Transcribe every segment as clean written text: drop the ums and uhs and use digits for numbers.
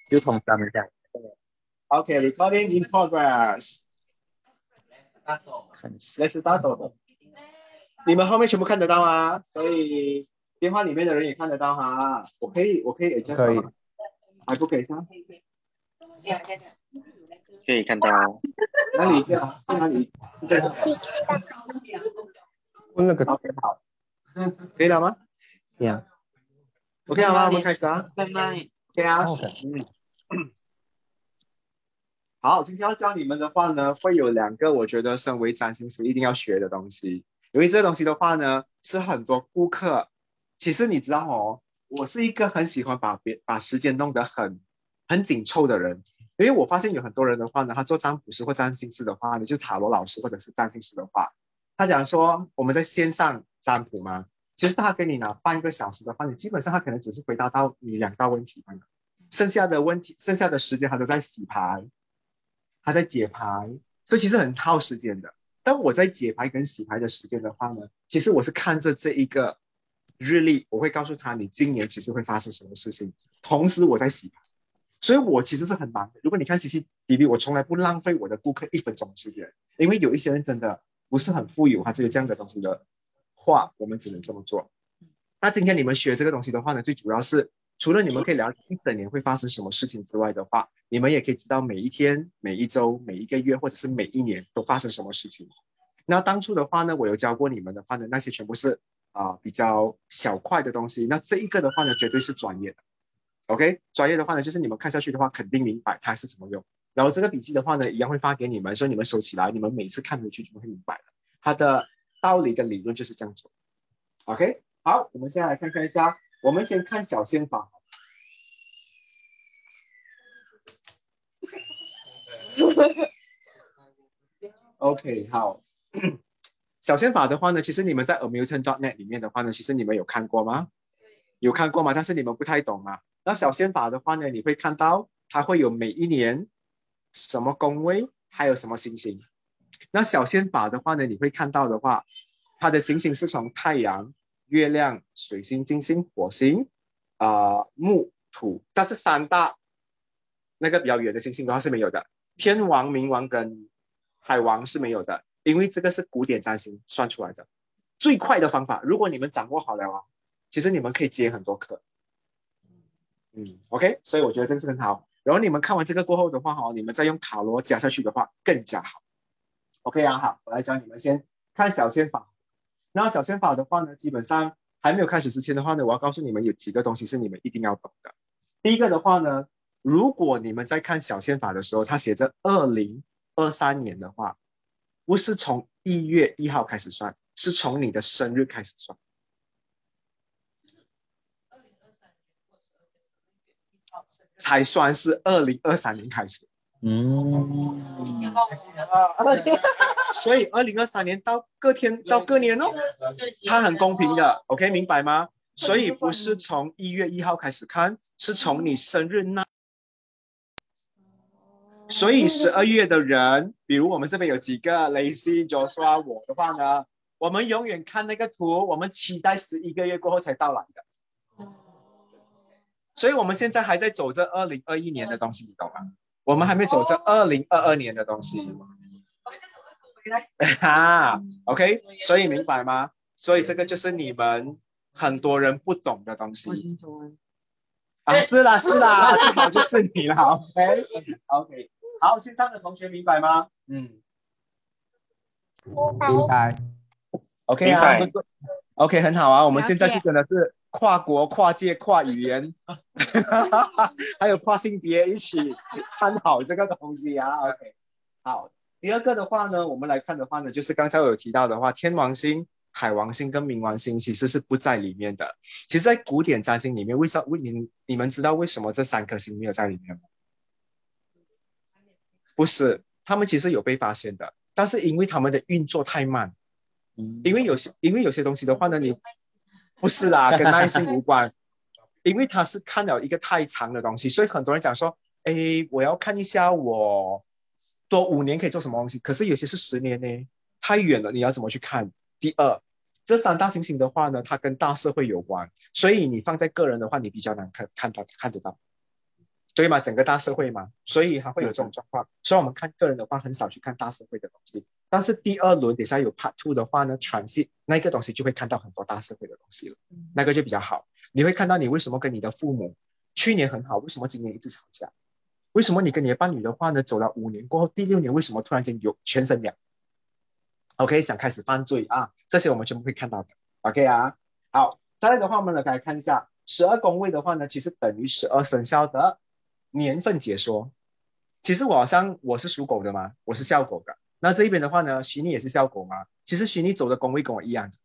就通常这样。 OK, recording in progress. 看一下 Let's start. 你们后面全部看得到啊，所以电话里面的人也看得到哈。我可以 adjust 可以吗？还不可以吗？ 可以看到。 哪里一个啊？是哪里？是这个。 问那个 OK 好，可以了吗这样。 ？OK 好吗？我们开始啊。OK 啊。 OK 好，今天要教你们的话呢，会有2个我觉得身为占星师一定要学的东西。因为这个东西的话呢，是很多顾客，其实你知道哦，我是一个很喜欢把时间弄得很紧凑的人。因为我发现有很多人的话呢，他做占卜师或占星师的话呢，就是塔罗老师或者是占星师的话，他讲说我们在线上占卜嘛，其实他给你拿半个小时的话，你基本上他可能只是回答到你2道问题罢了，剩下的时间他都在洗牌，他在解牌，所以其实很耗时间的。但我在解牌跟洗牌的时间的话呢，其实我是看着这一个日历，我会告诉他你今年其实会发生什么事情，同时我在洗牌，所以我其实是很忙的。如果你看 CCTV， 我从来不浪费我的顾客1分钟的时间，因为有一些人真的不是很富有，他只有这样的东西的话，我们只能这么做。那今天你们学这个东西的话呢，最主要是除了你们可以了解一整年会发生什么事情之外的话，你们也可以知道每一天、每一周、每一个月，或者是每一年都发生什么事情。那当初的话呢，我有教过你们的话呢，那些全部是比较小块的东西。那这一个的话呢，绝对是专业的。OK， 专业的话呢，就是你们看下去的话，肯定明白它是怎么用。然后这个笔记的话呢，一样会发给你们，所以你们收起来，你们每次看回去就会明白了。它的道理跟理论就是这样做。OK， 好，我们现在来看看一下，我们先看小仙法。OK， 好。小仙法的话呢，其实你们在 amuton.net 里面的话呢，其实你们有看过吗？有看过吗？但是你们不太懂嘛。那小仙法的话呢，你会看到它会有每一年什么宫位，还有什么星星。那小仙法的话呢，你会看到的话，它的行星是从太阳、月亮、水星、金星、火星、木、土，但是3大那个比较远的星星的话是没有的。天王、冥王跟海王是没有的，因为这个是古典占星算出来的。最快的方法，如果你们掌握好了啊，其实你们可以接很多课。OK， 所以我觉得这个是很好。然后你们看完这个过后的话，你们再用塔罗加下去的话更加好。OK 啊，好，我来教你们先看小仙法。那小仙法的话呢，基本上还没有开始之前的话呢，我要告诉你们有几个东西是你们一定要懂的。第一个的话呢，如果你们在看小仙法的时候，它写着2023年的话，不是从1月1号开始算，是从你的生日开始算。才算是2023年开始。所以2023年到隔年哦，它很公平的 ，OK， 明白吗？所以不是从1月1号开始看，是从你生日那。所以12月的人，比如我们这边有几个 Lacy、Joshua 我的话呢，我们永远看那个图，我们期待11个月过后才到来的。所以我们现在还在走这2021年的东西，你懂吗？我们还没走这2022年的东西。OK， 所以明白吗？所以这个就是你们很多人不懂的东西。是啦，最好就是你了。OK， 好，线上的同学明白吗？ 明白。 OK 啊 ，OK， 很好啊。我们现在是真的是跨国、跨界、跨语言，还有跨性别一起看好这个东西啊。OK， 好。第二个的话呢，我们来看的话呢，就是刚才我有提到的话，天王星、海王星跟冥王星其实是不在里面的。其实，在古典占星里面，你们知道为什么这3颗星没有在里面吗？不是，他们其实有被发现的，但是因为他们的运作太慢。因为有些东西的话呢，你不是啦，跟耐心无关，因为他是看了一个太长的东西，所以很多人讲说，我要看一下我多5年可以做什么东西，可是有些是10年呢，太远了，你要怎么去看？第二，这3大行星的话呢，它跟大社会有关，所以你放在个人的话，你比较难看得到。 对吗？整个大社会嘛，所以还会有这种状况。所以我们看个人的话，很少去看大社会的东西。但是第二轮等下有 Part Two 的话呢，Transit 那个东西就会看到很多大社会的东西了，那个就比较好。你会看到你为什么跟你的父母去年很好，为什么今年一直吵架？为什么你跟你的伴侣的话呢，走了5年过后，第6年为什么突然间有全身痒？OK，想开始犯罪啊，这些我们全部会看到的。OK 啊，好，再来的话，我们来看一下12宫位的话呢，其实等于12生肖的年份解说。其实我是属狗的嘛，我是笑狗的。那这一边的话呢，徐妮也是笑狗嘛。其实徐妮走的宫位跟我一样，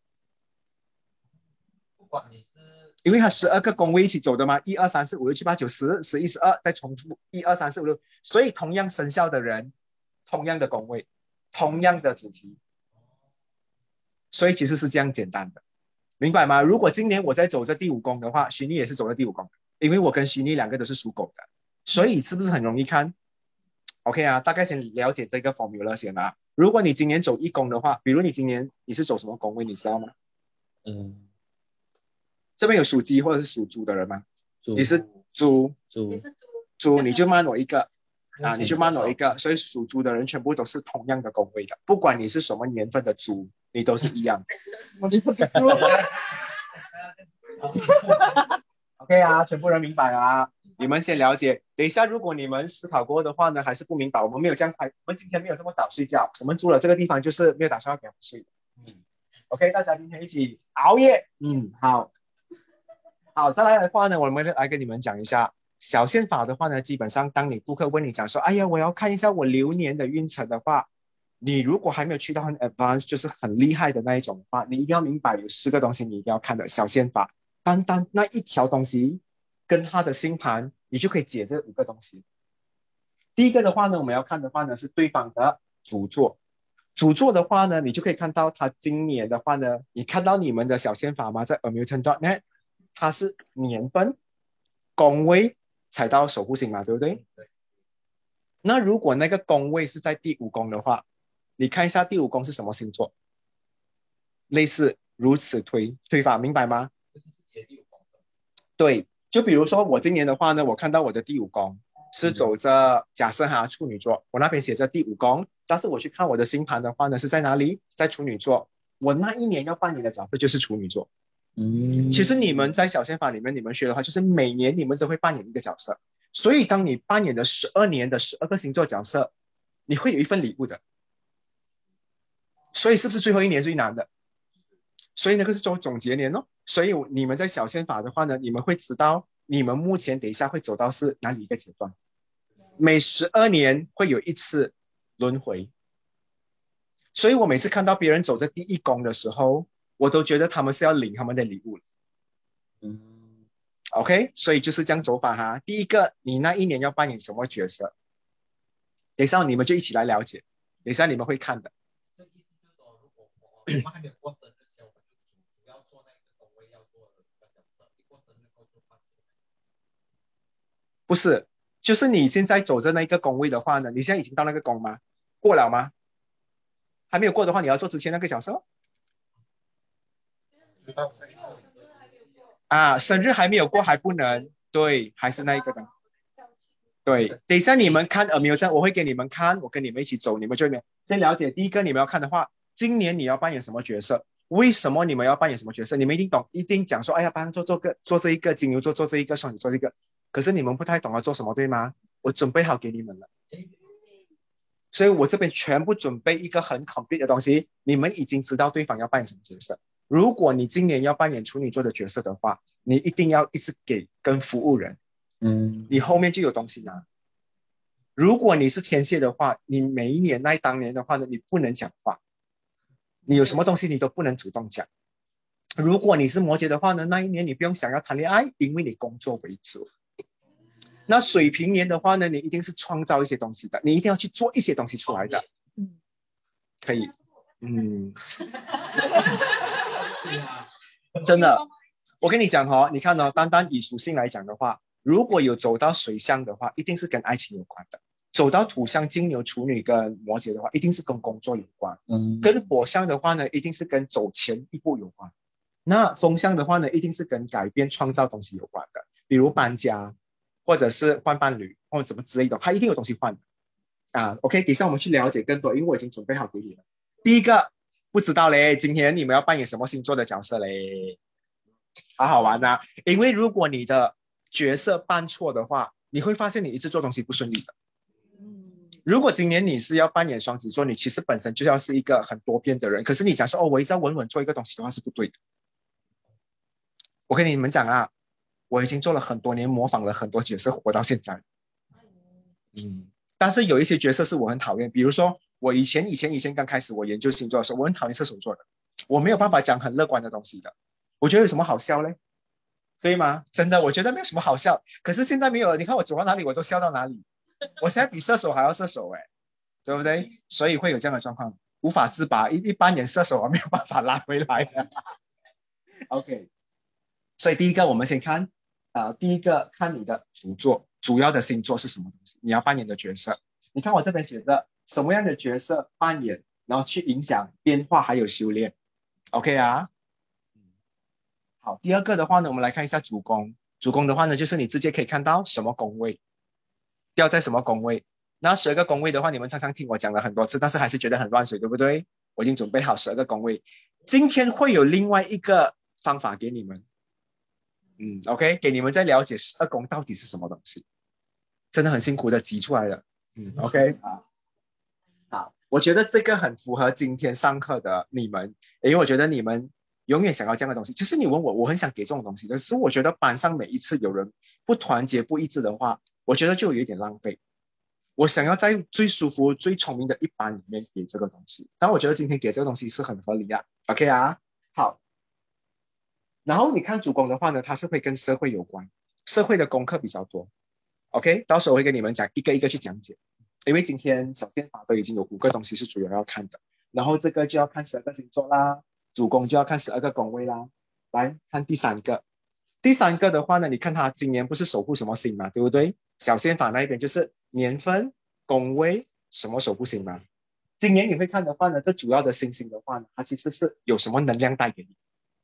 不管你是， 因为他12个宫位一起走的嘛，1 2 3 4 5 6 7 8 9 10 11 12再重复1 2 3 4 5 6，所以同样生肖的人，同样的宫位，同样的主题，所以其实是这样简单的，明白吗？如果今年我在走这第5宫的话，徐妮也是走的第5宫，因为我跟徐妮两个都是属狗的，所以是不是很容易看？OK 啊，大概先了解这个 formula 先啊。如果你今年走1宫的话，比如你今年你是走什么宫位，你知道吗？ 嗯， 这边有属鸡或者是属猪的人吗？ 猪你是猪， 猪， 猪你就慢我一个啊，你就慢我一个， 个。所以属猪的人全部都是同样的宫位的，不管你是什么年份的猪，你都是一样的。 我就不是猪。 OK 啊，全部人明白啊？你们先了解。等一下，如果你们思考过的话呢，还是不明白，我们没有这样拍，我们今天没有这么早睡觉，我们住了这个地方就是没有打算要给我们睡。OK，大家今天一起熬夜。好，好，再来的话呢，我们来跟你们讲一下小宪法的话呢，基本上当你顾客问你讲说，哎呀，我要看一下我流年的运程的话，你如果还没有去到很 advanced，就是很厉害的那一种的话，你一定要明白有4个东西你一定要看的小宪法。单单那一条东西跟他的星盘，你就可以解这5个东西。第一个的话呢，我们要看的话呢是对方的主座。主座的话呢，你就可以看到他今年的话呢，你看到你们的小宪法吗？在 Amuton.net， 它是年份、宫位踩到守护星嘛，对不对？ 对。 那如果那个宫位是在第5宫的话，你看一下第5宫是什么星座，类似如此推法，明白吗？ 就是自己的第5宫。 对，就比如说我今年的话呢，我看到我的第5宫是走着，假设哈处女座，我那边写着第5宫，但是我去看我的星盘的话呢，是在哪里？在处女座，我那一年要扮演的角色就是处女座。其实你们在小宪法里面，你们学的话，就是每年你们都会扮演一个角色，所以当你扮演的12年的12个星座角色，你会有一份礼物的。所以是不是最后一年最难的？所以那个是总结年哦。所以你们在小宪法的话呢，你们会知道你们目前等一下会走到是哪里一个阶段。每12年会有一次轮回，所以我每次看到别人走在第1宫的时候，我都觉得他们是要领他们的礼物。OK， 所以就是这样走法哈。第一个，你那一年要扮演什么角色？等一下你们就一起来了解，等一下你们会看的。 这意思就是说，如果我们还没有过生日前，我们就主要做那个工位要做的一个角色，一过生日后就换。 不是，就是你现在走着那个宫位的话呢，你现在已经到那个宫吗？过了吗？还没有过的话，你要做之前那个角色。啊，生日还没有过还不能，对，还是那一个的。对，等一下你们看没有这样，我会给你们看，我跟你们一起走，你们就先了解。第一个你们要看的话，今年你要扮演什么角色？为什么你们要扮演什么角色？你们一定懂，一定讲说，哎呀，帮做这一个，金牛座做这一个，双鱼座这一个。可是你们不太懂要做什么，对吗？我准备好给你们了，所以我这边全部准备一个很 complete 的东西，你们已经知道对方要扮演什么角色。如果你今年要扮演处女座的角色的话，你一定要一直给跟服务人，你后面就有东西拿。如果你是天蝎的话，你每一年那当年的话呢，你不能讲话，你有什么东西你都不能主动讲。如果你是摩羯的话呢，那一年你不用想要谈恋爱，因为你工作为主。那水瓶年的话呢，你一定是创造一些东西的，你一定要去做一些东西出来的。可以，真的，我跟你讲哦，你看哦，单单以属性来讲的话，如果有走到水象的话，一定是跟爱情有关的；走到土象、金牛、处女跟摩羯的话，一定是跟工作有关。跟火象的话呢，一定是跟走前一步有关。那风象的话呢，一定是跟改变、创造东西有关的，比如搬家， 或者是换伴侣，或者什么之类的，他一定有东西换啊。OK，等一下我们去了解更多，因为我已经准备好给你了。第一个不知道嘞，今天你们要扮演什么星座的角色嘞？好好玩呐、因为如果你的角色扮错的话，你会发现你一直做东西不顺利的。如果今年你是要扮演双子座，你其实本身就要是一个很多变的人，可是你讲说哦，我一直要稳稳做一个东西的话是不对的。我跟你们讲啊，我已经做了很多年，模仿了很多角色，活到现在。但是有一些角色是我很讨厌，比如说我以前刚开始我研究星座的时候，我很讨厌射手座的，我没有办法讲很乐观的东西的。我觉得有什么好笑嘞？对吗？真的，我觉得没有什么好笑。可是现在没有了，你看我走到哪里我都笑到哪里。我现在比射手还要射手哎，对不对？所以会有这样的状况，无法自拔。一般人射手啊没有办法拉回来的。OK，所以第一个我们先看第一个看你的主座，主要的星座是什么东西，你要扮演的角色。你看我这边写着什么样的角色扮演，然后去影响变化还有修炼。OK 啊，好，第二个的话呢，我们来看一下主宫。主宫的话呢，就是你直接可以看到什么宫位，掉在什么宫位。那12个宫位的话，你们常常听我讲了很多次，但是还是觉得很乱水，对不对？我已经准备好12个宫位，今天会有另外一个方法给你们。OK，给你们再了解12宫到底是什么东西，真的很辛苦的挤出来了。OK 啊，好，我觉得这个很符合今天上课的你们，因为我觉得你们永远想要这样的东西。其实你问我，我很想给这种东西，可是我觉得班上每一次有人不团结、不一致的话，我觉得就有一点浪费。我想要在最舒服、最聪明的一班里面给这个东西，但我觉得今天给这个东西是很合理的。OK 啊，好。然后你看主攻的话呢，它是会跟社会有关，社会的功课比较多。OK，到时候我会跟你们讲一个一个去讲解，因为今天小宪法都已经有5个东西是主要要看的，然后这个就要看12个星座啦，主攻就要看12个宫位啦。来看第三个，第三个的话呢，你看它今年不是守护什么星嘛，对不对？小宪法那一边就是年份、宫位什么守护星嘛。今年你会看的话呢，这主要的星星的话呢，它其实是有什么能量带给你。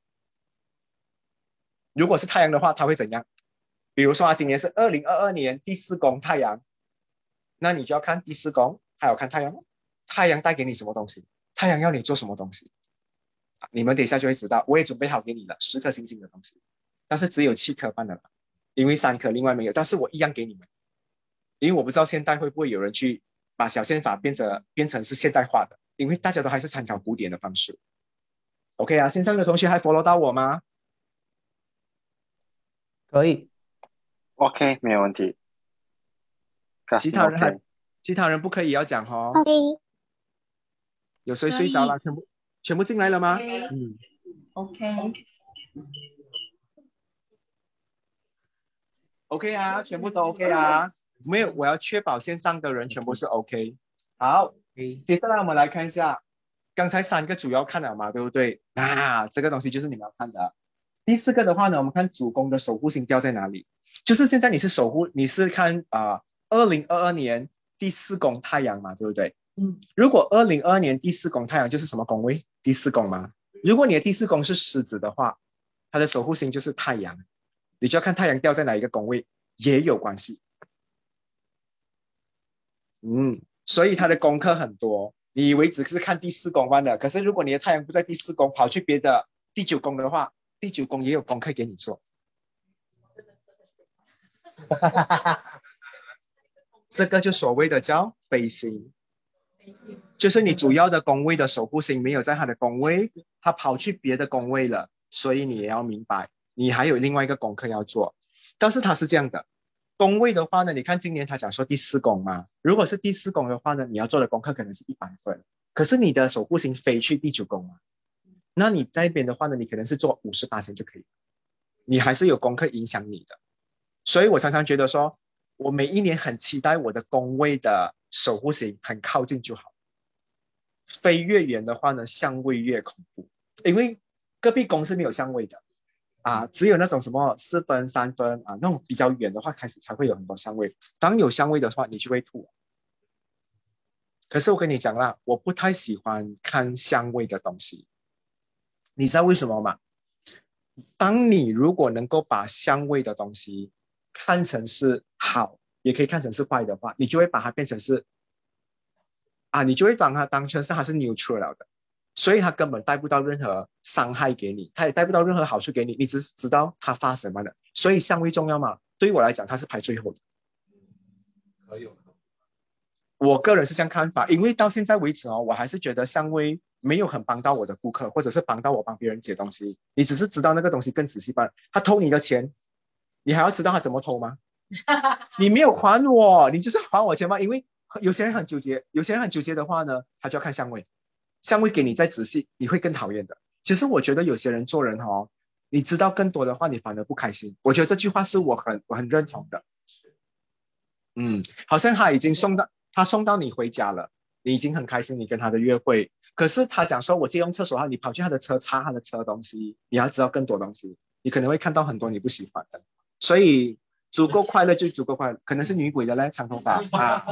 如果是太阳的话，它会怎样？比如说，今年是2022年第4宫太阳，那你就要看第4宫，还有看太阳。太阳带给你什么东西？太阳要你做什么东西？你们等一下就会知道。我也准备好给你了10颗星星的东西，但是只有7颗半的了，因为3颗另外没有。但是我一样给你们，因为我不知道现在会不会有人去把小宪法变成是现代化的，因为大家都还是参考古典的方式。OK 啊，线上的同学还 follow 到我吗？ 可以。 OK，没有问题。 其他人还，其他人不可以要讲哦。 OK， 有谁睡着了？全部进来了吗 ？OK， OK 啊，全部都 OK 啊。没有，我要确保线上的人全部是 OK。好，接下来我们来看一下，刚才3个主要看了嘛，对不对？这个东西就是你们要看的。第4个的话呢，我们看主攻的守护星掉在哪里。就是现在你是守护，你是看2022年第4宫太阳嘛，对不对？如果2022年第4宫太阳就是什么宫位？第4宫嘛。如果你的第4宫是狮子的话，它的守护星就是太阳，你就要看太阳掉在哪一个宫位，也有关系。所以它的功课很多。你以为只是看第4宫完了，可是如果你的太阳不在第4宫，跑去别的第9宫的话，第9宫也有功课给你做。这个就所谓的叫飞星，就是你主要的宫位的守护星没有在它的宫位，它跑去别的宫位了，所以你也要明白，你还有另外一个功课要做。但是它是这样的，宫位的话呢，你看今年他讲说第4宫嘛，如果是第4宫的话呢，你要做的功课可能是100分，可是你的守护星飞去第9宫嘛，那你在那边的话呢，你可能是做58%就可以，你还是有功课影响你的。所以我常常觉得说，我每一年很期待我的宫位的守护星很靠近就好，飞越远的话呢，相位越恐怖，因为隔壁宫是没有相位的只有那种什么4分、3分那种比较远的话，开始才会有很多相位。当有相位的话，你就会吐。可是我跟你讲啦，我不太喜欢看相位的东西，你知道为什么吗？当你如果能够把相位的东西看成是好，也可以看成是坏的话，你就会把它变成是你就会把它当成是它是 neutral 了的，所以它根本带不到任何伤害给你，它也带不到任何好处给你，你只是知道它发什么的。所以相位重要吗？对于我来讲，它是排最后的。 可有可我个人是这样看法，因为到现在为止我还是觉得相位没有很帮到我的顾客，或者是帮到我帮别人解东西。你只是知道那个东西更仔细吧？他偷你的钱，你还要知道他怎么偷吗？你没有还我，你就是还我钱吗？因为有些人很纠结，有些人很纠结的话呢，他就要看相位，相位给你再仔细，你会更讨厌的。其实我觉得有些人做人你知道更多的话，你反而不开心。我觉得这句话是我很认同的。好像他送到你回家了，你已经很开心，你跟他的约会。可是他讲说，我借用厕所，你跑去他的车擦他的车东西，你要知道更多东西，你可能会看到很多你不喜欢的。所以足够快乐就足够快乐，可能是女鬼的嘞，长头发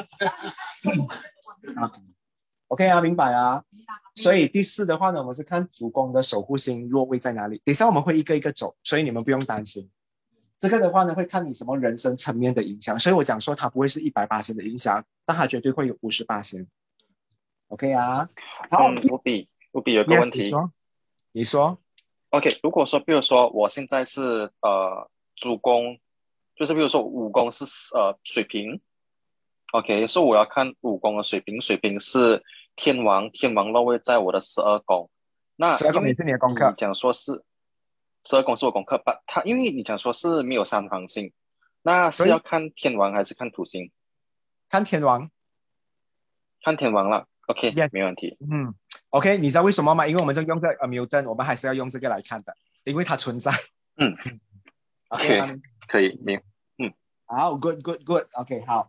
OK 明白啊。所以第4的话呢，我们是看主攻的守护星落位在哪里。等一下我们会一个一个走，所以你们不用担心。这个的话呢，会看你什么人生层面的影响，所以我讲说它不会是100%的影响，但它绝对会有50%。OK 啊，好， 务必有个问题， 你说 OK， 如果说比如说我现在是主攻，就是比如说武功是水平 ，OK， 所以我要看武功的水平，水平是天王落位在我的12宫，那 12宫也是你的功课， 你讲说是12宫是我功课，因为你讲说是没有三方星，那是要看天王还是看土星？ 看天王， 看天王了 ，OK， yes. 没问题。 OK， 你知道为什么吗？因为我们就用这Newton，我们还是要用这个来看的，因为它存在。 OK， 可以， 好 ，good，OK， 好。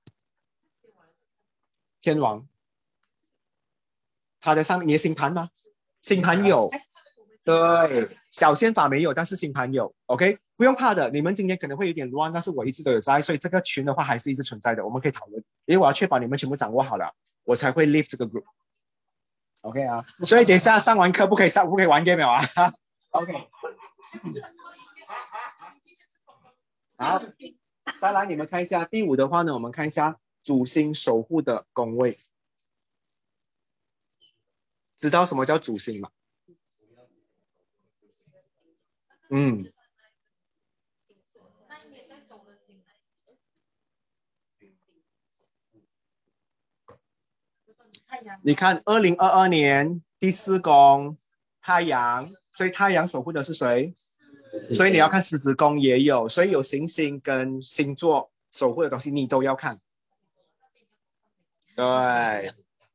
天王，它的上面你的星盘吗？星盘有，对，小仙法没有，但是星盘有 ，OK， 不用怕的。你们今天可能会有点乱，但是我一直都有在，所以这个群的话还是一直存在的，我们可以讨论。因为我要确保你们全部掌握好了，我才会 leave 这个 group。OK 啊，所以等一下上完课不可以玩 game 了啊。OK， 好，再来你们看一下第5的话呢，我们看一下主星守护的宫位，知道什么叫主星吗？你看2022年第4宫太阳，所以太阳守护的是谁？所以你要看狮子宫也有，所以有行星跟星座守护的东西你都要看。对，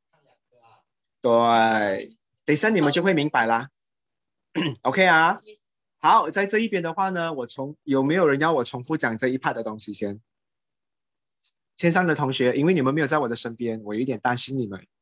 等一下你们就会明白啦。OK 啊，好，在这一边的话呢，有没有人要我重复讲这一 part 的东西先？线上的同学，因为你们没有在我的身边，我有点担心你们。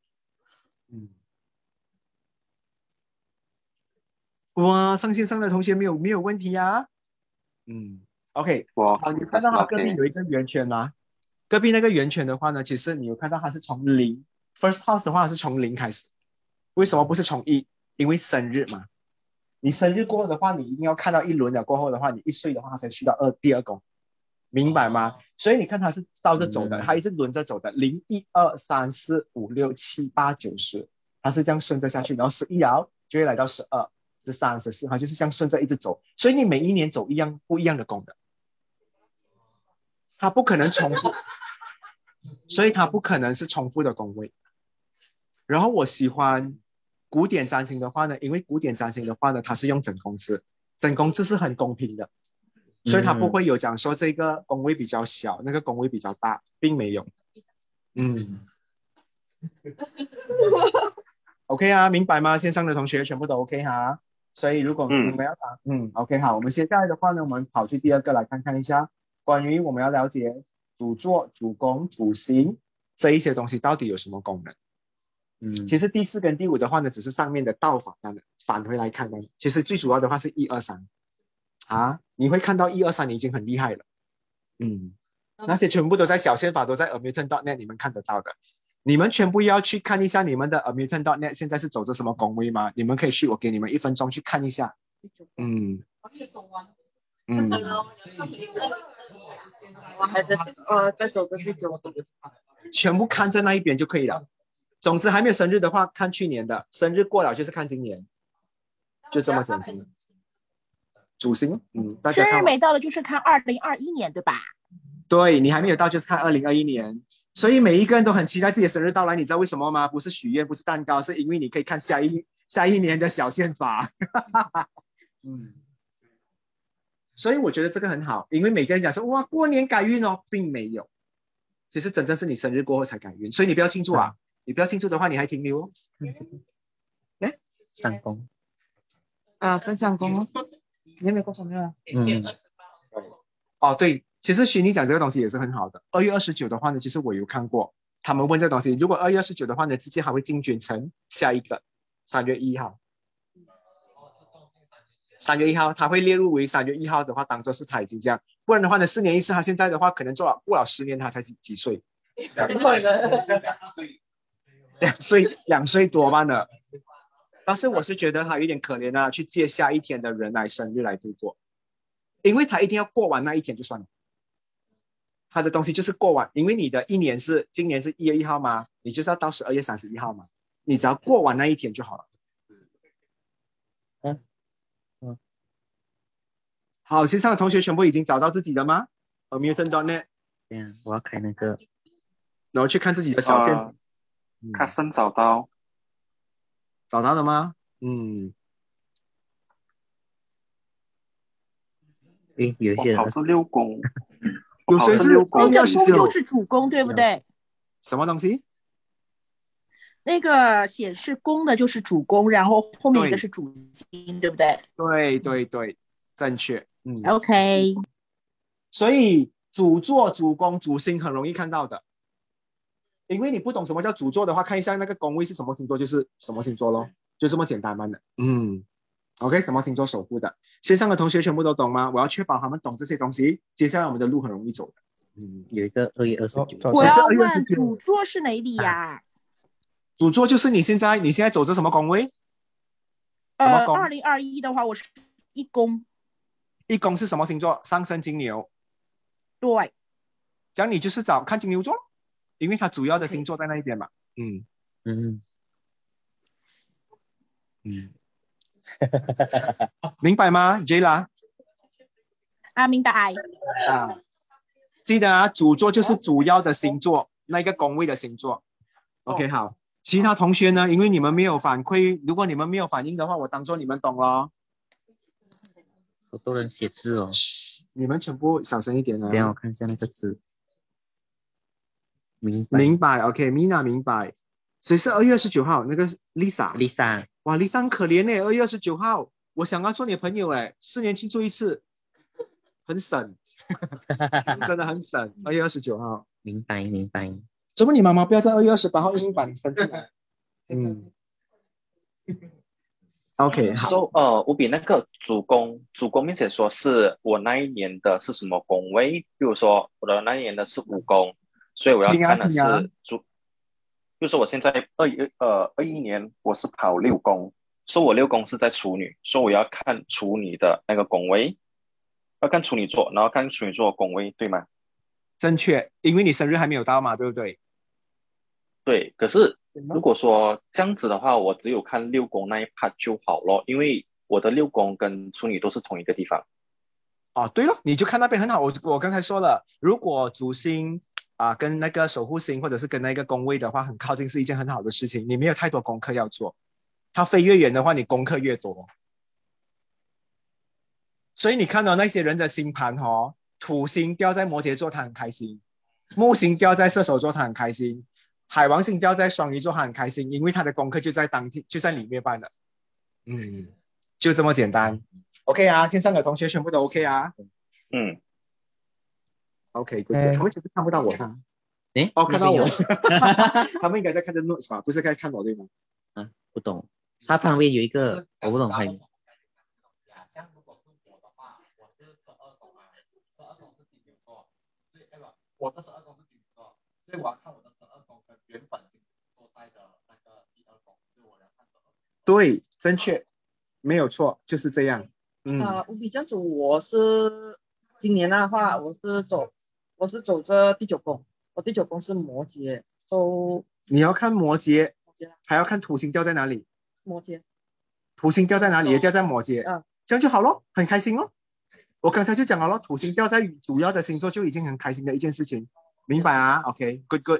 哇，上线上的同学没有问题呀。OK， 好，你看到它隔壁有一个圆圈吗？隔壁那个圆圈的话呢，其实你有看到它是从0 ，first house 的话是从0开始。为什么不是从1？因为生日嘛。你生日过后的话，你一定要看到一轮了过后的话，你1岁的话它才去到第二宫，明白吗？所以你看它是照着走的，它一直轮着走的，0 1 2 3 4 5 6 7 8 9 10，它是这样顺着下去，然后11爻就会来到12、13、14，它就是这样顺着一直走。所以你每一年走不一样的宫的，它不可能重复，所以它不可能是重复的宫位。然后我喜欢古典占星的话呢，因为古典占星的话呢，它是用整宫制，整宫制是很公平的，所以它不会有讲说这个宫位比较小，那个宫位比较大，并没有。OK 啊，明白吗？线上的同学全部都 OK 哈。所以如果你们要打OK 好，我们接下来的话呢，我们跑去第2个来看一下，关于我们要了解主座、主宫、主星这一些东西到底有什么功能。其实第4跟第5的话呢，只是上面的倒反的返回来看的，其实最主要的话是1、2、3啊，你会看到1、2、3已经很厉害了。那些全部都在小宪法，都在 amuton.net 你们看得到的。你们全部要去看一下你们的 amuton.net 现在是走着什么宫位吗？你们可以去，我给你们1分钟去看一下。 嗯， 所以如果是现在我还在在走着去走。 全部看在那一边就可以了。总之还没有生日的话，看去年的，生日过了就是看今年，就这么简单。主星，大家看生日没到的就是看2021年，对吧？ 对，你还没有到就是看2021年，所以每一个人都很期待自己的生日到来，你知道为什么吗？不是许愿，不是蛋糕，是因为你可以看下一年的小宪法。所以我觉得这个很好，因为每个人讲说哇过年改运哦，并没有，其实真正是你生日过后才改运，所以你不要庆祝啊，你不要庆祝的话你还停留哦。 上工啊，分享工哦，你有没有过生日啊？ 哦对，其实徐妮讲这个东西也是很好的。2月29的话呢，其实我有看过，他们问这个东西，如果2月29的话呢，直接还会竞选成下一个3月1号。3月1号，他会列入为3月1号的话，当做是他已经这样，不然的话呢，4年一次，他现在的话可能做了过了10年，他才几岁？2岁多吧呢。但是我是觉得他有点可怜啊，去借下一天的人来生日来度过，因为他一定要过完那一天就算了。他的东西就是过完，因为你的一年是今年是1月1号嘛，你就是要到12月31号嘛，你只要过完那一天就好了。好，线上的同学全部已经找到自己的吗？Amusement.net。 对呀，我要开那个， 然后去看自己的小件。 卡森找到了吗？ 诶，有一些人跑是6宫， 有谁是那个宫 29 就是主宫，对不对？ 什么东西？ 那个显示宫的就是主宫，然后后面一个是主星，对不对？ 对，正确。 OK。 所以主座、主宫、主星很容易看到的，因为你不懂什么叫主座的话，看一下那个宫位是什么星座，就是什么星座咯，就这么简单的。OK， 什么星座守护的？线上的同学全部都懂吗？我要确保他们懂这些东西，接下来我们的路很容易走的。 有一个2月29， 我要问主座是哪里呀？ 主座就是你现在走着什么宫位？什么宫 ？2021的话，我是一宫。 一宫是什么星座？上升金牛。 对。 这样你就是看金牛座，因为它主要的星座在那一边嘛。明白吗 ，Jayla？ 明白。 记得啊，主座就是主要的星座，那个宫位的星座。OK， 好。其他同学呢？因为你们没有反馈，如果你们没有反应的话，我当做你们懂了。 好多人写字哦。 你们全部小声一点啊。 等一下我看一下那个字。 明白 ，OK， Mina 明白。所以是2月29号，那个 Lisa。哇 ，Lisa 很可怜呢，2月29号，我想要做你的朋友哎，4年庆祝一次，很省，真的很省。2月29号。 明白。 怎么你妈妈不要在2月28号硬把你生进来？OK， 好。 我比那个主宫并且说是我那一年的是什么宫位，比如说我的那一年的是5宫，所以我要看的是比如说我现在21年我是跑6宫，所以我6宫是在处女，所以我要看处女的那个宫位，要看处女座，然后看处女座的宫位，对吗？ 正确，因为你生日还没有到嘛，对不对？ 对，可是如果说这样子的话，我只有看6宫那一 part 就好咯，因为我的6宫跟处女都是同一个地方。 对了，你就看那边很好。我刚才说了，如果主星跟那个守护星或者是跟那个宫位的话很靠近，是一件很好的事情。你没有太多功课要做，它飞越远的话，你功课越多。所以你看到那些人的星盘土星掉在摩羯座，他很开心；木星掉在射手座，他很开心；海王星掉在双鱼座，他很开心，因为他的功课就在当天就在里面办了。就这么简单。OK 啊，线上的同学全部都 OK 啊。OK， good。他们其实看不到我上。看到我。他们应该在看着 notes 吧，不是在看我对吗？ 不懂。他旁边有一个，我不懂还。 像如果是我的话，我是12宫12宫是金牛座，所以我的12宫是金牛座，所以我要看我的12宫跟原本金牛座在的那个第2宫，所以我要看12宫。 对，正确，没有错，就是这样。 我比较走，今年的话，我是走这第九宫，我第九宫是摩羯， 你要看摩羯， 摩羯还要看土星掉在哪里， 摩羯， 土星掉在哪里也掉在摩羯，这样就好咯，很开心哦。我刚才就讲了咯，土星掉在主要的星座就已经很开心的一件事情，明白啊 ？OK，good good，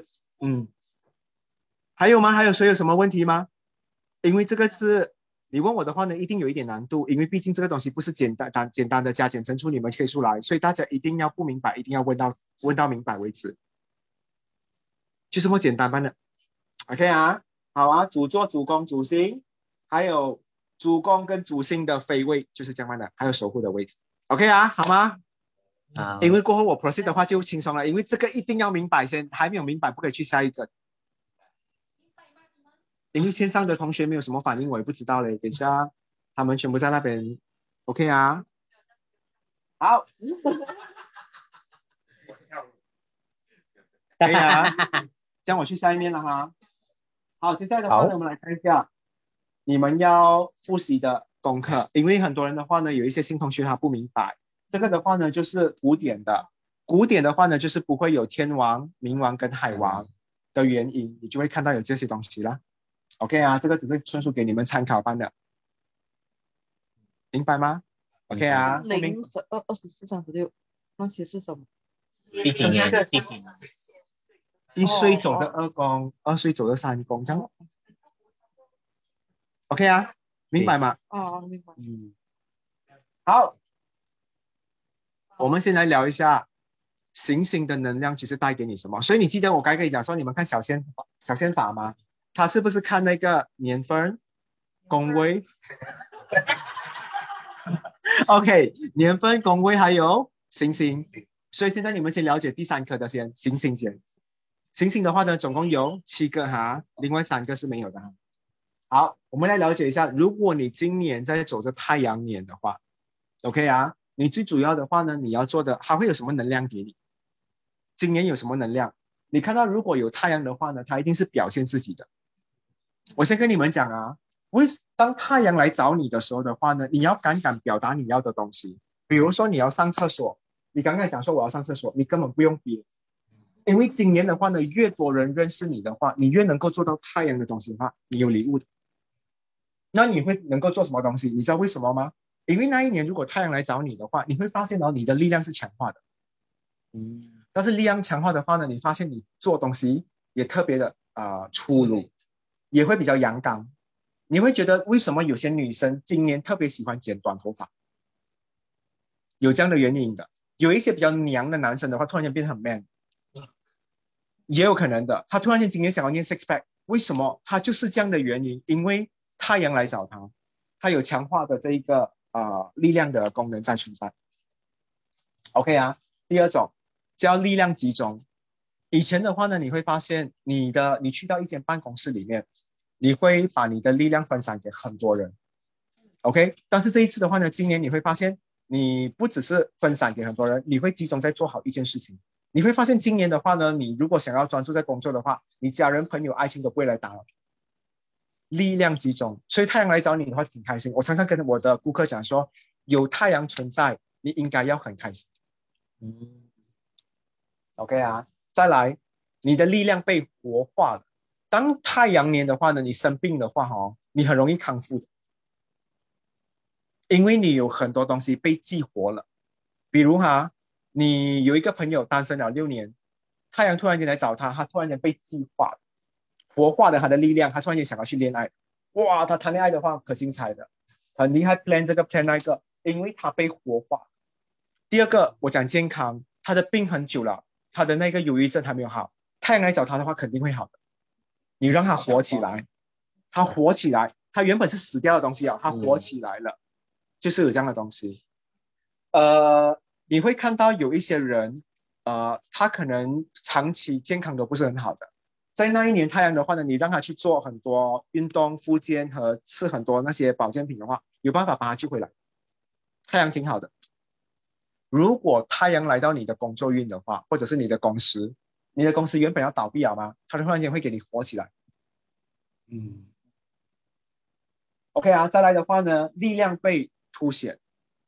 还有吗？还有谁有什么问题吗？因为这个是你问我的话呢，一定有一点难度，因为毕竟这个东西不是简单的加减乘除你们可以出来，所以大家一定要不明白，一定要问到明白为止，就这么简单般的。OK 啊，好啊，主座、主宫、主星，还有主宫跟主星的飞位就是这样般的，还有守护的位置。OK 啊，好吗？因为过后我 proceed 的话就轻松了，因为这个一定要明白先，还没有明白不可以去下一个。因为线上的同学没有什么反应，我也不知道嘞。等一下他们全部在那边 ，OK 啊？好，可以啊。这样我去下一面了哈。好，接下来的话呢，我们来看一下你们要复习的功课，因为很多人的话呢，有一些新同学他不明白，这个的话呢就是古典的，古典的话呢就是不会有天王、冥王跟海王的原因，你就会看到有这些东西啦。OK 啊，这个只是纯属给你们参考班的，明白吗 ？OK 啊 0、12、24、36，那些是什么？ 第几年？ 1岁走的2宫，2岁走的3宫，这样 OK 啊，明白吗？ 明白。 好，我们先来聊一下行星的能量其实带给你什么。所以你记得我刚才跟你讲说，你们看小仙法吗？他是不是看那个年份、宫位？OK， 年份、宫位还有行星。所以现在你们先了解第3颗的行星先。行星的话呢，总共有7个哈，另外3个是没有的哈。好，我们来了解一下，如果你今年在走着太阳年的话 ，OK 啊，你最主要的话呢，你要做的，它会有什么能量给你？今年有什么能量？你看到如果有太阳的话呢，它一定是表现自己的。我先跟你们讲啊，当太阳来找你的时候的话呢，你要敢表达你要的东西。比如说你要上厕所，你刚刚讲说我要上厕所，你根本不用憋，因为今年的话呢，越多人认识你的话，你越能够做到太阳的东西的话，你有礼物的。那你会能够做什么东西？你知道为什么吗？因为那一年如果太阳来找你的话，你会发现你的力量是强化的。但是力量强化的话呢，你发现你做东西也特别的粗鲁，也会比较阳刚。你会觉得为什么有些女生今年特别喜欢剪短头发？有这样的原因的。有一些比较娘的男生的话，突然间变得很 man， 也有可能的。他突然间今年想要念 six pack， 为什么？他就是这样的原因，因为太阳来找他，他有强化的这一个力量的功能在存在。OK 啊，第二种叫力量集中。以前的话呢，你会发现你去到一间办公室里面，你会把你的力量分散给很多人 ，OK？ 但是这一次的话呢，今年你会发现你不只是分散给很多人，你会集中在做好一件事情。你会发现今年的话呢，你如果想要专注在工作的话，你家人、朋友、爱情都不会来打扰。力量集中，所以太阳来找你的话挺开心。我常常跟我的顾客讲说，有太阳存在，你应该要很开心。OK 啊，再来，你的力量被活化了。当太阳年的话呢，你生病的话你很容易康复的，因为你有很多东西被激活了。比如你有一个朋友单身了6年，太阳突然间来找他，他突然间被激化了，活化了他的力量，他突然间想要去恋爱。哇，他谈恋爱的话可精彩的，很厉害 ，plan 这个 plan 那个，因为他被活化。第二个，我讲健康，他的病很久了，他的那个忧郁症还没有好，太阳来找他的话肯定会好的。你让他活起来，他活起来，他原本是死掉的东西他活起来了，就是有这样的东西。你会看到有一些人，他可能长期健康都不是很好的。在那一年太阳的话呢，你让他去做很多运动、复健和吃很多那些保健品的话，有办法把他救回来。太阳挺好的。如果太阳来到你的工作运的话，或者是你的公司原本要倒闭了吗？它突然间会给你活起来。OK 啊，再来的话呢，力量被凸显。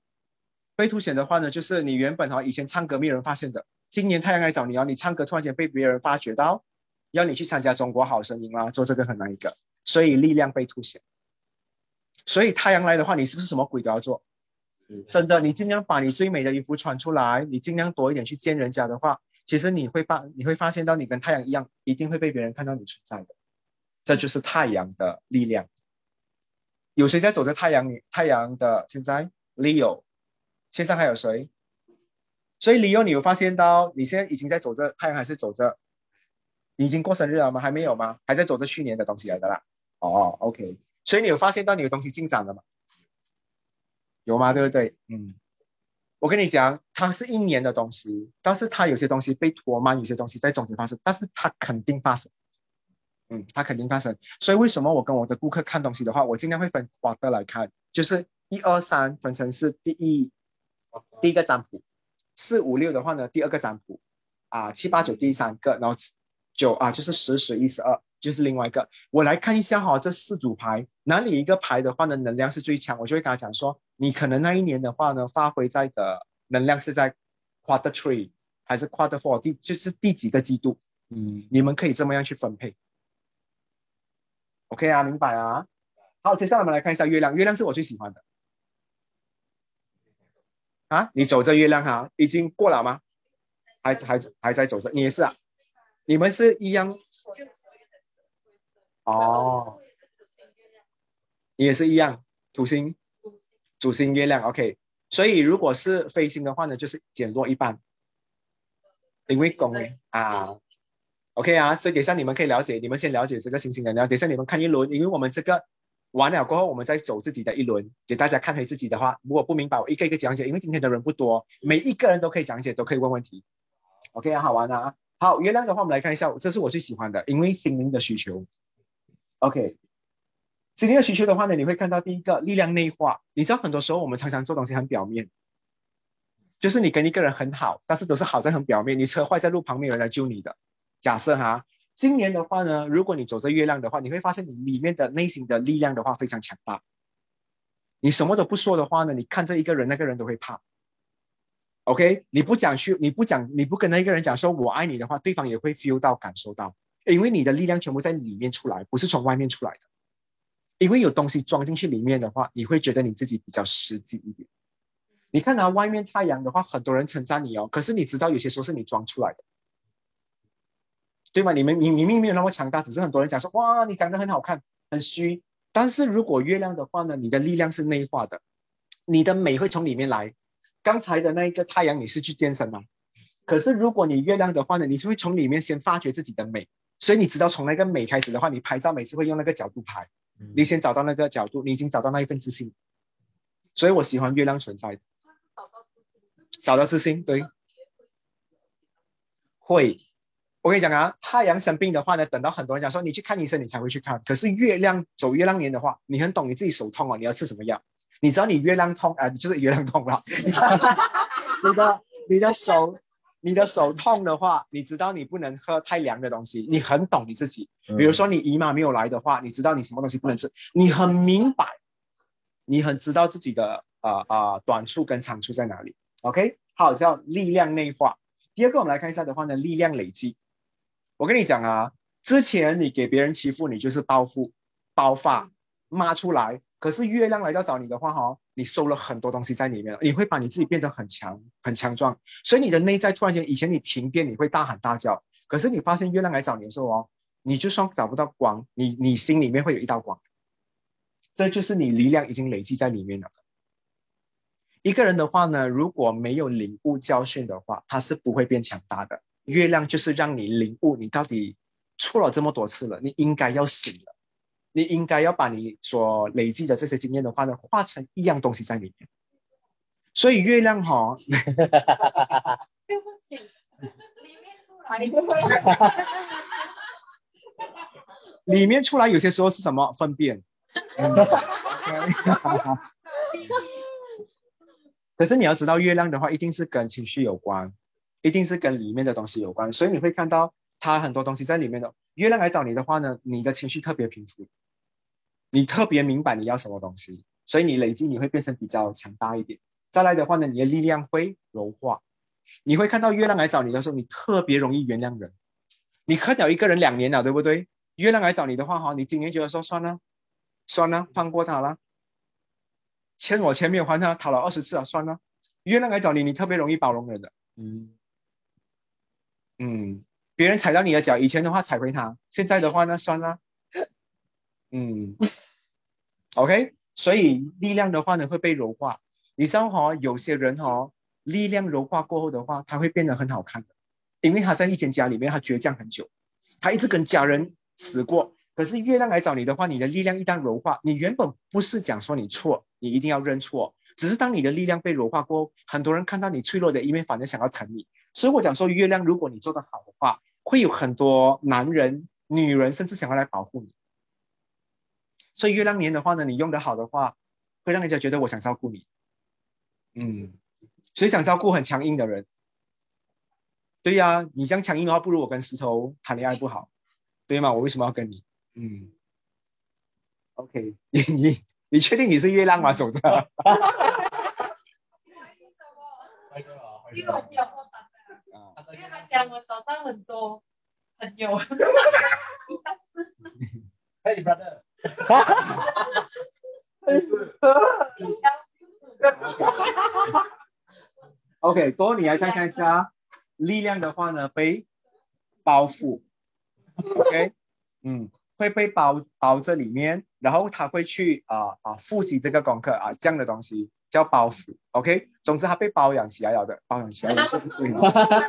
被凸显的话呢，就是你原本以前唱歌没有人发现的，今年太阳来找你你唱歌突然间被别人发觉到，要你去参加中国好声音啦，做这个很难一个，所以力量被凸显。所以太阳来的话，你是不是什么鬼都要做？真的，你尽量把你最美的衣服穿出来，你尽量多一点去见人家的话，其实你会发现到你跟太阳一样，一定会被别人看到你存在的。这就是太阳的力量。有谁在走在太阳的现在 Leo 线上还有谁？所以 Leo 你有发现到你现在已经在走着太阳，还是走着你已经过生日了吗？还没有吗？还在走着去年的东西来的啦。哦 OK， 所以你有发现到你的东西进展了吗？有吗？对不对？我跟你讲，它是1年的东西，但是它有些东西被拖慢，有些东西在中间发生，但是它肯定发生。它肯定发生。所以为什么我跟我的顾客看东西的话，我尽量会分 quarter 来看，就是1、2、3分成是第一个占卜，4、5、6的话呢，第2个占卜7、8、9第3个，然后9就是10、11、12就是另外一个。我来看一下这4组牌，哪里一个牌的话呢能量是最强，我就会跟他讲说，你可能那一年的话呢，发挥在的能量是在 quarter 3还是 quarter 4，就是第几个季度，你们可以这么样去分配。OK 啊，明白啊。好，接下来我们来看一下月亮。月亮是我最喜欢的。你走着月亮已经过了吗？还在走着，你也是啊？你们是一样？哦，你也是一样，土星、主星、月亮 ，OK。所以如果是飞星的话呢，就是减弱一半，因为宫OK 啊，所以等一下你们可以了解，你们先了解这个星星的，然后等一下你们看一轮，因为我们这个完了过后，我们再走自己的一轮，给大家看回自己的话，如果不明白，我一个一个讲解，因为今天的人不多，每一个人都可以讲解，都可以问问题。OK 啊，好玩啊。好，月亮的话，我们来看一下，这是我最喜欢的，因为心灵的需求。OK， 心灵的需求的话呢，你会看到第一个力量内化。你知道很多时候我们常常做东西很表面，就是你跟一个人很好，但是都是好在很表面，你车坏在路旁没有人来救你的。假设今年的话呢，如果你走着月亮的话，你会发现你里面的内心的力量的话非常强大。你什么都不说的话呢，你看这一个人，那个人都会怕。OK， 你不跟那个人讲说我爱你的话，对方也会 feel 到感受到，因为你的力量全部在里面出来，不是从外面出来的。因为有东西装进去里面的话，你会觉得你自己比较实际一点。你看外面太阳的话，很多人称赞你可是你知道有些时候是你装出来的。对吗？你明明没有那么强大，只是很多人讲说哇，你长得很好看，很虚。但是如果月亮的话呢，你的力量是内化的，你的美会从里面来。刚才的那一个太阳，你是去健身吗？可是如果你月亮的话呢，你是会从里面先发掘自己的美，所以你知道从那个美开始的话，你拍照每次会用那个角度拍，你先找到那个角度，你已经找到那一份自信。所以我喜欢月亮存在的，找到自信，对，会。我跟你讲太阳生病的话呢，等到很多人讲说你去看医生，你才会去看。可是月亮走月亮年的话，你很懂你自己手痛你要吃什么药。你知道你月亮痛就是月亮痛了。你的手痛的话，你知道你不能喝太凉的东西，你很懂你自己。比如说你姨妈没有来的话，你知道你什么东西不能吃，你很明白，你很知道自己的短处跟长处在哪里。OK， 好，叫力量内化。第二个我们来看一下的话呢，力量累积。我跟你讲之前你给别人欺负，你就是报复、爆发、骂出来。可是月亮来到找你的话你收了很多东西在里面了，你会把你自己变得很强、很强壮。所以你的内在突然间，以前你停电你会大喊大叫，可是你发现月亮来找你的时候你就算找不到光，你心里面会有一道光。这就是你力量已经累积在里面了。一个人的话呢，如果没有领悟教训的话，他是不会变强大的。月亮就是让你领悟，你到底错了这么多次了，你应该要醒了，你应该要把你所累积的这些经验的话呢，化成一样东西在里面。所以月亮对不起，里面出来里面出来有些时候是什么粪便可是你要知道月亮的话一定是跟情绪有关，一定是跟里面的东西有关，所以你会看到它很多东西在里面的。月亮来找你的话呢，你的情绪特别平复，你特别明白你要什么东西，所以你累积你会变成比较强大一点。 再来的话呢，你的力量会柔化。你会看到月亮来找你的时候，你特别容易原谅人。你恨了一个人2年了，对不对？月亮来找你的话，你今年觉得说算了，算了，放过他了。欠我钱没有还他，讨了20次了，算了。月亮来找你，你特别容易包容人的。别人踩到你的脚，以前的话踩回他，现在的话呢，算了。OK， 所以力量的话呢会被柔化。你知道有些人力量柔化过后的话，他会变得很好看的，因为他在一间家里面他倔强很久，他一直跟家人死过。可是月亮来找你的话，你的力量一旦柔化，你原本不是讲说你错，你一定要认错，只是当你的力量被柔化过后，很多人看到你脆弱的一面，反而想要疼你。所以我讲说，月亮如果你做得好的话，会有很多男人、女人甚至想要来保护你。所以月亮年的话呢，你用得好的话，会让人家觉得我想照顾你。所以想照顾很强硬的人。对呀，你这样强硬的话，不如我跟石头谈恋爱不好，对吗？我为什么要跟你？OK， 你确定你是月亮吗？走着。 因为我比较破胆的，因为他讲我找到很多朋友。 Hey brother， OK， 多你来看看一下，力量的话呢被包覆 ，OK， 会被包这里面，然后他会去复习这个功课这样的东西叫包袱 ，OK， 总之他被包养起来了的，包养起来是不对的。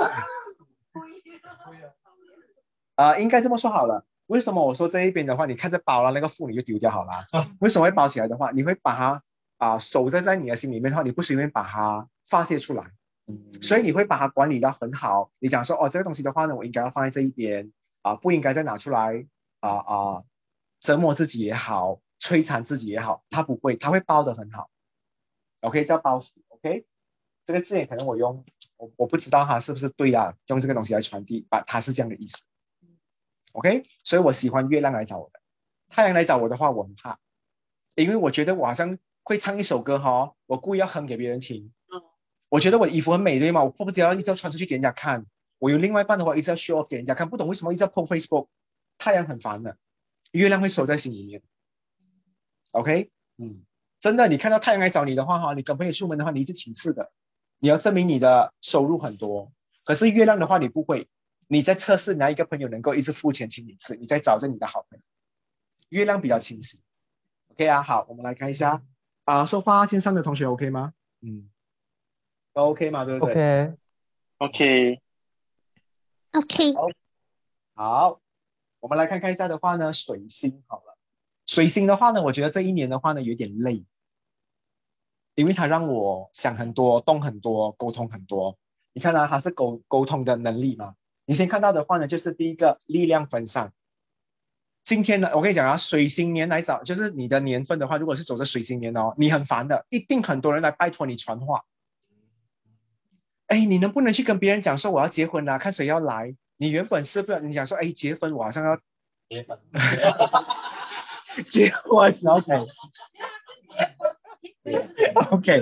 应该这么说好了。为什么我说这一边的话，你看着包了那个负你就丢掉好了？为什么会包起来的话，你会把它守在你的心里面的话，你不随便把它发泄出来，所以你会把它管理得很好。你讲说这个东西的话呢，我应该要放在这一边不应该再拿出来折磨自己也好，摧残自己也好，他不会，他会包得很好。OK， 叫包袱 OK， 这个字眼可能我不知道它是不是对啦，用这个东西来传递，它是这样的意思。OK， 所以我喜欢月亮来找我的，太阳来找我的话，我很怕，因为我觉得我好像会唱一首歌我故意要哼给别人听。我觉得我的衣服很美，对吗？我迫不及待一直要穿出去给人家看。我有另外一半的话，一直要 show off 给人家看，不懂为什么一直要 po Facebook。太阳很烦的，月亮会守在心里面。OK， 真的，你看到太阳来找你的话你跟朋友出门的话，你一直请示的，你要证明你的收入很多。可是月亮的话，你不会。你在测试哪一个朋友能够一直付钱请你吃，你在找着你的好朋友。月亮比较清晰 OK 好，我们来看一下说话线上的同学 OK 吗？都 OK 吗？对不对 OK， 好，我们来看一下的话呢，水星好了。水星的话呢，我觉得这一年的话呢有点累，因为它让我想很多，动很多，沟通很多。你看它是沟通的能力嘛。你先看到的话呢，就是第一个力量分散。今天呢，我跟你讲水星年来找，就是你的年份的话，如果是走着水星年你很烦的，一定很多人来拜托你传话。你能不能去跟别人讲说我要结婚了，看谁要来？你原本是不是你讲说结婚，我好像要结婚， 结婚 OK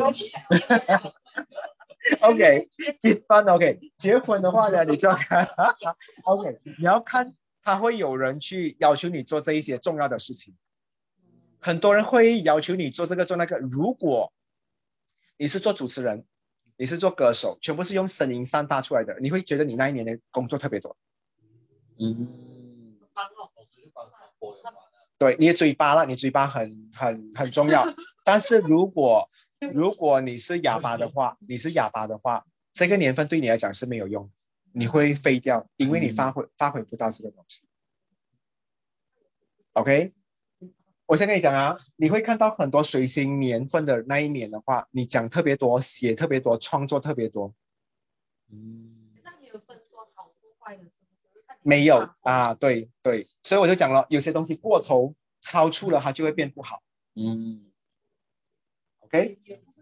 OK， 结婚 OK， 结婚的话呢，你就要看OK， 你要看他会有人去要求你做这一些重要的事情，很多人会要求你做这个做那个。如果你是做主持人，你是做歌手，全部是用声音散发出来的，你会觉得你那一年的工作特别多。对，你的嘴巴了，你嘴巴很重要。但是如果你是哑巴的话，这个年份对你来讲是没有用，你会废掉，因为你发挥不到这个东西。OK， 我先跟你讲你会看到很多水星年份的那一年的话，你讲特别多，写特别多，创作特别多。没有对，所以我就讲了，有些东西过头超出了，它就会变不好。OK，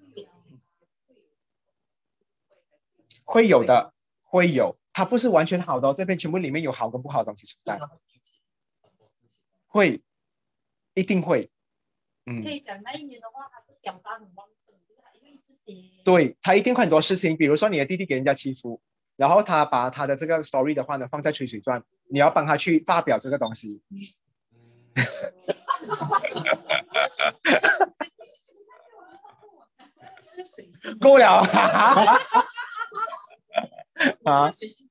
会有的，会有，它不是完全好的这边全部里面有好跟不好的东西存在。会，一定会。 可以讲那一年的话，他是表达很旺盛，因为对，他一定会很多事情，比如说你的弟弟给人家欺负，然后他把他的这个 story 的话呢放在吹水传，你要帮他去发表这个东西。够了啊！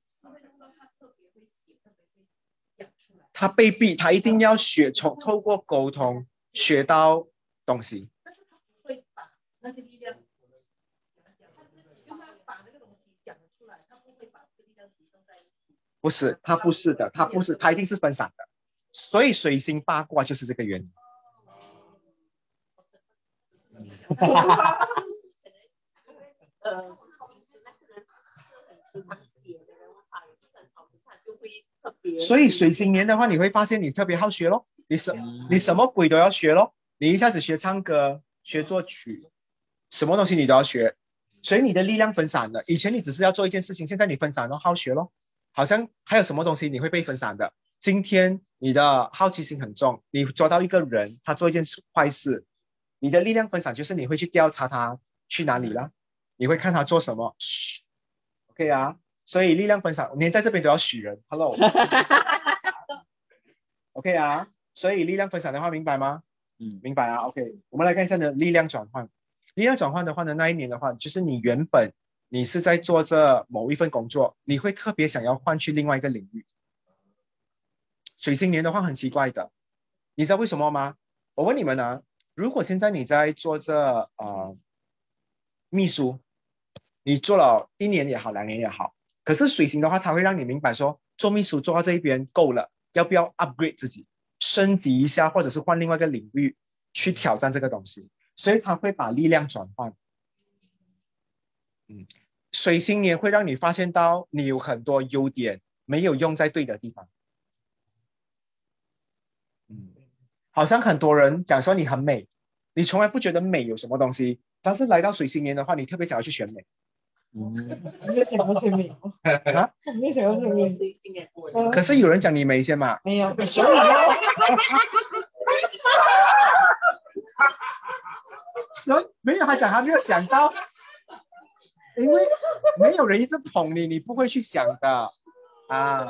他被逼，他一定要学，透过沟通学到东西。 但是他不会把那些力量，他自己就是把那个东西讲出来，他不会把这个力量集中在一起。 不是，他不是的，他不是，他一定是分散的。所以水星八卦就是这个原因。所以水星年的话，你会发现你特别好学咯，你什么鬼都要学咯，你一下子学唱歌、学作曲，什么东西你都要学，所以你的力量分散了。以前你只是要做一件事情，现在你分散了，好学咯。好像还有什么东西你会被分散的？今天你的好奇心很重，你抓到一个人，他做一件坏事，你的力量分散就是你会去调查他去哪里了，你会看他做什么。OK 啊，所以力量分散，连在这边都要许人 ，Hello 。OK 啊，所以力量分散的话，明白吗？明白啊。OK， 我们来看一下呢，力量转换。力量转换的话呢，那一年的话，就是你原本你是在做这某一份工作，你会特别想要换去另外一个领域。水星年的话很奇怪的，你知道为什么吗？我问你们啊，如果现在你在做这秘书，你做了1年也好，2年也好，可是水星的话，它会让你明白说，做秘书做到这一边够了，要不要 upgrade 自己，升级一下，或者是换另外一个领域去挑战这个东西，所以它会把力量转换。水星年会让你发现到你有很多优点没有用在对的地方。好像很多人讲说你很美，你从来不觉得美有什么东西，但是来到水星年的话，你特别想要去选美。 没有想要选美啊？ 没有想要选美。 可是有人讲你美先嘛？ 没有。 没有，他讲他没有想到，因为没有人一直捧你，你不会去想的啊。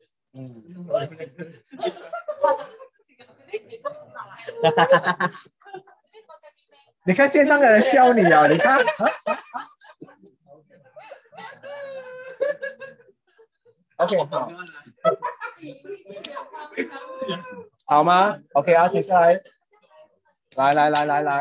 你看线上的人笑你啊，你看。OK， 好吗 ？OK 啊，接下来，来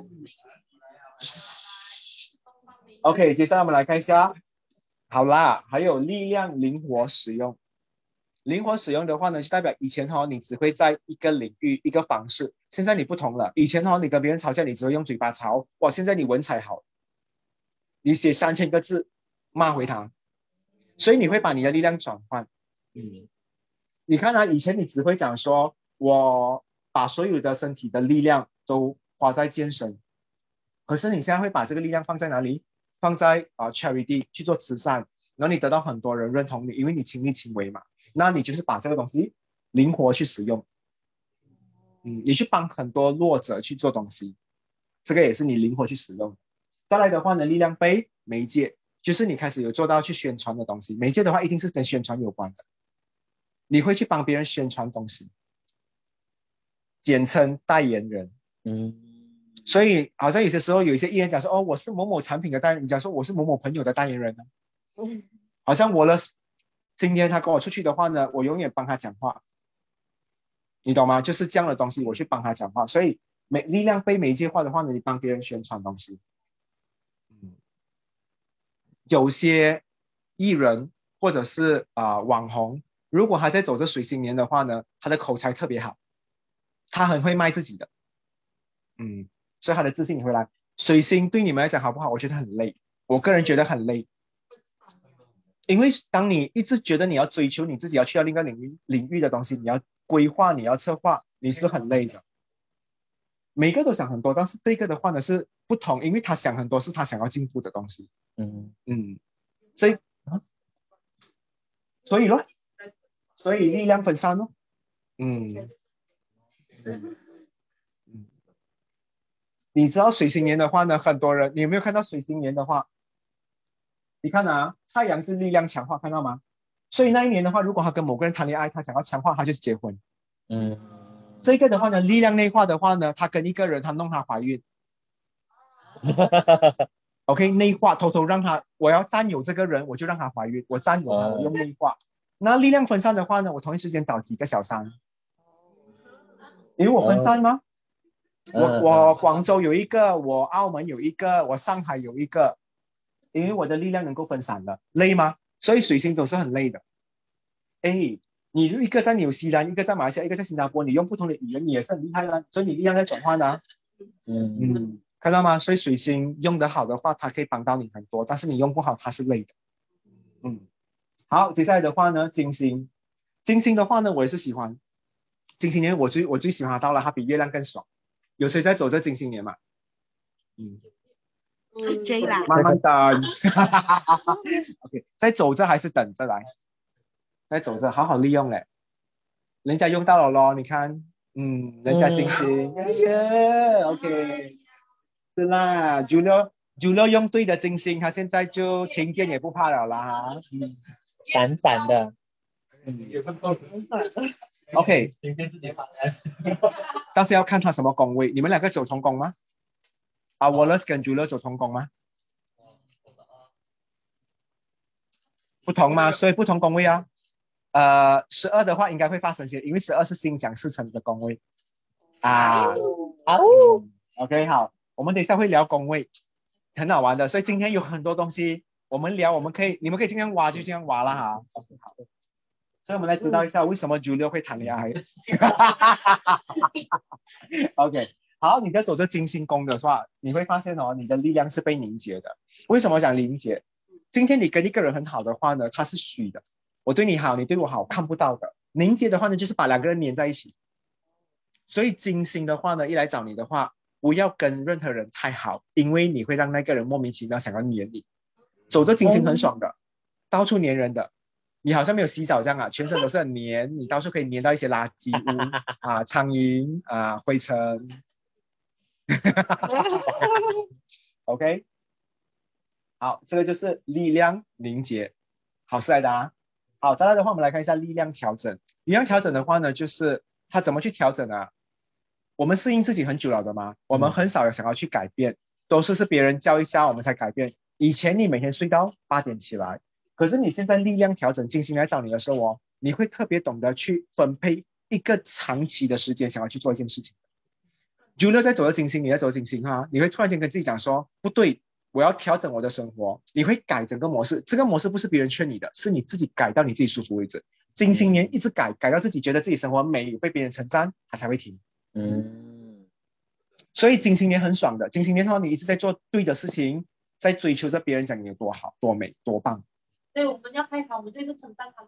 ，OK， 接下来我们来看一下，好啦，还有力量灵活使用。灵活使用的话呢，就代表以前你只会在一个领域一个方式，现在你不同了。以前你跟别人吵架，你只会用嘴巴吵，哇，现在你文采好，你写3000个字骂回他，所以你会把你的力量转换。你看啊，以前你只会讲说，我把所有的身体的力量都花在健身，可是你现在会把这个力量放在哪里？放在charity 去做慈善，然后你得到很多人认同你，因为你亲力亲为嘛。那你就是把这个东西灵活去使用，你去帮很多弱者去做东西，这个也是你灵活去使用。再来的话呢，力量杯媒介，就是你开始有做到去宣传的东西。媒介的话一定是跟宣传有关的，你会去帮别人宣传东西，简称代言人。所以好像有些时候有一些艺人讲说，哦，我是某某产品的代言人，你讲说我是某某朋友的代言人呢。好像我的今天他跟我出去的话呢，我永远帮他讲话，你懂吗？就是这样的东西，我去帮他讲话。所以力量被媒介化的话呢，你帮别人宣传东西。有些艺人或者是网红，如果他在走这水星年的话呢，他的口才特别好，他很会卖自己的，所以他的自信也会来。水星对你们来讲好不好？我觉得很累，我个人觉得很累。因为当你一直觉得你要追求你自己要去到另一个领域的东西，你要规划，你要策划，你是很累的。每个都想很多，但是这个的话呢是不同，因为他想很多是他想要进步的东西。所以力量分散咯。 你知道水星年的话呢，很多人，你有没有看到水星年的话？你看啊，太阳是力量强化，看到吗？所以那一年的话，如果他跟某个人谈恋爱，他想要强化，他就是结婚。 嗯， 这个的话呢，力量内化的话呢，他跟一个人，他弄他怀孕。OK， 内化，偷偷让他，我要占有这个人，我就让他怀孕，我占有他，我用内化。那力量分散的话呢，我同一时间找几个小三，因为我分散吗？我广州有一个，我澳门有一个，我上海有一个，因为我的力量能够分散的，累吗？所以水星都是很累的。哎，你一个在纽西兰，一个在马来西亚，一个在新加坡，你用不同的语言，你也是很厉害的，所以你力量在转换的。看到吗？所以水星用得好的话，它可以帮到你很多，但是你用不好，它是累的。好，接下来的话呢，金星，金星的话呢，我也是喜欢。金星年我最喜欢它到了，它比月亮更爽。有谁在走这金星年嘛 J 啦， 慢慢等。OK， 在走着还是等着来？在走着，好好利用嘞。人家用到了咯，你看，人家金星，哎呀 ，OK， 是啦，Julio 用对的金星，他现在就停电也不怕了啦。 闪闪的。 有份够 OK， 今天自己发但是要看他什么宫位。你们两个走同宫吗？Wallace 跟 Julio 走同宫吗？不同吗？所以不同宫位啊。12的话应该会发生些，因为12是心想事成的宫位啊。OK， 好，我们等一下会聊宫位，很好玩的。所以今天有很多东西我们聊，你们可以尽量挖就尽量挖啦哈。OK， 好。所以我们来知道一下为什么 Julio 会谈恋爱。OK， 好，你在走这金星宫的话，你会发现哦，你的力量是被凝结的。为什么讲凝结？今天你跟一个人很好的话呢，他是虚的。我对你好，你对我好，看不到的。凝结的话呢，就是把两个人粘在一起。所以金星的话呢，一来找你的话，不要跟任何人太好，因为你会让那个人莫名其妙想要黏你。走这金星很爽的，到处黏人的。你好像没有洗澡这样啊，全身都是很黏，你到处可以黏到一些垃圾污啊、苍蝇啊、灰尘。OK， 好，这个就是力量凝结，好事来的啊。好，再来的话，我们来看一下力量调整。力量调整的话呢，就是它怎么去调整啊？我们适应自己很久了的嘛，我们很少有想要去改变，都是别人教一下我们才改变。以前你每天睡到8点起来。可是你现在力量调整，金星来找你的时候哦，你会特别懂得去分配一个长期的时间，想要去做一件事情。Julio 在走的金星，你在走金星哈，你会突然间跟自己讲说，不对，我要调整我的生活，你会改整个模式。这个模式不是别人劝你的，是你自己改到你自己舒服为止。金星年一直改到自己觉得自己生活美，被别人称赞，他才会停。所以金星年很爽的，金星年的话，你一直在做对的事情，在追求着别人讲你有多好、多美、多棒。 所以我们要拍好，我们就是称赞他。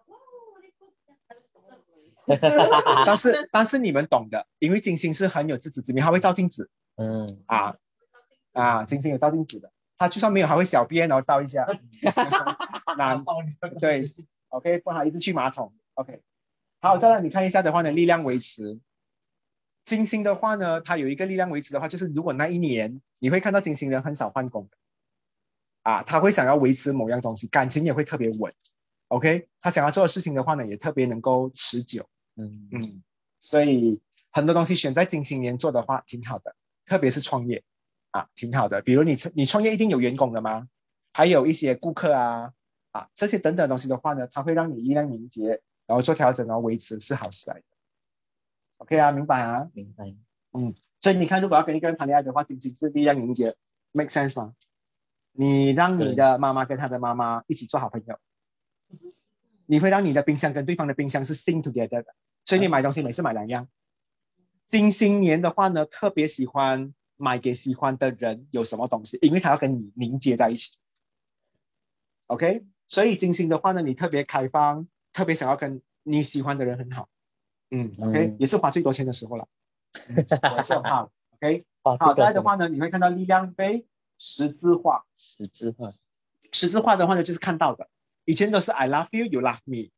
但是你们懂的，因为金星是很有自知之明，他会照镜子。金星有照镜子的，他就算没有，还会小便然后照一下。对 ，OK， 不好意思，去马桶。OK， 好，再来你看一下的话呢，力量维持。金星的话呢，它有一个力量维持的话，就是如果那一年你会看到金星人很少换工的。他会想要维持某样东西，感情也会特别稳。OK， 他想要做的事情的话呢，也特别能够持久。所以很多东西选在金星年做的话，挺好的，特别是创业挺好的。比如你创业一定有员工的吗？还有一些顾客这些等等的东西的话呢，它会让你力量凝结，然后做调整，然后维持是好事来的。OK 啊，明白啊？ 明白。 所以你看，如果要跟一个人谈恋爱的话，金星是力量凝结 ，make sense 吗？你让你的妈妈跟他的妈妈一起做好朋友，你会让你的冰箱跟对方的冰箱是 sync together 的，所以你买东西每次买2样。金星年的话呢，特别喜欢买给喜欢的人有什么东西，因为他要跟你凝结在一起。OK， 所以金星的话呢，你特别开放，特别想要跟你喜欢的人很好。OK， 也是花最多钱的时候了。我也是很怕。OK， 好，再来的话呢，你会看到力量被十字化。十字化的话呢，就是看到的。以前都是 I love you, you love me，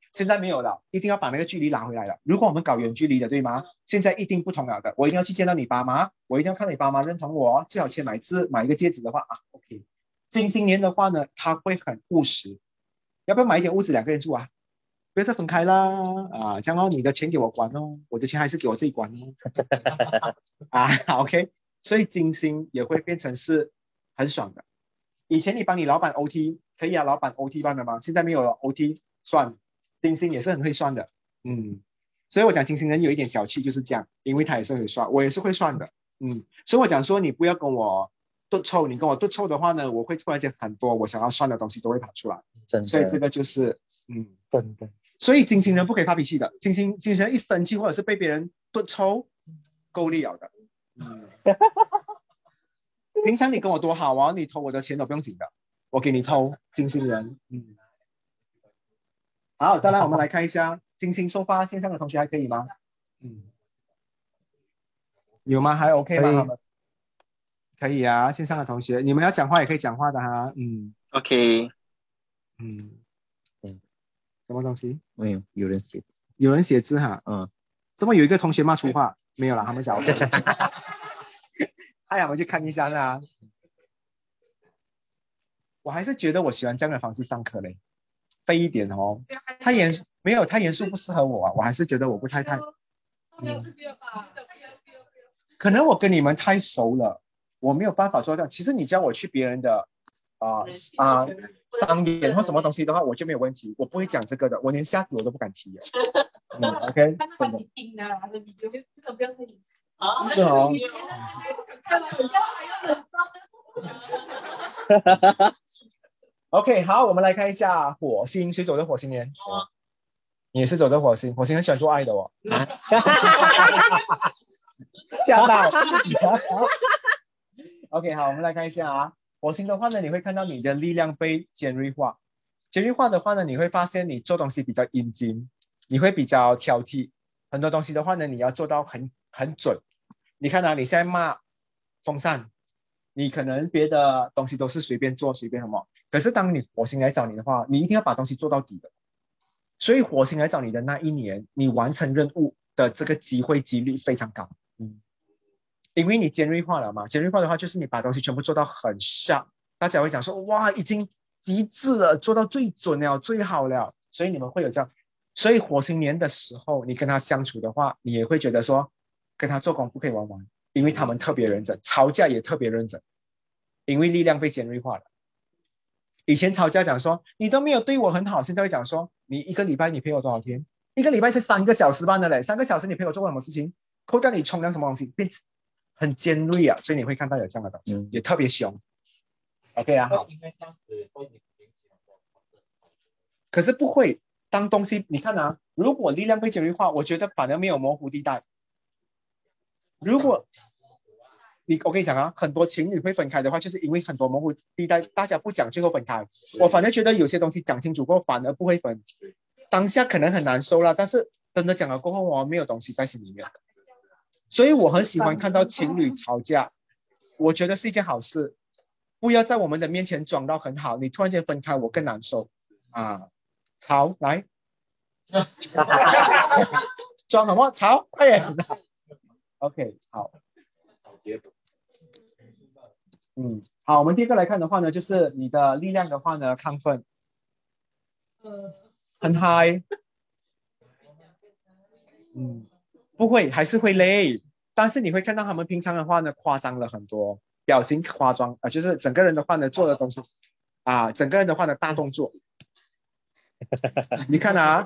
现在没有了，一定要把那个距离拉回来了。如果我们搞远距离的，对吗？现在一定不同了的。我一定要去见到你爸妈，我一定要看你爸妈认同我，最好签买一个戒指的话啊 ，OK。金星年的话呢，他会很务实，要不要买一间屋子两个人住啊？不要再分开啦啊！这样哦，你的钱给我管哦，我的钱还是给我自己管哦。啊，OK。所以金星也会变成是很爽的。以前你帮你老板 OT 可以啊，老板 OT 办的吗？现在没有了 OT 算，金星也是很会算的，所以我讲金星人有一点小气就是这样，因为他也是会算，我也是会算的，所以我讲说你不要跟我斗臭，你跟我斗臭的话呢，我会突然间很多我想要算的东西都会跑出来， 真的， 所以这个就是真的， 所以金星人不可以发脾气的，金星人一生气或者是被别人斗臭，够力了的，平常你跟我多好啊，你偷我的钱都不用紧的，我给你偷，金星人，好，再来我们来看一下金星收发线上的同学还可以吗？有吗？还 OK 吗？他们可以啊，线上的同学，你们要讲话也可以讲话的哈。 OK。 什么东西？ 没有，有人写， 有人写字哈。怎么有一个同学骂粗话？没有啦，他们想 OK。哎呀，我们去看一下啦。我还是觉得我喜欢这样的方式上课嘞，飞一点哦。太严肃不适合我啊，我还是觉得我不太。可能我跟你们太熟了，我没有办法做到。其实你叫我去别人的商演或什么东西的话，我就没有问题，我不会讲这个的，我连下体我都不敢提。OK。是哦。OK， 好，我们来看一下火星，谁走的火星年？你也是走的火星，火星很喜欢做爱的哦。吓到。OK， 好，我们来看一下啊，火星的话呢，你会看到你的力量被尖锐化。尖锐化的话呢，你会发现你做东西比较阴茎，你会比较挑剔，很多东西的话呢，你要做到很准。你看啊，你现在骂风扇，你可能别的东西都是随便做随便什么，可是当你火星来找你的话，你一定要把东西做到底的。所以火星来找你的那一年，你完成任务的这个机会几率非常高。因为你尖锐化了嘛，尖锐化的话就是你把东西全部做到很sharp，大家会讲说哇，已经极致了，做到最准了，最好了，所以你们会有这样。所以火星年的时候，你跟他相处的话，你也会觉得说跟他做工不可以玩玩，因为他们特别认真，吵架也特别认真，因为力量被尖锐化了。以前吵架讲说你都没有对我很好，现在会讲说你一个礼拜你陪我多少天？一个礼拜是3个小时半的嘞，3个小时你陪我做过什么事情？扣掉你冲凉什么东西，变很尖锐啊，所以你会看到有这样的东西，也特别凶。OK 啊，好。可是不会，当东西你看啊，如果力量被尖锐化，我觉得反而没有模糊地带。如果我跟你讲啊，很多情侣会分开的话，就是因为很多模糊地带，大家不讲最后分开。我反而觉得有些东西讲清楚过后，反而不会分。当下可能很难受啦，但是真的讲了过后，我没有东西在心里面。所以我很喜欢看到情侣吵架，我觉得是一件好事。不要在我们的面前装到很好，你突然间分开，我更难受啊！吵来，装什么？吵，快点 ！OK， 好。好，我们第一个来看的话呢，就是你的力量的话呢，亢奋，很嗨，不会，还是会累，但是你会看到他们平常的话呢，夸张了很多，表情夸张就是整个人的话呢，做的东西整个人的话呢，大动作，你看啊，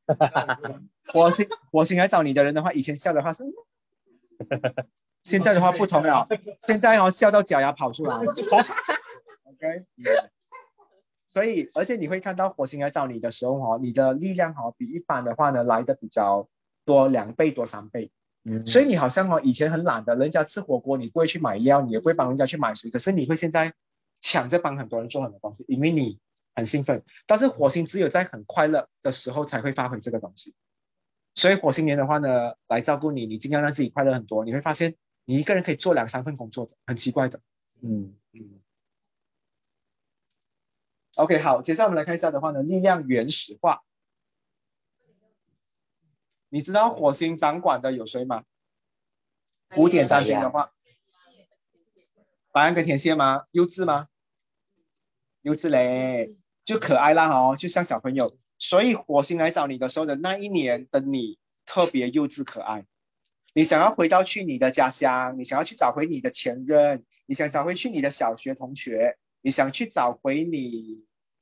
火星来找你的人的话，以前笑的话是。现在的话不同了，现在笑到假牙跑出来。OK， 所以而且你会看到火星来找你的时候你的力量比一般的话呢来的比较多2倍多3倍。所以你好像以前很懒的，人家吃火锅你不会去买料，你也不会帮人家去买水，可是你会现在抢着帮很多人做很多东西，因为你很兴奋。但是火星只有在很快乐的时候才会发挥这个东西。所以火星年的话呢，来照顾你，你尽量让自己快乐很多，你会发现你一个人可以做2、3份工作的，很奇怪的。OK， 好，接下来我们来看一下的话呢，力量原始化。 你知道火星掌管的有谁吗？古典占星的话，白羊跟天蝎吗？幼稚吗？幼稚嘞，就可爱啦哦，就像小朋友。所以火星来找你的时候的那一年的你特别幼稚可爱。你想要回到去你的家乡，你想要去找回你的前任，你想找回去你的小学同学，你想去找回你，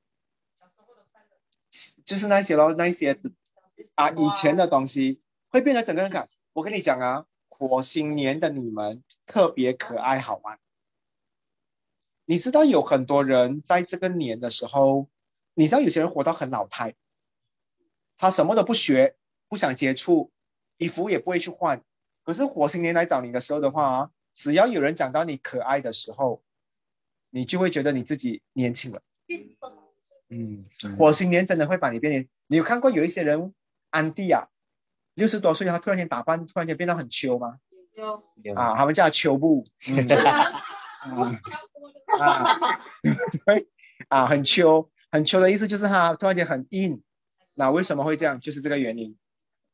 就是那些咯，那些以前的东西会变得整个人感。我跟你讲啊，火星年的你们特别可爱好玩。你知道有很多人在这个年的时候，你知道有些人活到很老态，他什么都不学，不想接触，衣服也不会去换。可是火星年来找你的时候的话，只要有人讲到你可爱的时候，你就会觉得你自己年轻了。火星年真的会把你变年。你有看过有一些人安迪啊，60多岁他突然间打扮，突然间变得很秋吗？他们叫他秋布。对很秋，很秋的意思就是他突然间很硬。那为什么会这样？就是这个原因。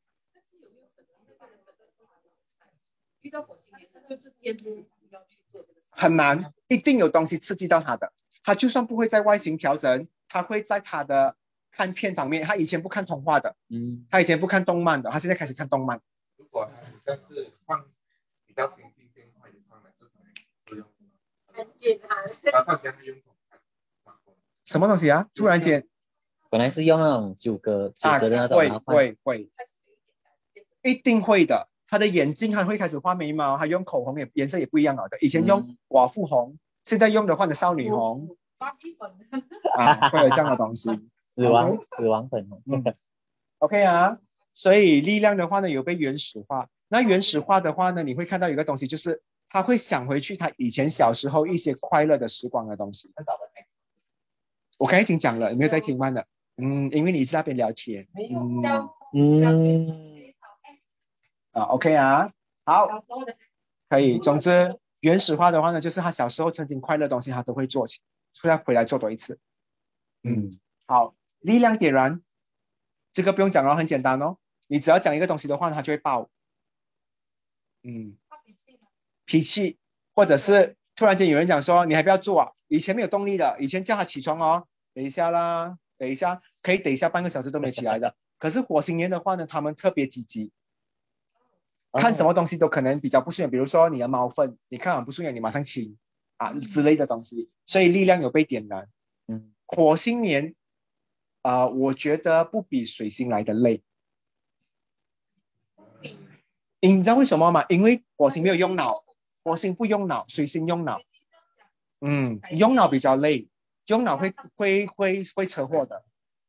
遇到火星年，他就是坚持要去做这个事， 很难，一定有东西刺激到他的。他就算不会在外形调整，他会在他的看片方面。他以前不看童话的，他以前不看动漫的，他现在开始看动漫。 如果但是放比较先进电话，也放了这种不用， 很简单。 然后大家用什么东西啊？突然间， 本来是用那种九格的那种， 会，一定会的。他的眼睛还会开始画眉毛，他用口红也颜色也不一样了的。以前用寡妇红，现在用的换的少女红。会有这样的东西。 死亡粉红。 OK 啊，所以力量的话呢，有被原始化。那原始化的话呢，你会看到有个东西，就是他会想回去他以前小时候一些快乐的时光的东西。我刚才已经讲了，有没有在听慢的？因为你是那边聊天。OK 啊，好，可以。总之，原始化的话呢，就是他小时候曾经快乐的东西，他都会做起，再回来做多一次。好，力量点燃，这个不用讲了，很简单哦。你只要讲一个东西的话，它就会爆。脾气，或者是突然间有人讲说，你还不要做啊，以前没有动力的，以前叫他起床哦，等一下啦，等一下，可以等一下半个小时都没起来的。可是火星年的话呢，他们特别积极。看什么东西都可能比较不顺眼，比如说你的猫粪，你看完不顺眼，你马上清之类的东西，所以力量有被点燃。火星年我觉得不比水星来的累。你知道为什么吗？因为火星没有用脑，火星不用脑，水星用脑。用脑比较累，用脑会车祸的。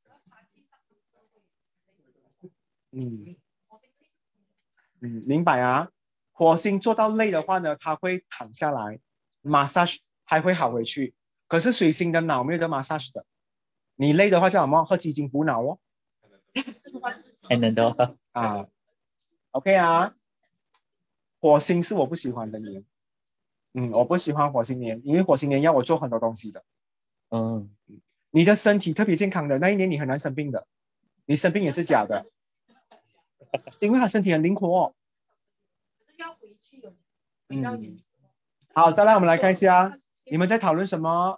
明白啊。火星做到累的话呢，它会躺下来 massage 还会好回去。可是水星的脑没有得 massage 的，你累的话叫什么？喝鸡精补脑哦。 还能的 OK 啊。火星是我不喜欢的年。我不喜欢火星年，因为火星年要我做很多东西的。你的身体特别健康的那一年，你很难生病的，你生病也是假的。因为他身体很灵活。好，再来我们来看一下，你们在讨论什么？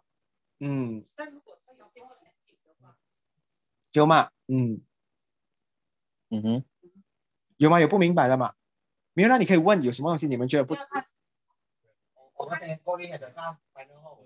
有吗？有吗？有不明白的吗？没有，那你可以问有什么东西你们觉得不？ 我们先过滤的上班后。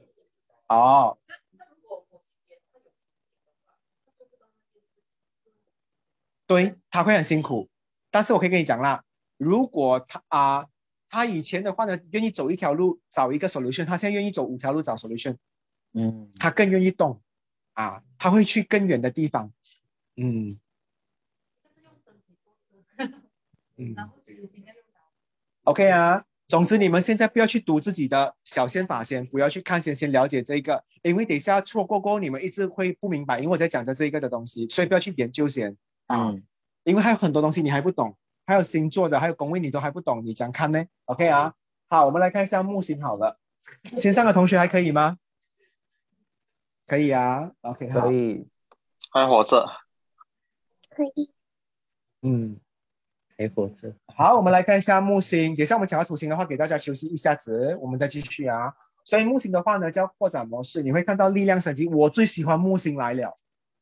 对，他会很辛苦，但是我可以跟你讲啦，如果他以前的话呢，愿意走一条路找一个 solution， 他现在愿意走5条路找 solution。他更愿意动他会去更远的地方。OK 啊。总之你们现在不要去读自己的小宪法先，不要去看先了解这个，因为等一下错过后你们一直会不明白，因为我在讲着这个的东西，所以不要去研究先因为还有很多东西你还不懂，还有星座的，还有宫位你都还不懂，你怎样看呢？ OK 啊。好，我们来看一下木星好了。线上的同学还可以吗？可以啊。 OK 好。 可以，还活着。 可以。 还有火车。 好，我们来看一下木星。等一下我们讲到土星的话，给大家休息一下子，我们再继续啊。所以木星的话呢，叫扩展模式，你会看到力量神经。我最喜欢木星来了。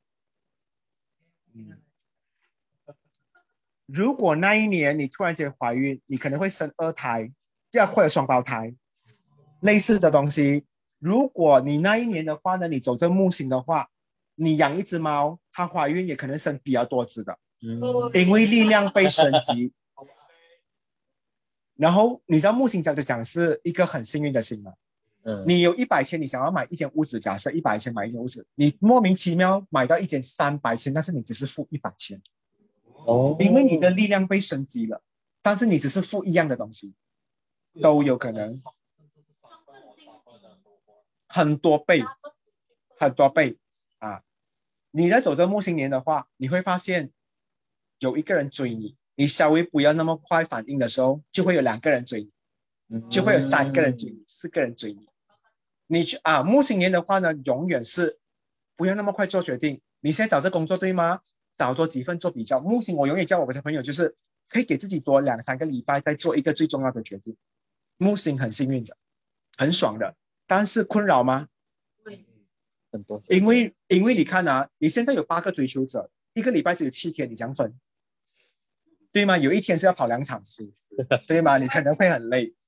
如果那一年你突然间怀孕，你可能会生2胎，或者双胞胎，类似的东西。如果你那一年的话呢，你走这木星的话，你养一只猫，它怀孕也可能生比较多只的，因为力量被升级。然后你知道木星讲是一个很幸运的星吗？你有100,000，你想要买一间屋子，假设100,000买一间屋子，你莫名其妙买到一间300,000，但是你只是付100,000。因为你的力量被升级了，但是你只是付一样的东西，都有可能很多倍啊！你在走这木星年的话，你会发现有一个人追你，你稍微不要那么快反应的时候，就会有2个人追你，就会有3个人追你，4个人追你。木星年的话呢，永远是不要那么快做决定。你现在找这工作对吗？找多几份做比较。木星我永远教我的朋友就是可以给自己多2-3个礼拜再做一个最重要的决定。木星很幸运的，很爽的，但是困扰吗？ 很多。 因为你看啊，你现在有8个追求者，一个礼拜只有7天，你这样分，对吗？有一天是要跑2场，对吗？你可能会很累。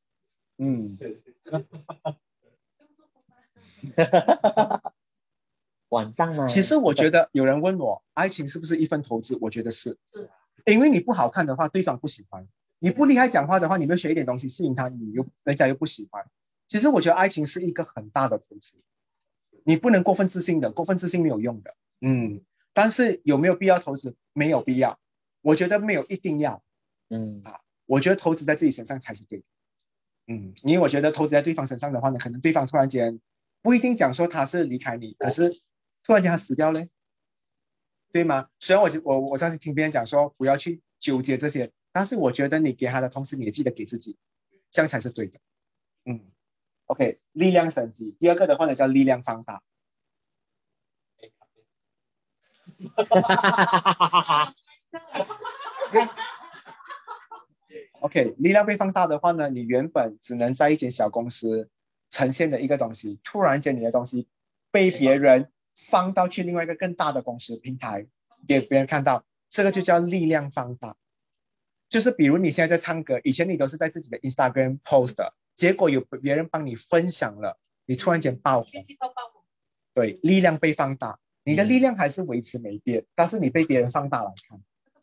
晚上吗？ 其实我觉得有人问我，爱情是不是一份投资？我觉得是，因为你不好看的话，对方不喜欢；你不厉害讲话的话，你没有学一点东西适应他，人家又不喜欢。其实我觉得爱情是一个很大的投资，你不能过分自信的，过分自信没有用的。但是有没有必要投资？没有必要，我觉得没有一定要。我觉得投资在自己身上才是对的。因为我觉得投资在对方身上的话呢，可能对方突然间不一定讲说他是离开你，可是突然间他死掉嘞，对吗？虽然我上次听别人讲说不要去纠结这些，但是我觉得你给他的同时，你也记得给自己，这样才是对的。OK， 力量升级。第二个的话呢，叫力量放大。OK， 力量被放大的话呢，你原本只能在一间小公司呈现的一个东西，突然间你的东西被别人放到去另外一个更大的公司平台给别人看到，这个就叫力量放大。就是比如你现在在唱歌，以前你都是在自己的 Instagram post 的，结果有别人帮你分享了，你突然间爆红。对，力量被放大，你的力量还是维持没变，但是你被别人放大来看。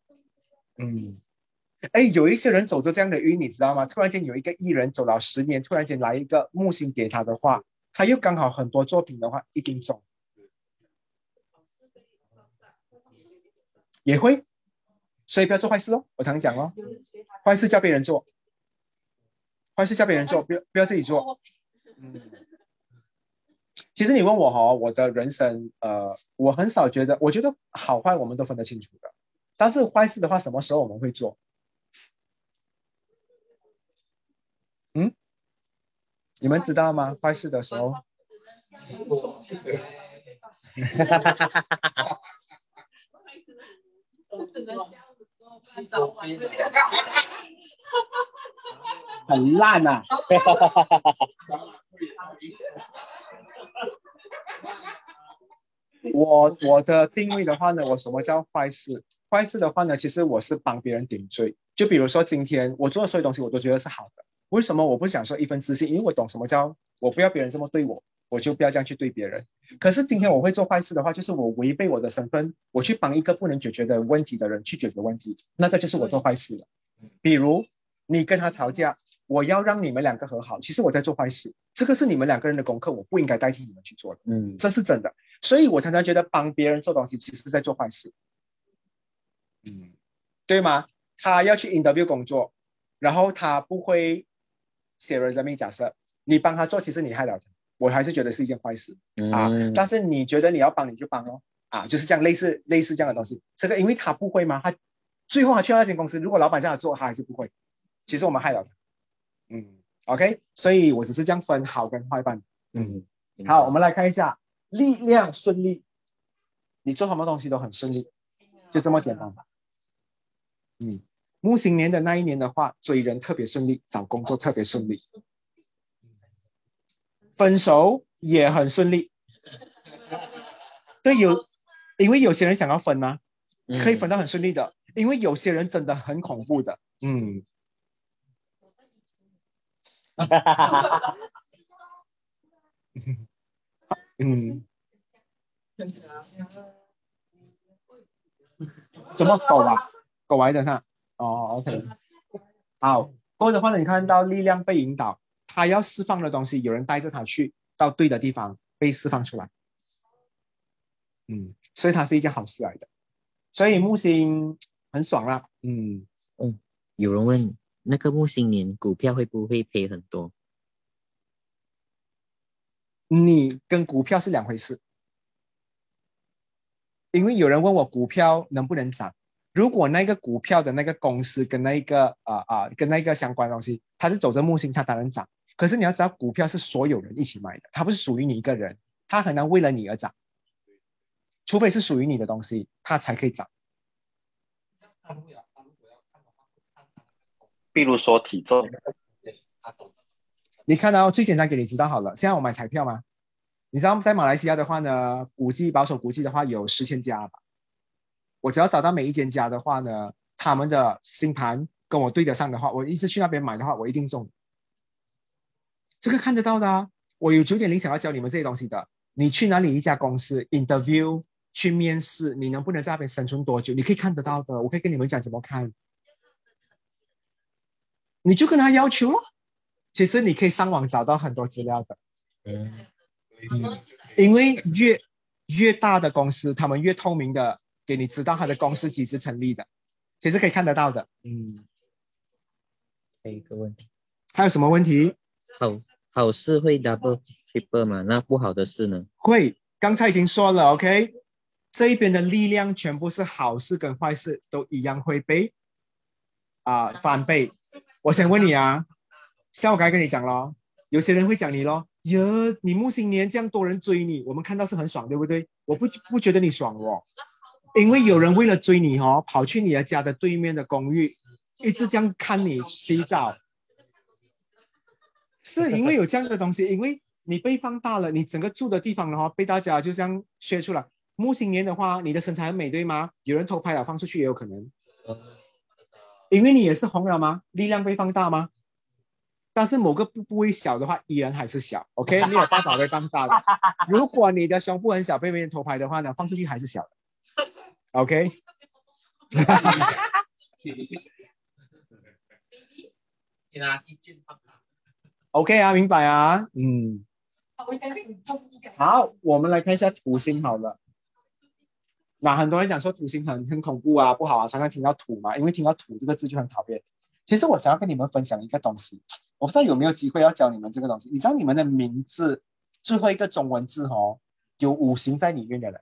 有一些人走着这样的运，你知道吗？突然间有一个艺人走了10年，突然间来一个木星给他的话，他又刚好很多作品的话，一定中。也会，所以不要做坏事哦。我常讲哦，坏事叫别人做，不要自己做。其实你问我我的人生我很少觉得，我觉得好坏我们都分得清楚的，但是坏事的话，什么时候我们会做？你们知道吗？坏事的时候，很烂啊！我的定位的话呢，我什么叫坏事？坏事的话呢，其实我是帮别人顶罪。就比如说今天我做的所有东西，我都觉得是好的。为什么我不想说一分自信？因为我懂什么叫我不要别人这么对我，我就不要这样去对别人。可是今天我会做坏事的话，就是我违背我的身份，我去帮一个不能解决的问题的人去解决问题，那个就是我做坏事了。比如你跟他吵架，我要让你们2个和好，其实我在做坏事，这个是你们2个人的功课，我不应该代替你们去做的。这是真的。所以我常常觉得帮别人做东西，其实是在做坏事。对吗？他要去 interview 工作，然后他不会写 resume， 假设你帮他做，其实你害了他，我还是觉得是一件坏事但是你觉得你要帮你就帮哦就是这样类似这样的东西。这个因为他不会嘛，他最后他去那间公司，如果老板这样做，他还是不会，其实我们害了他。OK， 所以我只是这样分好跟坏办。好，我们来看一下力量顺利，你做什么东西都很顺利，就这么简单。 木星年的那一年的话，追人特别顺利，找工作特别顺利，分手也很顺利。对，因为有些人想要分吗？可以分到很顺利的，因为有些人真的很恐怖的。什么狗啊？狗来的是吧？哦 ，OK， 好。或者的话呢，你看到力量被引导，他要释放的东西，有人带着他去到对的地方被释放出来。所以它是一件好事来的。所以木星很爽啦。 有人问那个木星年股票会不会赔很多？ 你跟股票是两回事。因为有人问我股票能不能涨，如果那个股票的那个公司跟那个跟那个相关的东西，它是走着木星，它当然涨。可是你要知道，股票是所有人一起买的，它不是属于你一个人，它很难为了你而涨，除非是属于你的东西，它才可以涨。 比如说体重， 你看到最简单给你知道好了。现在我买彩票吗？你知道在马来西亚的话呢，保守估计的话有10,000家吧。我只要找到每一间家的话呢，他们的星盘跟我对得上的话，我一直去那边买的话，我一定中。这个看得到的啊。我有9.0想要教你们这些东西的。你去哪里一家公司 interview 去面试，你能不能在那边生存多久，你可以看得到的。我可以跟你们讲怎么看。你就跟他要求咯。其实你可以上网找到很多资料的。因为越大的公司，他们越透明的给你知道他的公司几时成立的，其实可以看得到的。 还有一个问题， 还有什么问题？ 好事会 double triple 吗？那不好的事呢？ 会，刚才已经说了 ，OK， 这一边的力量全部是好事跟坏事都一样会被翻倍。我想问你啊，像我刚才跟你讲咯，有些人会讲你咯，你木星年这样多人追你，我们看到是很爽，对不对？我不觉得你爽哦，因为有人为了追你哦，跑去你的家的对面的公寓，一直这样看你洗澡。是因为有这样的东西，因为你被放大了，你整个住的地方的话被大家就这样削出来。木星年的话，你的身材很美，对吗？有人偷拍了放出去也有可能，因为你也是红了吗？力量被放大吗？但是某个部位小的话，依然还是小 ，OK， 没有办法被放大的。如果你的胸部很小，被别人偷拍的话呢，放出去还是小的 ，OK 。OK 啊，明白啊，好，我们来看一下土星好了。那很多人讲说土星很恐怖啊，不好啊，常常听到土嘛，因为听到土这个字就很讨厌。其实我想要跟你们分享一个东西，我不知道有没有机会要教你们这个东西。你知道你们的名字最后一个中文字哦，有5行在里面的人。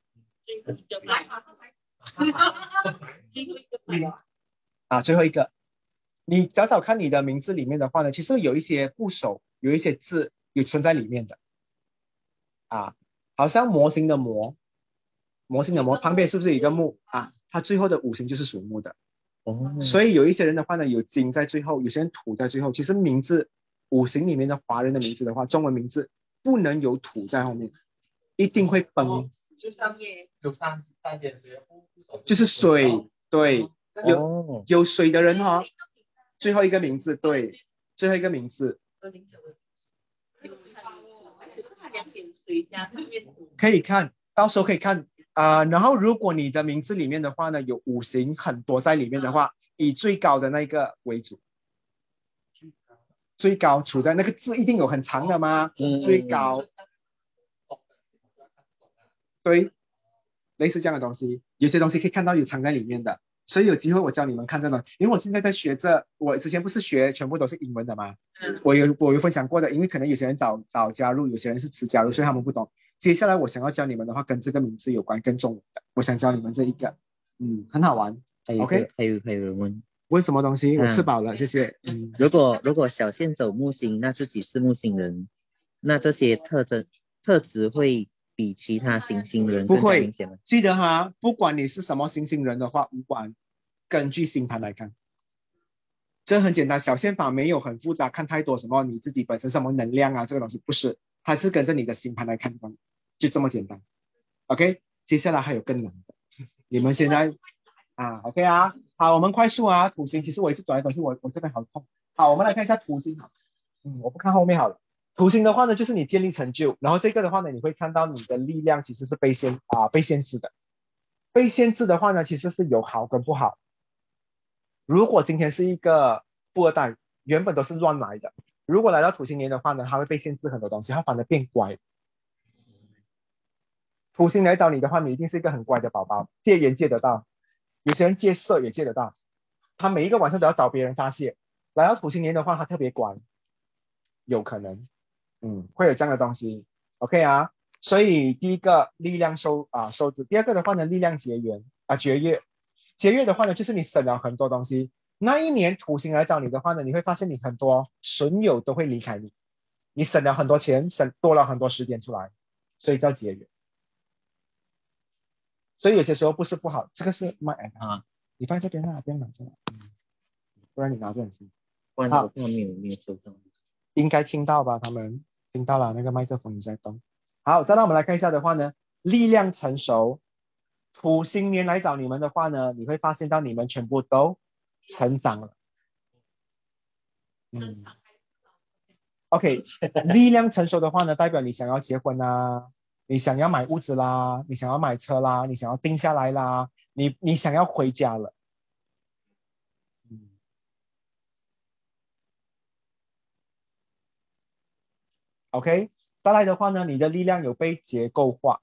最后一个，你找找看你的名字里面的话呢，其实有一些部首，有一些字有存在里面的。好像模型的模旁边是不是有一个木啊？它最后的5行就是属木的。所以有一些人的话呢，有金在最后，有些人土在最后。其实名字5行里面的华人的名字的话，中文名字不能有土在后面，一定会崩。 有三点水， 就是水，对，有水的人哈，最后一个名字，对，最后一个名字。可以看到时候可以看然后如果你的名字里面的话呢，有5行很多在里面的话，以最高的那个为主。最高处在那个字一定有很长的吗？最高，对，类似这样的东西，有些东西可以看到有藏在里面的。所以有机会我教你们看这个，因为我现在在学着，我之前不是学全部都是英文的吗？我有分享过的，因为可能有些人早加入，有些人是迟加入，所以他们不懂。接下来我想要教你们的话，跟这个名字有关，跟中文的，我想教你们这一个，很好玩。OK， 还有人问什么东西？我吃饱了，谢谢。 如果小线走木星，那自己是木星人，那这些特质会比其他行星人更加明显吗？ 记得哈，不管你是什么行星人的话，无关，根据星盘来看。 这很简单，小宪法没有很复杂，看太多什么你自己本身什么能量啊，这个东西不是，它是跟着你的星盘来看的，就这么简单。OK， 接下来还有更难的，你们现在OK 啊，好，我们快速啊，土星，其实我一直转来转去，我这边好痛。好，我们来看一下土星，我不看后面好了。土星的话呢，就是你建立成就，然后这个的话呢，你会看到你的力量其实是被限制的。被限制的话呢，其实是有好跟不好。如果今天是一个富二代，原本都是乱来的，如果来到土星年的话呢，他会被限制很多东西，他反而变乖。土星来找你的话，你一定是一个很乖的宝宝，戒烟戒得到，有些人戒色也戒得到，他每一个晚上都要找别人发泄。来到土星年的话，他特别乖，有可能，会有这样的东西。OK 啊，所以第一个力量收支，第二个的话呢，力量节约。节约的话呢，就是你省了很多东西。那一年土星来找你的话呢，你会发现你很多损友都会离开你，你省了很多钱，省多了很多时间出来，所以叫节约。所以有些时候不是不好，这个是卖你放这边不要拿这来，不然你拿着很轻。 不然我没有收到。 应该听到吧？他们听到了，那个麦克风在动。好，再让我们来看一下的话呢，力量成熟。土星年来找你们的话呢，你会发现到你们全部都成长了。OK， 力量成熟的话呢，代表你想要结婚啊，你想要买屋子啦，你想要买车啦，你想要定下来啦，你想要回家了。OK， 再来的话呢，你的力量有被结构化。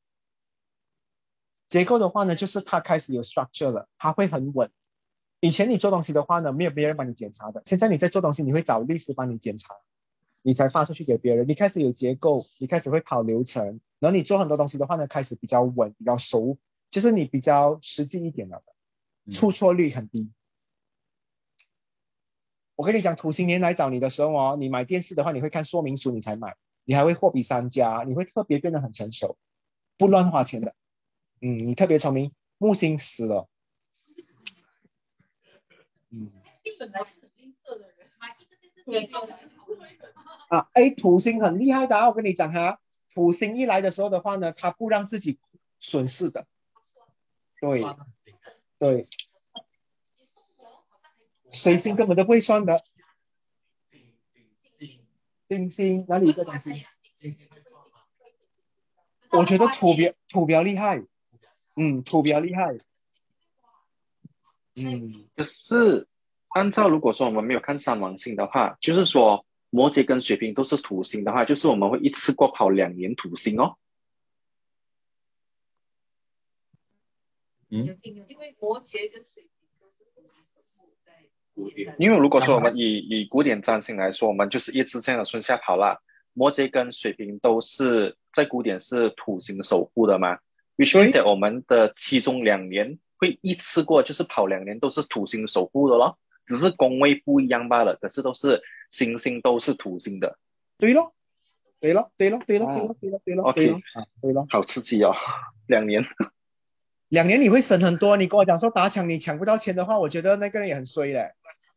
结构的话呢，就是它开始有 structure 了，它会很稳。以前你做东西的话呢，没有别人帮你检查的，现在你在做东西，你会找律师帮你检查，你才发出去给别人。你开始有结构，你开始会跑流程，然后你做很多东西的话呢，开始比较稳，比较熟，就是你比较实际一点了的，出错率很低。我跟你讲，土星年来找你的时候你买电视的话，你会看说明书你才买，你还会货比三家，你会特别变得很成熟，不乱花钱的。你特别聪明，木星死了。土星很厉害的我跟你讲土星一来的时候的话呢，他不让自己损失的。对，水星根本都不会算的。金星哪里一个东西？我觉得土比较厉害。土比较厉害。 可是按照如果说我们没有看三王星的话，就是说摩羯跟水瓶都是土星的话，就是我们会一次过跑2年土星哦。 因为摩羯跟水瓶都是土星守护在古典。 因为如果说我们以古典占星来说，我们就是一直这样的顺下跑啦。摩羯跟水瓶都是在古典是土星守护的嘛。which means that 我们的其中2年会一次过就是跑2年都是土星守护的咯，只是宫位不一样罢了，可是都是星星都是土星的。 对咯 OK， 好刺激哦，2年。 2年你会省很多。你跟我讲说打抢你抢不到钱的话，我觉得那个人也很衰嘞。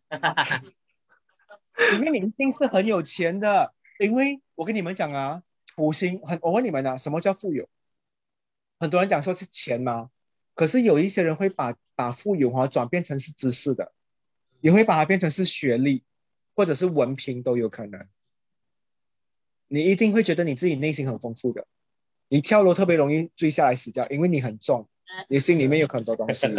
因为你一定是很有钱的，因为我跟你们讲土星我问你们什么叫富有？很多人讲说是钱吗？可是有一些人会把富有转变成是知识的，也会把它变成是学历或者是文凭都有可能。你一定会觉得你自己内心很丰富的，你跳楼特别容易坠下来死掉，因为你很重，你心里面有很多东西。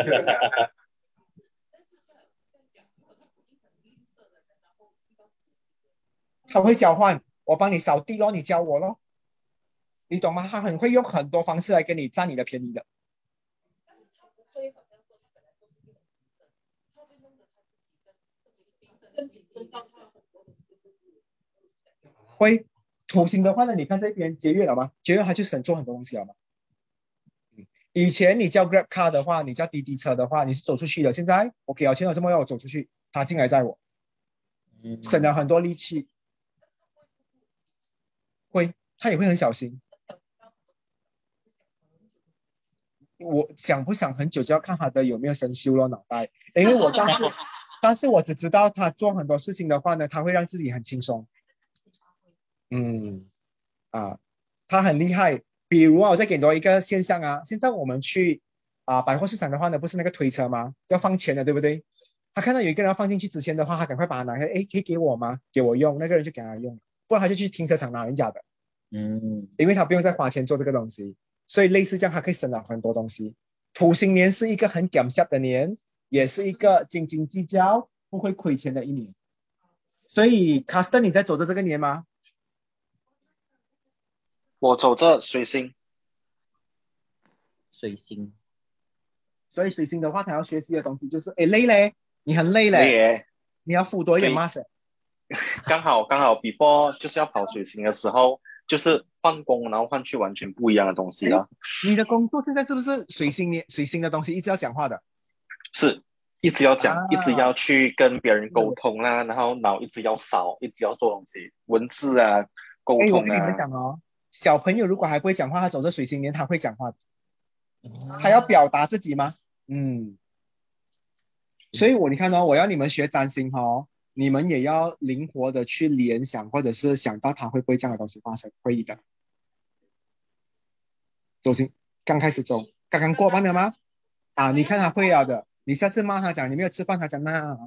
他会交换，我帮你扫地咯，你教我咯，你懂吗？他很会用很多方式来跟你占你的便宜的。会土星的话呢，你看这边节约了吗？节约他就省做很多东西了吗？以前你叫 Grab Car 的话，你叫滴滴车的话，你是走出去的。现在我给了钱了，这么要我走出去，他进来载我，省了很多力气。他也会很小心。我想不想很久就要看他的有没有生锈了脑袋，因为我当时但是我只知道他做很多事情的话呢，他会让自己很轻松。嗯，啊，他很厉害。比如啊，我再给多一个现象啊，现在我们去百货市场的话呢，不是那个推车吗？要放钱的，对不对？他看到有一个人要放进去之前的话，他赶快把它拿开，哎，可以给我吗？给我用，那个人就给他用，不然他就去停车场拿人家的。因为他不用再花钱做这个东西，所以类似这样，他可以省了很多东西。土星年是一个很感谢的年，也是一个斤斤计较、不会亏钱的一年。所以，卡斯特，你在走着这个年吗？ 我走着水星， 水星， 所以水星的话，他要学习的东西就是，哎，累嘞，你很累嘞， 对耶， 你要付多一点对 muscle。 刚好before 就是要跑水星的时候，就是换工，然后换去完全不一样的东西了。 你的工作现在是不是水星年、水星的东西一直要讲话的？ 是一直要讲， 啊一直要去跟别人沟通啦，然后脑一直要扫，一直要做东西，文字啊，沟哎，我通跟你们啊。 讲哦，小朋友如果还不会讲话，他走着水星年，他会讲话的，他要表达自己吗？所以你看哦，我要你们学占星哦，你们也要灵活的去联想，或者是想到他会不会这样的东西发生，会的。走星刚开始走，刚刚过半了吗？啊，你看他会了的，你下次骂他讲你没有吃饭，他讲那，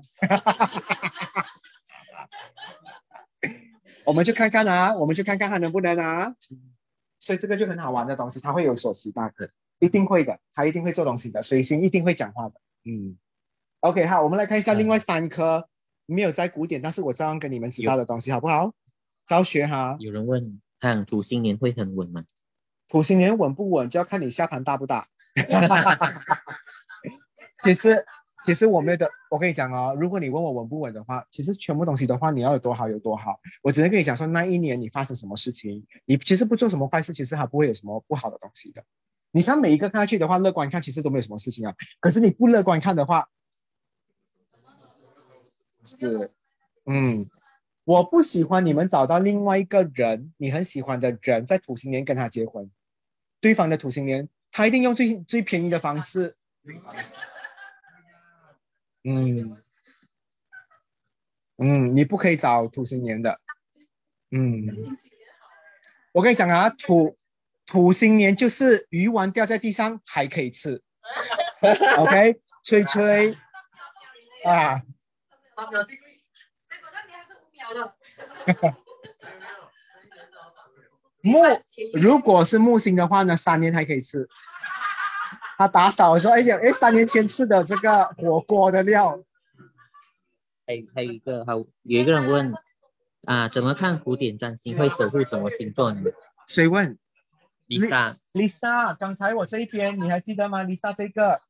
我们就看看啊，我们就看看他能不能啊。所以这个就很好玩的东西，他会有所期待的，一定会的，他一定会做东西的，水星一定会讲话的。OK， 好，我们来看一下另外3颗没有在古典，但是我照样跟你们知道的东西，好不好？照学哈。 有人问，看土星年会很稳吗？ 土星年稳不稳，就要看你下盘大不大。其实我没有的，我跟你讲哦，如果你问我稳不稳的话，其实全部东西的话，你要有多好有多好。我只能跟你讲说，那一年你发生什么事情，你其实不做什么坏事，其实还不会有什么不好的东西的。你看每一个看下去的话，乐观看其实都没有什么事情啊。可是你不乐观看的话，是，我不喜欢你们找到另外一个人，你很喜欢的人，在土星年跟他结婚，对方的土星年，他一定用最便宜的方式。你不可以找土星年的。我跟你讲啊，土星年就是鱼丸掉在地上还可以吃。OK， 吹吹啊。 3秒定律，结果那年还是5秒的。 如果是木星的话呢，3年还可以吃。他打扫的时候，哎，3年前吃的这个火锅的料。 还有一个人问怎么看古典占星会守护什么星座呢？ 谁问 ？Lisa， 刚才我这一边你还记得吗 ？Lisa 这个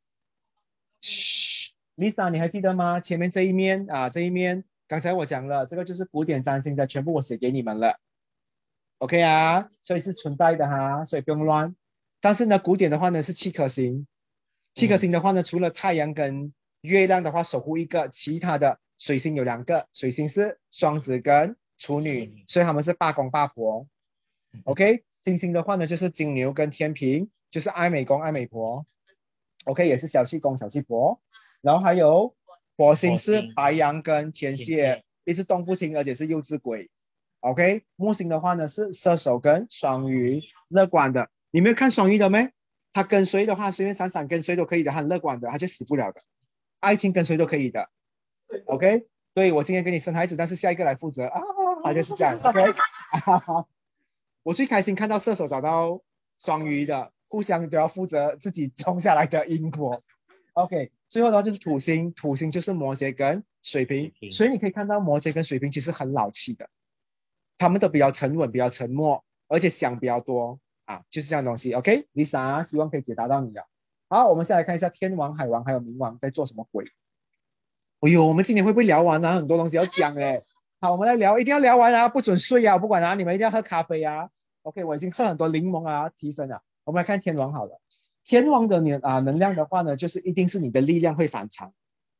，Lisa 你还记得吗？前面这一面这一面，刚才我讲了，这个就是古典占星的，全部我写给你们了。OK 啊，所以是存在的哈，所以不用乱。但是呢，古典的话呢是7颗星，7颗星的话呢，除了太阳跟月亮的话守护一个，其他的水星有2个，水星是双子跟处女，所以他们是八公八婆。OK， 金星的话呢就是金牛跟天平，就是爱美公爱美婆。OK， 也是小气公小气婆。然后还有火星是白羊跟天蝎，一直动不停，而且是幼稚鬼。OK， 木星的话呢是射手跟双鱼，乐观的。你没有看双鱼的没？他跟谁的话，随便闪闪跟谁都可以的，他很乐观的，他就死不了的。爱情跟谁都可以的。OK， 对，我今天给你生孩子，但是下一个来负责他就是这样。OK， 我最开心看到射手找到双鱼的，互相都要负责自己冲下来的因果。OK， 最后呢就是土星，土星就是摩羯跟水瓶，所以你可以看到摩羯跟水瓶其实很老气的，他们都比较沉稳，比较沉默，而且想比较多就是这样的东西。OK，Lisa， 希望可以解答到你了。好，我们先来看一下天王、海王还有冥王在做什么鬼。哎呦，我们今天会不会聊完啊？很多东西要讲哎。好，我们来聊，一定要聊完啊，不准睡啊，不管你们一定要喝咖啡啊。OK， 我已经喝很多柠檬提神了。我们来看天王好了。天王的能量的话呢，就是一定是你的力量会反常。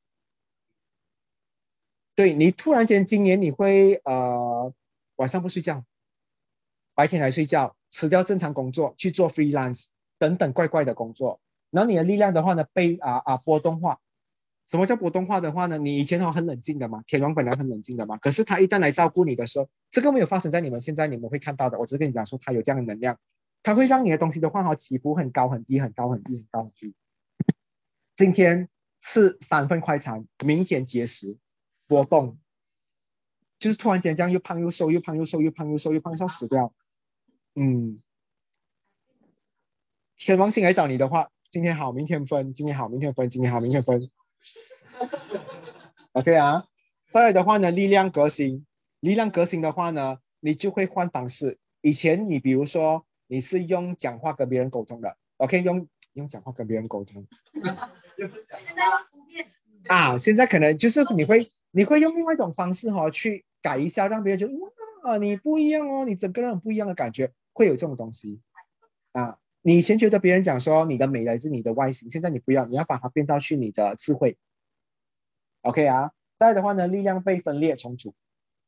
对，你突然间今年你会晚上不睡觉，白天来睡觉，辞掉正常工作去做 freelance 等等怪怪的工作，然后你的力量的话呢被波动化， 什么叫波动化的话呢？你以前很冷静的嘛，天王本来很冷静的嘛，可是他一旦来照顾你的时候，这个没有发生在你们现在你们会看到的。我只是跟你讲说，他有这样的能量，他会让你的东西的话起伏很高很低，很高很低，很高很低。今天吃3份快餐，明天节食，波动，就是突然间这样又胖又瘦，又胖又瘦，又胖又瘦，又胖到死掉。天王星来找你的话，今天好，明天分，今天好，明天分，今天好，明天分。OK 啊，再来的话呢，力量革新，力量革新的话呢，你就会换方式。以前你比如说你是用讲话跟别人沟通的 ，OK， 用讲话跟别人沟通。现在可能就是你会用另外一种方式去改一下，让别人觉得哇，你不一样哦，你整个人很不一样的感觉，会有这种东西啊。你以前觉得别人讲说你的美来自你的外形，现在你不要，你要把它变到去你的智慧。OK 啊，再来的话呢，力量被分裂重组。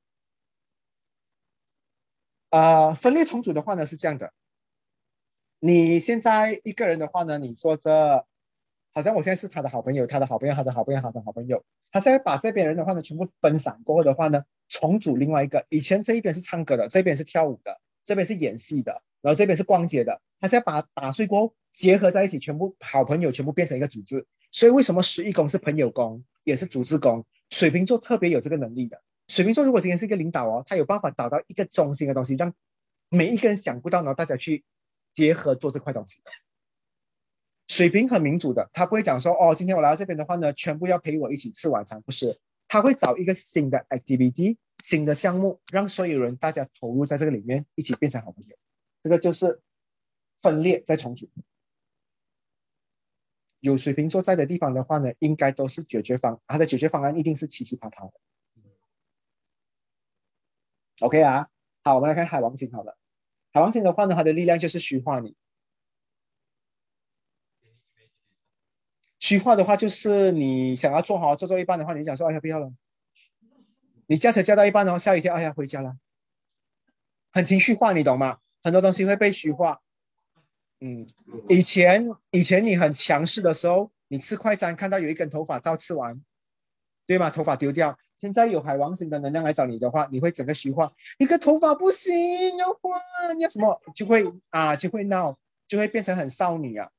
分裂重组的话呢是这样的，你现在一个人的话呢，你说着好像我现在是他的好朋友，他的好朋友，他的好朋友，他的好朋友，他现在把这边人的话呢全部分散过后的话呢，重组另外一个。以前这一边是唱歌的，这边是跳舞的，这边是演戏的，然后这边是逛街的，他现在把它打碎过后结合在一起，全部好朋友全部变成一个组织。所以为什么11宫是朋友宫，也是组织宫？水瓶座特别有这个能力的。水瓶座如果今天是一个领导他有办法找到一个中心的东西，让每一个人想不到，然后大家去结合做这块东西。水瓶很民主的，他不会讲说今天我来到这边的话呢，全部要陪我一起吃晚餐，不是，他会找一个新的 activity， 新的项目，让所有人大家投入在这个里面，一起变成好朋友。这个就是分裂再重组。有水瓶座在的地方的话呢，应该都是解决方，他的解决方案一定是七七八八的。OK 啊，好，我们来看海王星好了。海王星的话呢，它的力量就是虚化你。虚化的话，就是你想要做一半的话，你想说哎呀不要了。你驾车驾到一半下雨天，哎呀回家了。很情绪化，你懂吗？很多东西会被虚化。以前你很强势的时候，你吃快餐看到有一根头发照吃完，对吗？头发丢掉。现在有海王星的能量来找你的话，你会整个虚化，一个头发不行，要换，要什么，就会闹，就会变成很少女啊。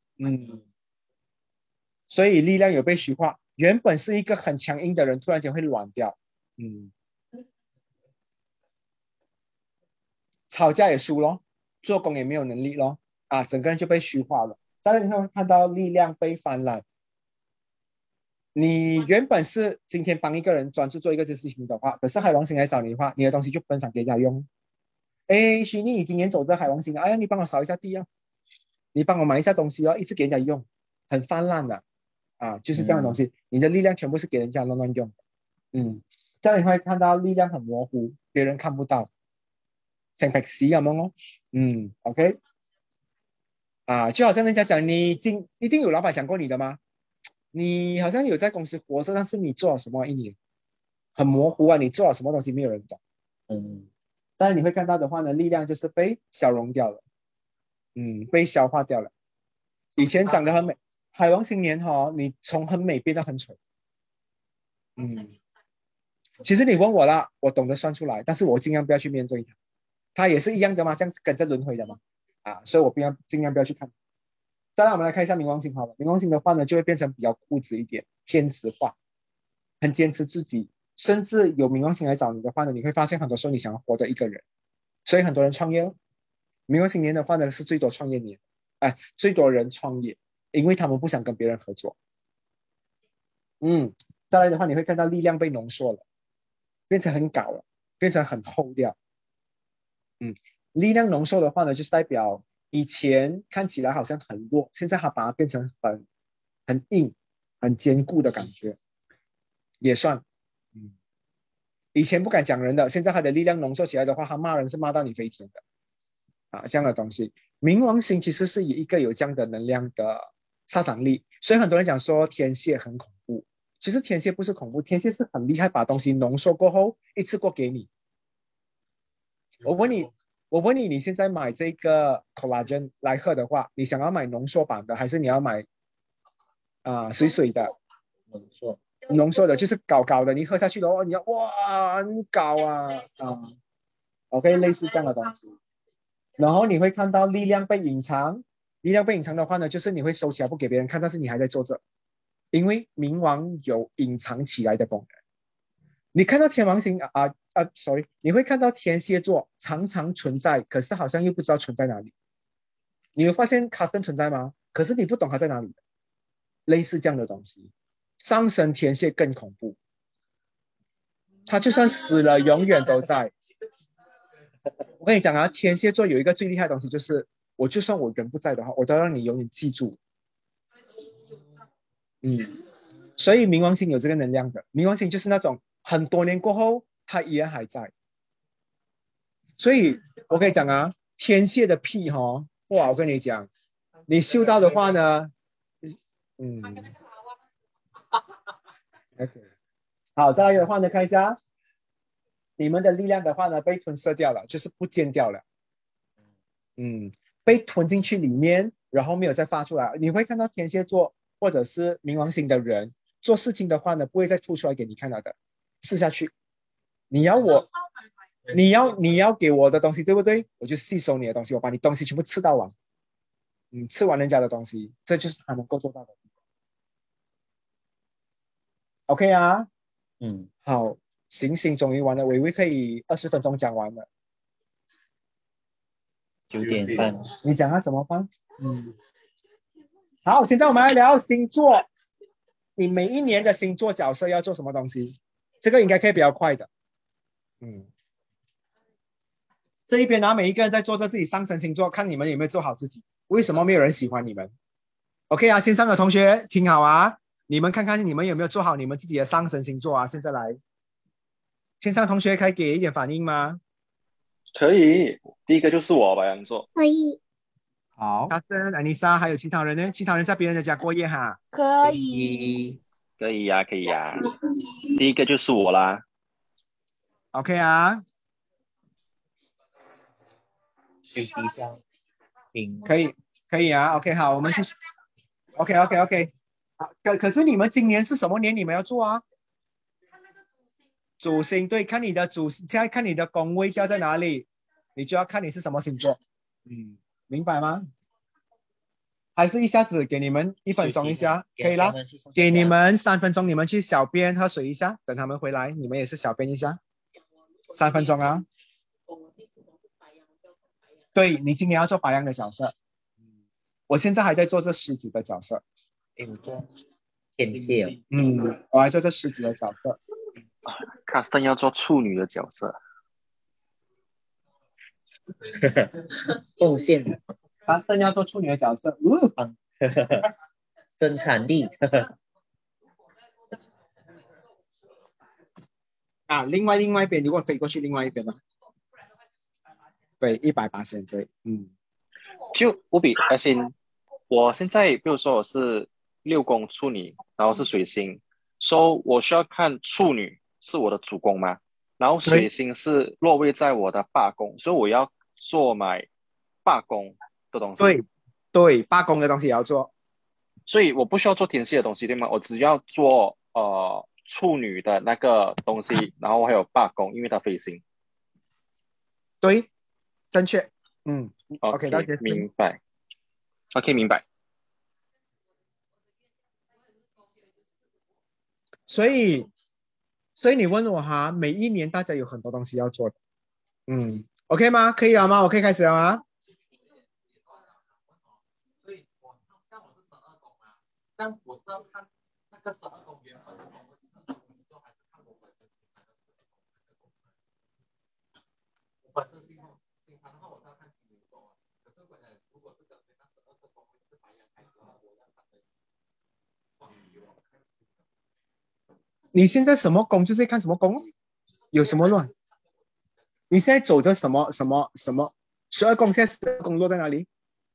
所以力量有被虚化，原本是一个很强硬的人，突然间会软掉。吵架也输咯，做工也没有能力咯，整个人就被虚化了。再来你会看到力量被翻烂。你原本是今天帮一个人专注做一个事情的话，可是海王星来找你的话，你的东西就分享给人家用。徐妮，你今年走这海王星，哎呀，你帮我扫一下地啊，你帮我买一下东西一直给人家用，很泛滥的就是这样的东西。你的力量全部是给人家乱用。这样你会看到力量很模糊，别人看不到，像白屎咁樣咯。OK 就好像人家讲你一定有老板讲过你的吗？你好像有在公司活着，但是你做了什么一年很模糊你做了什么东西没有人懂。但是你会看到的话呢，力量就是被消融掉了，被消化掉了。以前长得很美，海王星年你从很美变得很丑。其实你问我啦，我懂得算出来，但是我尽量不要去面对它。它也是一样的嘛，这样是跟着轮回的嘛。所以我尽量不要去看。再来我们来看一下冥王星好了。冥王星的话呢，就会变成比较固执一点，偏执化，很坚持自己，甚至有冥王星来找你的话呢，你会发现很多时候你想要活的一个人。所以很多人创业冥王星年的话呢，是最多创业年，最多人创业，因为他们不想跟别人合作。再来的话，你会看到力量被浓缩了，变成很搞了，变成很厚掉。力量浓缩的话呢，就是代表以前看起来好像很弱，现在它把它变成很硬、很坚固的感觉，也算。以前不敢讲人的，现在他的力量浓缩起来的话，他骂人是骂到你飞天的这样的东西。冥王星其实是一个有这样的能量的杀伤力，所以很多人讲说天蝎很恐怖，其实天蝎不是恐怖，天蝎是很厉害，把东西浓缩过后一次过给你。我问你，你现在买这个 collagen 来喝的话，你想要买浓缩版的，还是你要买水水的？ 浓缩。 浓缩的，就是高高的，你喝下去的话，你要哇很高啊，OK， 类似这样的东西。然后你会看到力量被隐藏，力量被隐藏的话呢，就是你会收起来不给别人看，但是你还在做着，因为冥王有隐藏起来的功能。你看到天王星sorry， 你会看到天蝎座常常存在，可是好像又不知道存在哪里。你有发现卡森存在吗？可是你不懂它在哪里，类似这样的东西。上升天蝎更恐怖，他就算死了，永远都在。我跟你讲啊，天蝎座有一个最厉害的东西，就是就算我人不在的话，我都让你永远记住。所以冥王星有这个能量的，冥王星就是那种很多年过后，它依然还在。所以我跟你讲啊，天蝎的屁哇，我跟你讲，你嗅到的话呢，OK， 好，再来的话呢，看一下你们的力量的话呢，被吞噬掉了，就是不见掉了，被吞进去里面，然后没有再发出来。你会看到天蝎座或者是冥王星的人做事情的话呢，不会再吐出来给你看到的，吃下去。你要给我的东西，对不对？我就吸收你的东西，我把你东西全部吃到完，吃完人家的东西，这就是他能够做到的。OK 啊，好，行星终于完了，伟伟可以20分钟讲完了。 9点半， 你讲他怎么办？好，现在我们来聊星座。你每一年的星座角色要做什么东西？这个应该可以比较快的。这一边呢，每一个人在做着自己上升星座，看你们有没有做好自己。为什么没有人喜欢你们 ？OK 啊，线上的同学听好啊，你们看看你们有没有做好你们自己的上升星座啊？现在来，线上同学可以给一点反应吗？ 可以，第一个就是我白羊座。 可以。 好，卡森、安妮莎还有其他人呢？其他人在别人的家过夜哈？ 可以， 可以呀，可以呀。第一个就是我啦。 OK 啊， 休息一下。 可以啊。OK， 好，我们继续。OK。可是你们今年是什么年？你们要做啊？主星对，看你的现在看你的宫位掉在哪里，你就要看你是什么星座。明白吗？还是一下子给你们1分钟一下，可以啦。给你们3分钟，你们去小便喝水一下，等他们回来，你们也是小便一下。3分钟啊。对，你今年要做白羊的角色。我现在还在做这狮子的角色。 我做天蝎。 我还做这狮子的角色。 卡斯顿要做处女的角色。 贡献。 卡斯顿要做处女的角色。 生产力。 另外一边，如果飞过去另外一边呢？对，100%对。 就我我现在比如说我是6宫处女，然后是水星，所以我需要看处女是我的主宫嘛，然后水星是落位在我的八宫，所以我要做买八宫的东西。 对，八宫的东西也要做。 所以我不需要做天蝎的东西，对吗？我只要做处女的那个东西，然后还有八宫，因为它飞星。 对，正确。 OK， 明白。OK， 明白。 所以你问我哈，每一年大家有很多东西要做的。OK 吗？可以了吗？我可以开始了吗？ 所以像我是12宫啊，但我是要看那个12宫原本的宫位是什么星座，还是看我本身星盘的12宫。我本身星盘的话，我是要看金牛座啊。可是如果是跟那12个宫位是白羊开始的话，我要看的双鱼哦。 你现在什么宫就是看什么宫，有什么乱？你现在走着什么12宫？现在12宫落在哪里？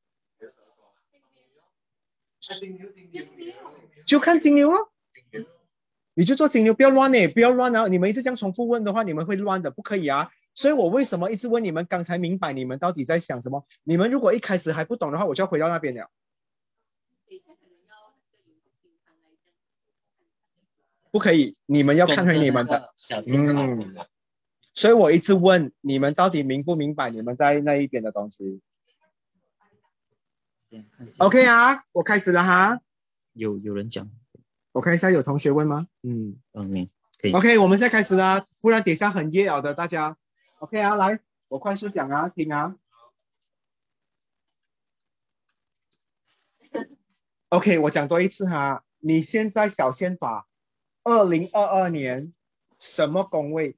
就看金牛咯，你就做金牛，不要乱不要乱啊！你们一直这样重复问的话，你们会乱的，不可以啊！所以我为什么一直问你们？刚才明白你们到底在想什么？你们如果一开始还不懂的话，我就要回到那边了。 不可以，你们要看回你们的。 小心的所以我一直问你们到底明不明白你们在那一边的东西。OK 啊，我开始了哈。 有人讲， 我看一下有同学问吗？ 可以。 OK， 我们现在开始啦，不然等一下很夜了的大家。OK 啊，来，我快速讲啊，听啊。OK， 我讲多一次哈，你现在小宪法2022年什么宫位？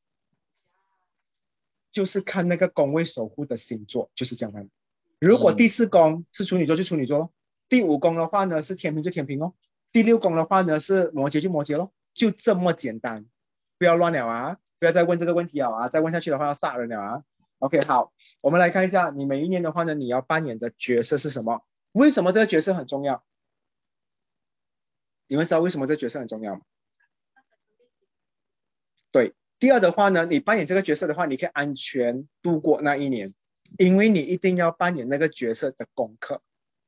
就是看那个宫位守护的星座，就是这样的。如果第4宫是处女座就处女座咯，第5宫的话呢是天平就天平咯，第6宫的话呢是摩羯就摩羯咯，就这么简单，不要乱了啊，不要再问这个问题了啊，再问下去的话要杀人了啊。OK， 好，我们来看一下，你每一年的话呢，你要扮演的角色是什么？为什么这个角色很重要？你们知道为什么这个角色很重要吗？对。第二的话呢，你扮演这个角色的话，你可以安全度过那一年，因为你一定要扮演那个角色的功课。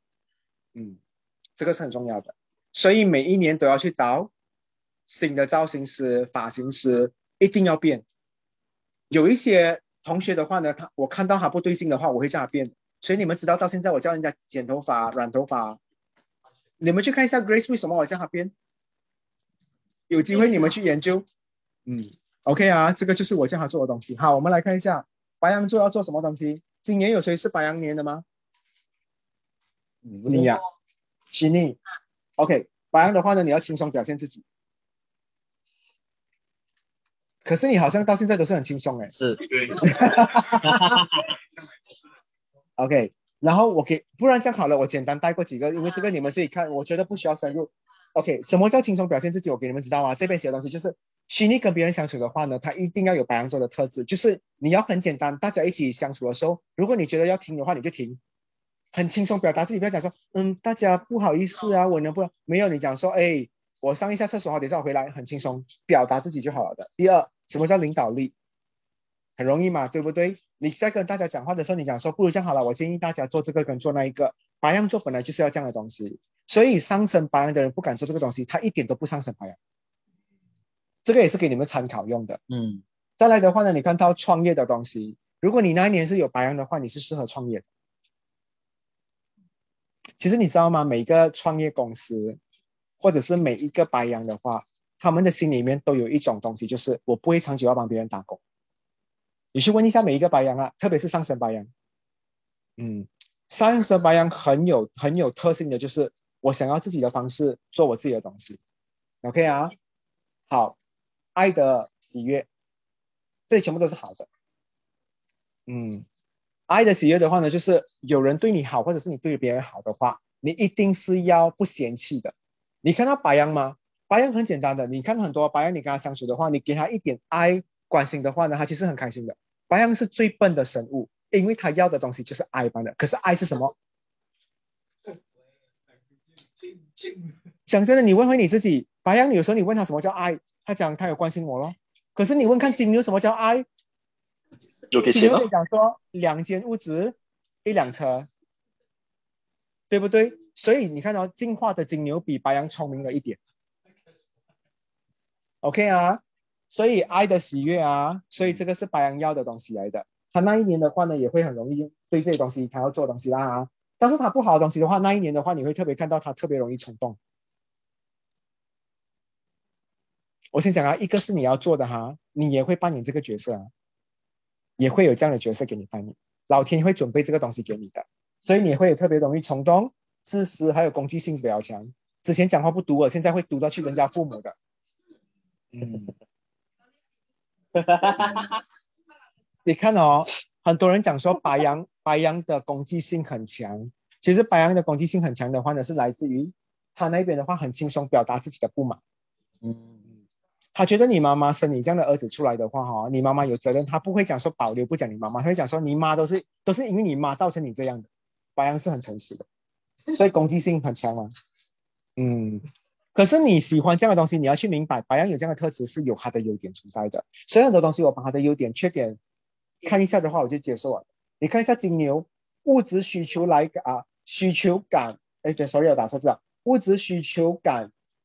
这个是很重要的，所以每一年都要去找新的造型师、发型师，一定要变。有一些同学的话呢，我看到他不对劲的话，我会叫他变。所以你们知道到现在我叫人家剪头发、染头发，你们去看一下 Grace 为什么我叫他变，有机会你们去研究。OK 啊，这个就是我叫他做的东西。好，我们来看一下白羊座要做什么东西。今年有谁是白羊年的吗？你呀，悉尼。OK， 白羊的话呢，你要轻松表现自己。可是你好像到现在都是很轻松哎。 是。 OK， 然后不然这样好了，我简单带过几个，因为这个你们自己看，我觉得不需要深入。OK， 什么叫轻松表现自己？我给你们知道吗？这边写的东西就是。悉尼跟别人相处的话呢，他一定要有白羊座的特质，就是你要很简单，大家一起相处的时候，如果你觉得要停的话，你就停，很轻松表达自己，不要讲说，大家不好意思啊，我能不没有，你讲说，我上一下厕所，等一下我回来，很轻松表达自己就好了的。第二，什么叫领导力？很容易嘛，对不对？你在跟大家讲话的时候，你讲说，不如这样好了，我建议大家做这个跟做那一个。白羊座本来就是要这样的东西，所以上升白羊的人不敢做这个东西，他一点都不上升白羊。这个也是给你们参考用的。再来的话呢，你看到创业的东西，如果你那一年是有白羊的话，你是适合创业的。其实你知道吗？每一个创业公司，或者是每一个白羊的话，他们的心里面都有一种东西，就是我不会长久要帮别人打工。你去问一下每一个白羊啊，特别是上升白羊。上升白羊很有特性的，就是我想要自己的方式做我自己的东西。OK 啊，好。爱的喜悦，这全部都是好的。爱的喜悦的话呢，就是有人对你好，或者是你对别人好的话，你一定是要不嫌弃的。你看到白羊吗？白羊很简单的，你看很多白羊，你跟他相处的话，你给他一点爱关心的话呢，他其实很开心的。白羊是最笨的生物，因为他要的东西就是爱般的。可是爱是什么？讲真的，你问回你自己，白羊有时候你问他什么叫爱，他讲他有关心我咯。可是你问看金牛什么叫爱，金牛可以讲说2间屋子1辆车，对不对？所以你看到进化的金牛比白羊聪明了一点。OK 啊，所以爱的喜悦啊，所以这个是白羊要的东西来的。他那一年的话呢，也会很容易对这些东西他要做的东西啦。但是他不好的东西的话，那一年的话，你会特别看到他特别容易冲动。我先讲啊，一个是你要做的哈，你也会扮演这个角色啊，也会有这样的角色给你扮演，老天会准备这个东西给你的，所以你会特别容易冲动、自私，还有攻击性比较强。之前讲话不毒了，现在会毒到去人家父母的。你看哦，很多人讲说白羊的攻击性很强，其实白羊的攻击性很强的话呢，是来自于他那边的话很轻松表达自己的不满。他觉得你妈妈生你这样的儿子出来的话，你妈妈有责任，他不会讲说保留不讲你妈妈，他会讲说你妈都是因为你妈造成你这样的。白羊是很诚实的，所以攻击性很强嘛。可是你喜欢这样的东西，你要去明白白羊有这样的特质是有他的优点存在的，所以很多东西我把他的优点缺点看一下的话，我就接受了。你看一下金牛，物质需求需求感，sorry 我打错字了，物质需求感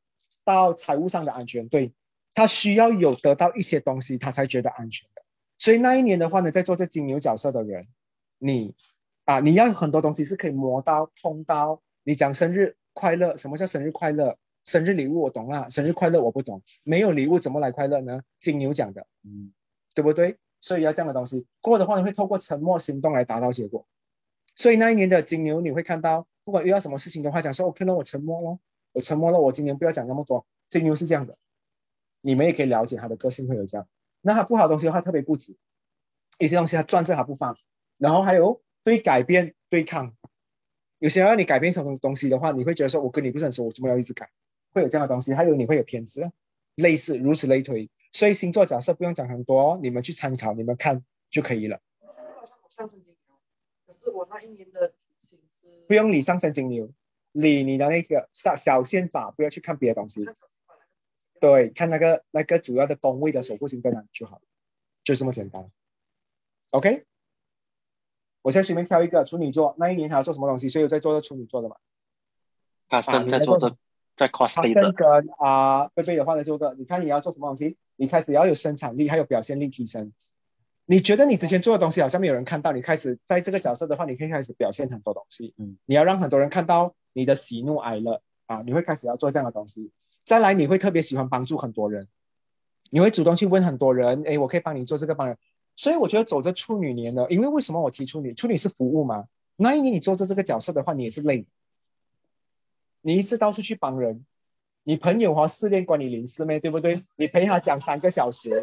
到财务上的安全，对，他需要有得到一些东西，他才觉得安全的。所以那一年的话呢，在做这金牛角色的人，你要有很多东西是可以摸到、碰到。你讲生日快乐，什么叫生日快乐？生日礼物我懂啦，生日快乐我不懂。没有礼物怎么来快乐呢？金牛讲的，对不对？所以要这样的东西。过后的话，你会透过沉默行动来达到结果。所以那一年的金牛，你会看到，不管遇到什么事情的话，讲说 OK 了，我沉默了，我今年不要讲那么多。金牛是这样的，你们也可以了解他的个性会有这样。那他不好的东西的话，特别固执，一些东西他攥着他不放，然后还有对改变对抗。有些人让你改变什么东西的话，你会觉得说我跟你不是很熟，我怎么要一直改？会有这样的东西，还有你会有偏执，类似如此类推。所以星座角色不用讲很多，你们去参考，你们看就可以了。 我上升金牛，可是我那一年的主星是不用理上升金牛，理你的那个小线法，不要去看别的东西。对，看那个主要的宫位的守护星在哪里就好了，就这么简单。OK。我现在随便挑一个处女座，那一年还要做什么东西？所以我在做这处女座的嘛。 他正在做着，在 cosplay 跟的。 贝贝的话呢，做个，你看你要做什么东西？你开始要有生产力，还有表现力提升。你觉得你之前做的东西好像没有人看到，你开始在这个角色的话，你可以开始表现很多东西。你要让很多人看到你的喜怒哀乐你会开始要做这样的东西。再来，你会特别喜欢帮助很多人，你会主动去问很多人，我可以帮你做这个帮人。所以我觉得走着处女年呢，因为为什么我提处女？处女是服务嘛。那一年你做着这个角色的话，你也是累，你一直到处去帮人，你朋友失恋关你零事咩？对不对？你陪他讲3个小时，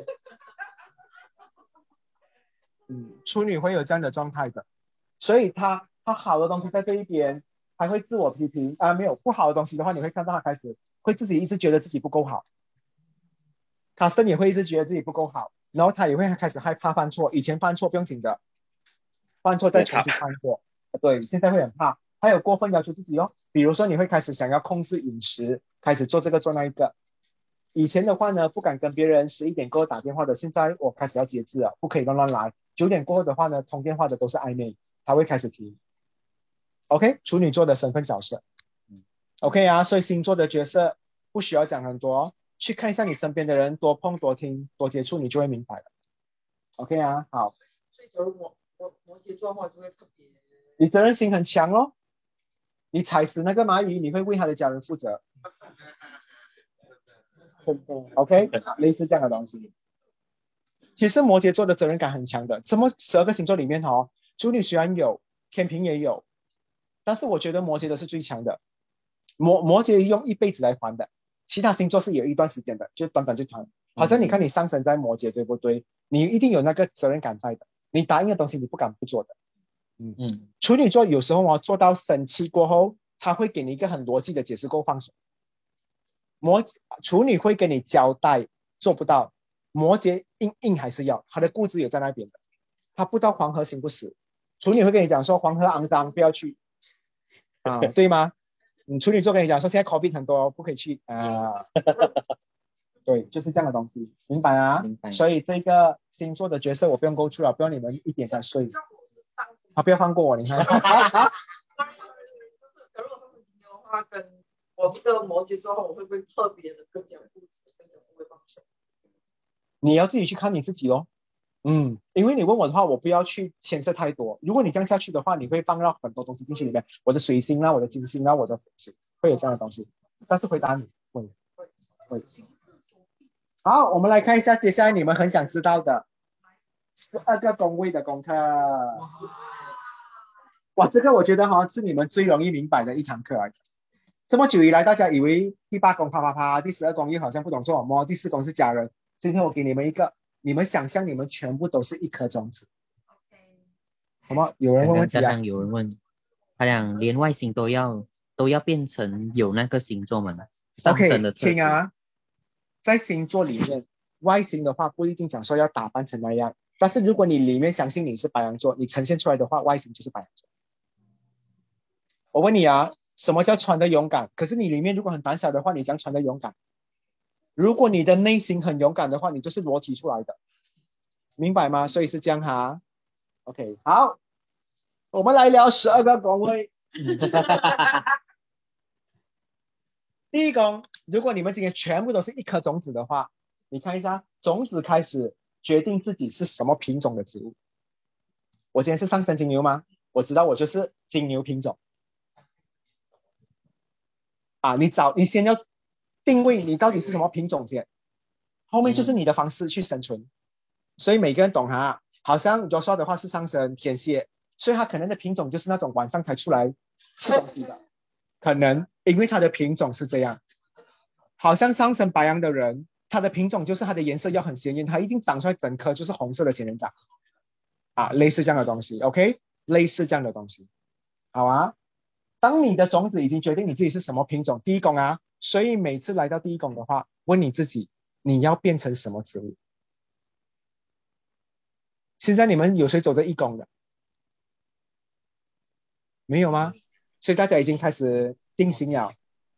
处女会有这样的状态的。所以他好的东西在这一边，还会自我批评没有不好的东西的话，你会看到他开始会自己一直觉得自己不够好，卡森也会一直觉得自己不够好。然后他也会开始害怕犯错，以前犯错不用紧的，犯错再重新犯错。对，现在会很怕，还有过分要求自己比如说你会开始想要控制饮食，开始做这个做那一个。以前的话呢，不敢跟别人11点过后打电话的，现在我开始要节制了，不可以乱来。9点过后的话呢，通电话的都是暧昧，他会开始提。OK， 处女座的身份角色，OK 所以星座的角色不需要讲很多。去看一下你身边的人，多碰多听多接触，你就会明白了。OK 好。 所以假如摩羯座的话，就会特别， 你责任心很强咯。你踩死那个蚂蚁，你会为他的家人负责。OK， 类似这样的东西。其实摩羯座的责任感很强的，什么12个星座里面处女虽然有，天平也有，但是我觉得摩羯的是最强的。摩羯用一辈子来还的。其他星座是有一段时间的，就短短就团。好像你看你上升在摩羯，对不对？你一定有那个责任感在的，你答应的东西你不敢不做的。处女座有时候做到生气过后，他会给你一个很逻辑的解释过后放手。处女会给你交代，做不到。摩羯硬还是要，他的固执有在那边的，他不到黄河行不死。处女会跟你讲说黄河肮脏，不要去对吗？处女座跟你讲说现在 COVID 很多，不可以去对，就是这样的东西，明白啊？ 明白。 所以这个星座的角色我不用go through了，不用你们1点才睡。不要放过我，你看。 假如我上升金牛的话，跟我这个摩羯座的话，我会不会特别的更加固执，更加不会放手？ 你要自己去看你自己咯。因为你问我的话，我不要去牵涉太多。如果你这样下去的话，你会放到很多东西进去里面，我的水星啦，我的金星啦，我的火星会有这样的东西。但是回答你会。好，我们来看一下接下来你们很想知道的12个宫位的功课。哇，这个我觉得是你们最容易明白的一堂课来的。这么久以来，大家以为第8宫啪啪啪，第12宫又好像不懂做什么，第4宫是家人。今天我给你们一个，你们想象你们全部都是一颗种子。什么？有人问问题啊？ 刚刚有人问，他讲连外星都要变成有那个星座嘛 ？OK， 听在星座里面，外星的话不一定讲说要打扮成那样，但是如果你里面相信你是白羊座，你呈现出来的话，外星就是白羊座。我问你什么叫穿得勇敢？可是你里面如果很胆小的话，你将穿得勇敢。如果你的内心很勇敢的话，你就是裸体出来的，明白吗？所以是这样OK， 好，我们来聊12个宫位。 第一宫，如果你们今天全部都是一颗种子的话，你看一下，种子开始决定自己是什么品种的植物。我今天是上升金牛吗？我知道我就是金牛品种。啊，你先要定位你到底是什么品种先，后面就是你的方式去生存。所以每个人懂哈，好像 Joshua 的话是上升天蝎，所以他可能的品种就是那种晚上才出来吃东西的，可能因为他的品种是这样。好像上升白羊的人，他的品种就是他的颜色要很鲜艳，他一定长出来整颗就是红色的仙人掌啊，类似这样的东西 ，OK， 类似这样的东西，好啊。当你的种子已经决定你自己是什么品种，第一宫啊，所以每次来到第一宫的话，问你自己，你要变成什么植物？现在你们有谁走着一宫的？没有吗？所以大家已经开始定型了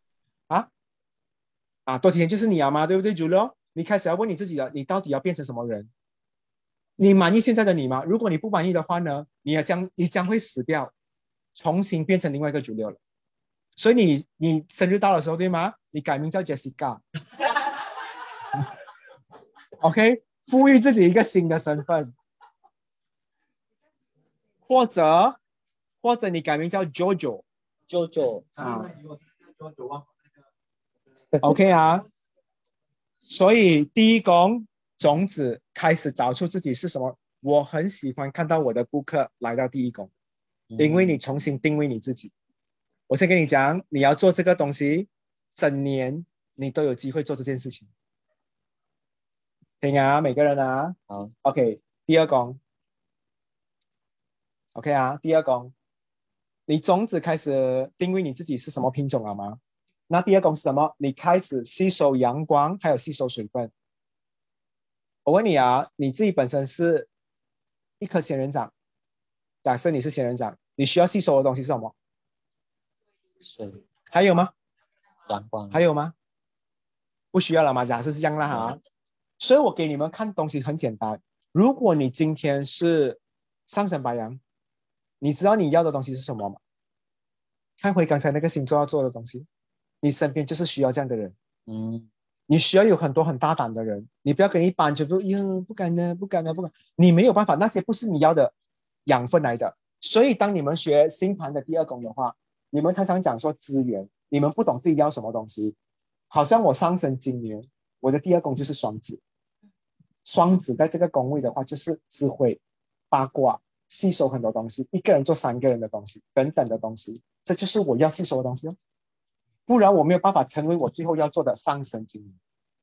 多几天就是你了吗？对不对 Julio？ 你开始要问你自己了，你到底要变成什么人？你满意现在的你吗？如果你不满意的话呢，你将会死掉，重新变成另外一个Julio了。所以你生日到的时候，对吗？你改名叫 Jessica ，OK， 赋予自己一个新的身份，或者你改名叫 JoJo 啊，OK 啊。所以第一宫种子开始找出自己是什么。我很喜欢看到我的顾客来到第一宫，因为你重新定位你自己。我先跟你讲，你要做这个东西，整年你都有机会做这件事情。听啊，每个人啊，好 ，OK， 第二宫 ，OK 啊，第二宫，你种子开始定位你自己是什么品种了吗？那第二宫是什么？你开始吸收阳光，还有吸收水分。我问你啊，你自己本身是一颗仙人掌，假设你是仙人掌，你需要吸收的东西是什么？ 水、 还有吗？ 阳光， 还有吗？不需要了吗？假设是这样啦哈。所以我给你们看东西很简单。如果你今天是上升白羊，你知道你要的东西是什么吗？看回刚才那个星座要做的东西，你身边就是需要这样的人。你需要有很多很大胆的人，你不要跟一般就说不敢呢，不敢呢，不敢。你没有办法，那些不是你要的养分来的。所以当你们学星盘的第二宫的话，你们常常讲说资源，你们不懂自己要什么东西。好像我上升金牛，我的第二宫就是双子。双子在这个宫位的话，就是智慧、八卦、吸收很多东西，一个人做三个人的东西，等等的东西，这就是我要吸收的东西哦。不然我没有办法成为我最后要做的上升金牛。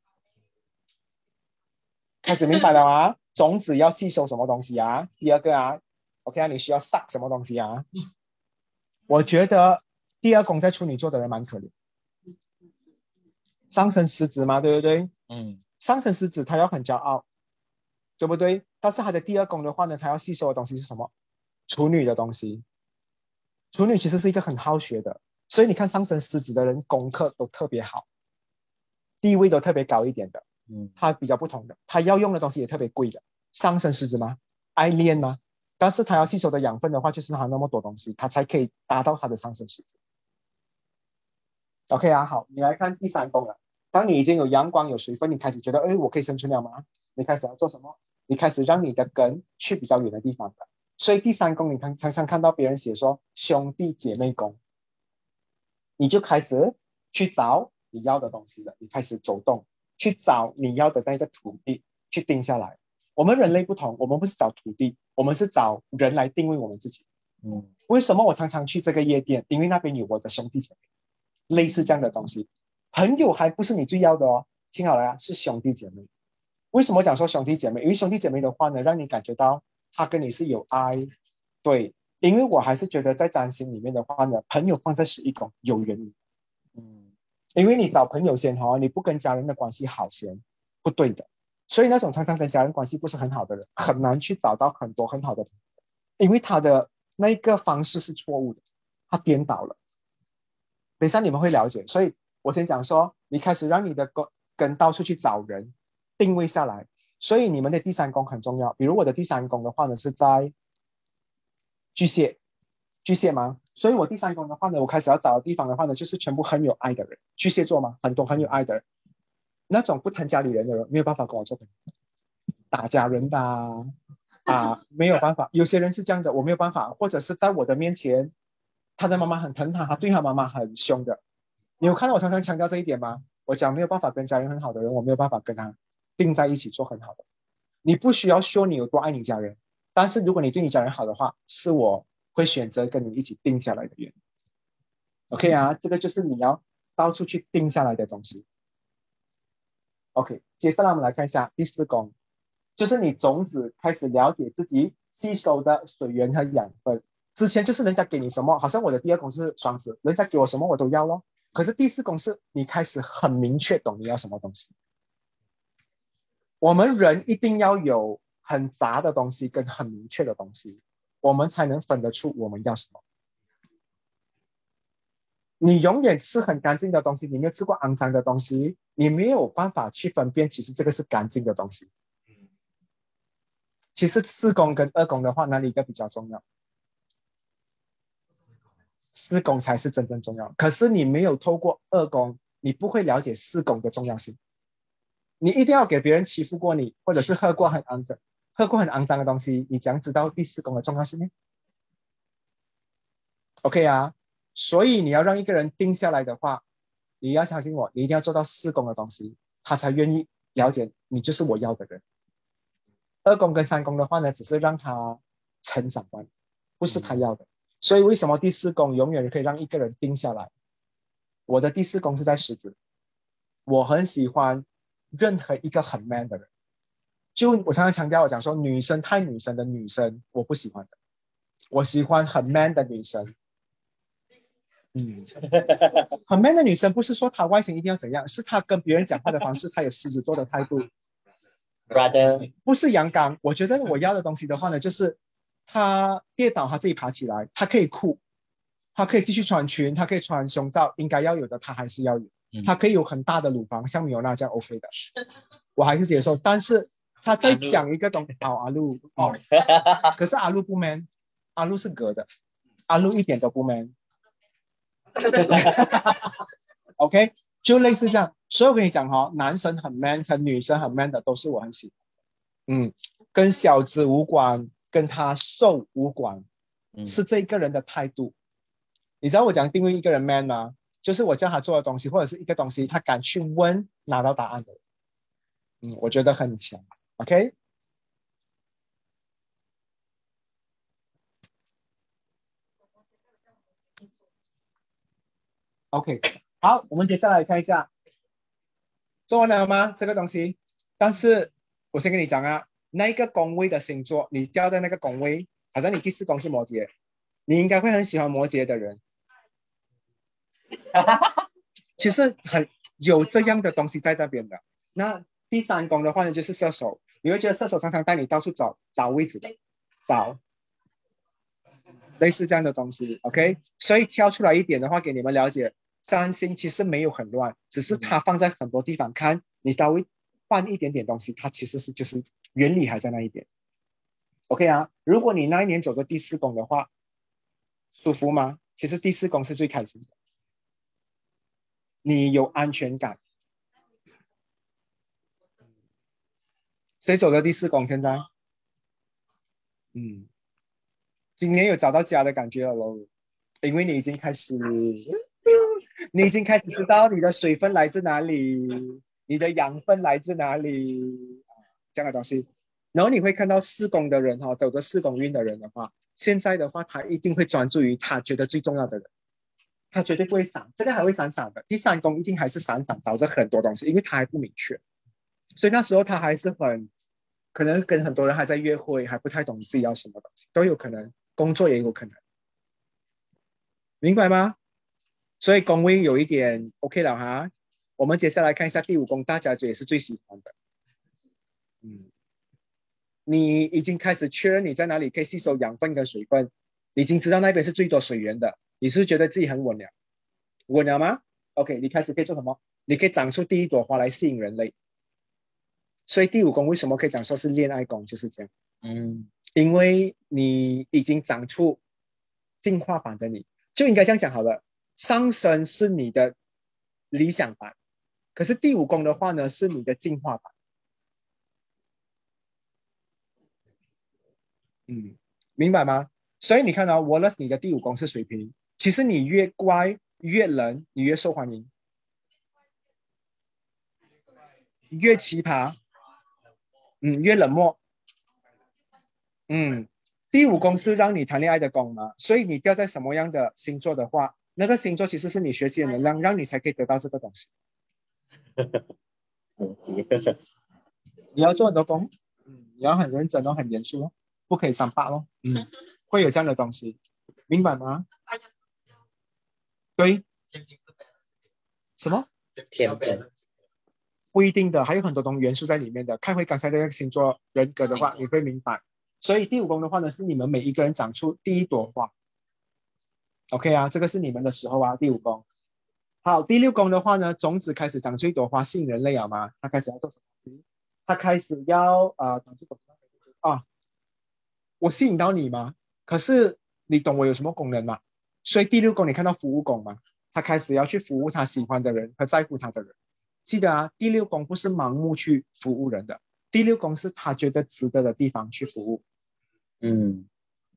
开始明白了吗？种子要吸收什么东西啊？第二个啊 ，OK 啊，你需要 suck 什么东西啊？我觉得第二宫在处女座的人蛮可怜，上升狮子嘛，对不对？上升狮子他要很骄傲，对不对？但是他的第二宫的话呢，他要吸收的东西是什么？处女的东西。处女其实是一个很好学的，所以你看上升狮子的人功课都特别好，地位都特别高一点的。他比较不同的，他要用的东西也特别贵的。上升狮子吗？爱练吗？但是他要吸收的养分的话，就是他那么多东西，他才可以达到他的上升狮子。OK 啊，好，你来看第三宫了。当你已经有阳光有水分，你开始觉得，我可以生存了吗？你开始要做什么？你开始让你的根去比较远的地方的。所以第三宫，你常常看到别人写说兄弟姐妹宫，你就开始去找你要的东西了，你开始走动，去找你要的那个土地，去定下来。我们人类不同，我们不是找土地，我们是找人来定位我们自己。为什么我常常去这个夜店？因为那边有我的兄弟姐妹，类似这样的东西。朋友还不是你最要的哦，听好了啊，是兄弟姐妹。为什么讲说兄弟姐妹？因为兄弟姐妹的话呢，让你感觉到他跟你是有爱。对，因为我还是觉得在占星里面的话呢，朋友放在11宫有原因。因为你找朋友先你不跟家人的关系好先不对的。所以那种常常跟家人关系不是很好的人，很难去找到很多很好的朋友，因为他的那个方式是错误的，他颠倒了。等一下你们会了解。所以我先讲说，你开始让你的根到处去找人，定位下来。所以你们的第三宫很重要。比如我的第三宫的话呢，是在巨蟹吗？ 所以我第三宫的话呢，我开始要找的地方的话呢，就是全部很有爱的人。巨蟹座嘛，很多很有爱的人，那种不疼家里人的人没有办法跟我做朋友，打家人的没有办法。有些人是这样的，我没有办法，或者是在我的面前，他的妈妈很疼他，他对他妈妈很凶的。你有看到我常常强调这一点吗？我讲没有办法跟家人很好的人，我没有办法跟他并在一起做很好的。你不需要说你有多爱你家人，但是如果你对你家人好的话，是我会选择跟你一起定下来的原因。OK 啊，这个就是你要到处去定下来的东西。OK， 接下来我们来看一下第四宫，就是你种子开始了解自己吸收的水源和养分。之前就是人家给你什么，好像我的第二宫是双子，人家给我什么我都要咯。可是第四宫是你开始很明确懂你要什么东西。我们人一定要有很杂的东西跟很明确的东西，我们才能分得出我们要什么。你永远吃很干净的东西，你没有吃过肮脏的东西，你没有办法去分辨其实这个是干净的东西。其实四宫跟二宫的话，哪里一个比较重要？四宫才是真正重要。可是你没有透过二宫，你不会了解四宫的重要性。你一定要给别人欺负过你，或者是喝过很肮脏的东西，你怎样知道第四宫的重要性呢 ？OK 啊，所以你要让一个人定下来的话，你要相信我，你一定要做到四宫的东西，他才愿意了解你就是我要的人。二宫跟三宫的话呢，只是让他成长完，不是他要的。所以为什么第四宫永远可以让一个人定下来？我的第四宫是在狮子，我很喜欢任何一个很 man 的人。就我常常强调，我讲说女生太女生的女生我不喜欢的，我喜欢很 man 的女生。很 man 的女生不是说她外形一定要怎样，是她跟别人讲话的方式，她有狮子座的态度。 Brother， 不是阳刚。我觉得我要的东西的话呢，就是她跌倒她自己爬起来，她可以哭，她可以继续穿裙，她可以穿胸罩，应该要有的她还是要有。她可以有很大的乳房，像米欧娜这样 OK 的，我还是接受。但是她在讲一个东西，阿路可是阿路不 man， 阿路是格的，阿路一点都不 man。OK， 就类似这样。所以我跟你讲男生很 man 和女生很 man 的都是我很喜欢。跟小子无关，跟他瘦无关，是这个人的态度。你知道我讲定位一个人 man 吗？就是我叫他做的东西，或者是一个东西，他敢去问，拿到答案的人。我觉得很强。OK。OK， 好，我们接下来看一下，做完了吗？这个东西，但是我先跟你讲啊，那个宫位的星座，你掉的那个宫位，好像你第四宫是摩羯，你应该会很喜欢摩羯的人。其实很有这样的东西在那边的。那第三宫的话呢，就是射手，你会觉得射手常常带你到处找位置的，找类似这样的东西。OK， 所以挑出来一点的话，给你们了解。占星其实没有很乱，只是它放在很多地方看，你稍微换一点点东西，它其实是就是原理还在那一边。OK 啊，如果你那一年走着第四宫的话，舒服吗？其实第四宫是最开心的，你有安全感。谁走的第四宫现在？今年有找到家的感觉了咯，因为你已经开始知道你的水分来自哪里，你的养分来自哪里，这样的东西。然后你会看到四宫的人走着四宫运的人的话，现在的话他一定会专注于他觉得最重要的人，他绝对不会闪，这个还会闪闪的。第三宫一定还是闪闪找着很多东西，因为他还不明确，所以那时候他还是可能跟很多人还在约会，还不太懂自己要什么东西，都有可能，工作也有可能，明白吗？所以宫位有一点 OK 了哈。我们接下来看一下第五宫，大家也是最喜欢的。你已经开始确认你在哪里可以吸收养分跟水分，你已经知道那边是最多水源的，你是觉得自己很稳了？稳了吗 ？OK， 你开始可以做什么？你可以长出第一朵花来吸引人类。所以第五宫为什么可以讲说是恋爱宫，就是这样。因为你已经长出进化版的你。 就应该这样讲好了。上升是你的理想版，可是第五宫的话呢，是你的进化版。明白吗？所以你看到、Wallace 你的第五宫是水瓶，其实你越乖越冷，你越受欢迎，越奇葩，越冷漠，第五宫是让你谈恋爱的宫嘛，所以你掉在什么样的星座的话，那个星座其实是你学习的能量，让你才可以得到这个东西。你要做很多工，你要很认真哦，很严肃哦，不可以三八哦，会有这样的东西，明白吗？对，什么？ 天平， 不一定的，还有很多种元素在里面的。看回刚才那个星座人格的话，你会明白。所以第五宫的话呢，是你们每一个人长出第一朵花。OK 啊，这个是你们的时候啊，第五宫。好，第六宫的话呢，种子开始长出一朵花，吸引人类了吗？它开始要做什么东西？它开始要长出朵花啊，我吸引到你吗？可是你懂我有什么功能吗？所以第六宫你看到服务宫吗？他开始要去服务他喜欢的人和在乎他的人。记得啊，第六宫不是盲目去服务人的，第六宫是他觉得值得的地方去服务。 嗯，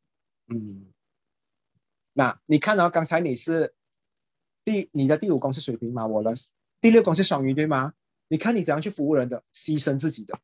那你看到刚才你的第五宫是水瓶嘛？我的第六宫是双鱼对吗？你看你怎样去服务人的，牺牲自己的。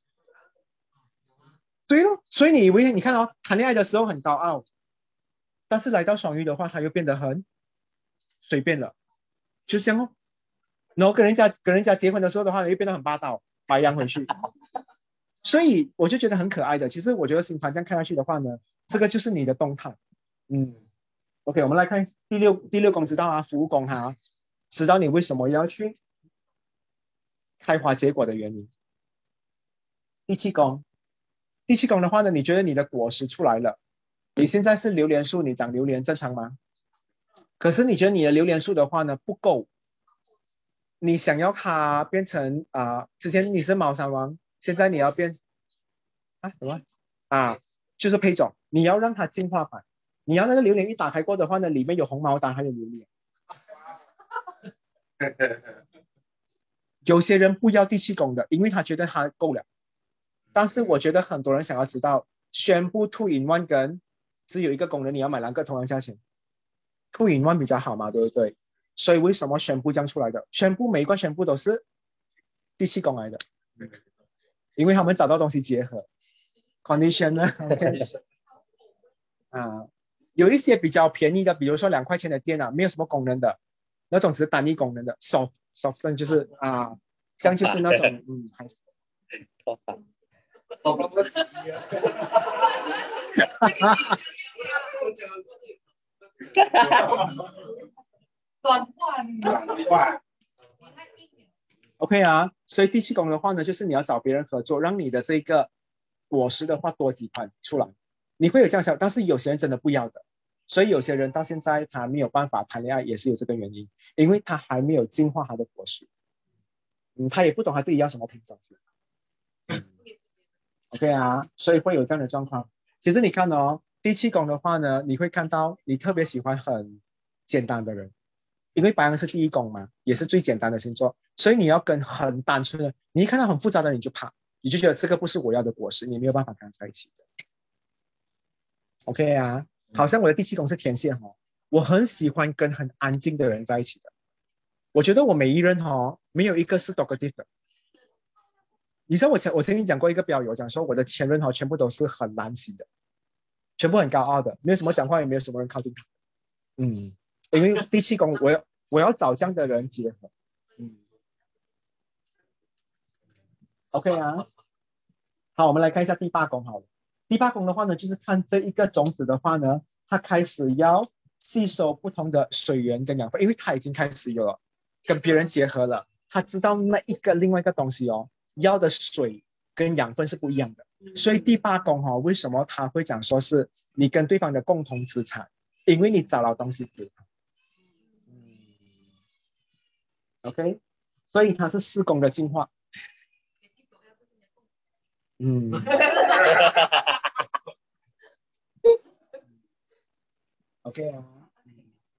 对咯，所以你以为你看哦，谈恋爱的时候很高傲，但是来到双鱼的话，他又变得很随便了，就这样哦。然后跟人家结婚的时候的话，又变得很霸道，白羊回去。所以我就觉得很可爱的。其实我觉得星盘这样看下去的话呢，这个就是你的动态。OK，我们来看第六宫，知道啊，服务宫哈，知道你为什么要去开花结果的原因。第七宫，第七宫的话呢，你觉得你的果实出来了？你现在是榴莲树，你长榴莲正常吗？可是你觉得你的榴莲树的话呢不够，你想要它变成之前你是猫山王，现在你要变什么就是配种，你要让它进化版，你要那个榴莲一打开过的话呢，里面有红毛丹还有榴莲。有些人不要第七宫的，因为他觉得他够了。但是我觉得很多人想要知道，宣布 two in one 跟只有一个功能，你要买两个同样价钱，two in one 比较好嘛，对不对？所以为什么宣布这样出来的？宣布每一个宣布都是第七宫来的，因为他们找到东西结合 condition 呢，OK 有一些比较便宜的，比如说2块钱的店没有什么功能的，那种是单一功能的 soft 就是这样就是那种还是短话 OK 啊，所以第七宫的话呢，就是你要找别人合作，让你的这个果实的话多几款出来，你会有这样想，但是有些人真的不要的，所以有些人到现在他没有办法谈恋爱，也是有这个原因，因为他还没有进化他的果实，他也不懂他自己要什么品种，OK 啊，所以会有这样的状况。其实你看哦，第七宫的话呢，你会看到你特别喜欢很简单的人，因为白羊是第一宫嘛，也是最简单的星座，所以你要跟很单纯的，你一看到很复杂的你就怕，你就觉得这个不是我要的果实，你没有办法跟他在一起的。OK 啊，好像我的第七宫是天蝎哦，我很喜欢跟很安静的人在一起的。我觉得我每一任没有一个是 talkative 的。你知道我曾经讲过一个标语，我讲说我的前任全部都是很蓝型的，全部很高傲的，没有什么讲话，也没有什么人靠近他。因为第七宫我要找这样的人结合。OK 啊，好，我们来看一下第八宫好了。第八宫的话呢，就是看这一个种子的话呢，它开始要吸收不同的水源跟养分，因为它已经开始有了跟别人结合了，它知道另外一个东西要的水跟养分是不一样的。所以第八宫为什么他会讲说是你跟对方的共同资产？因为你找到东西给他。OK， 所以它是四宫的进化。OK 啊，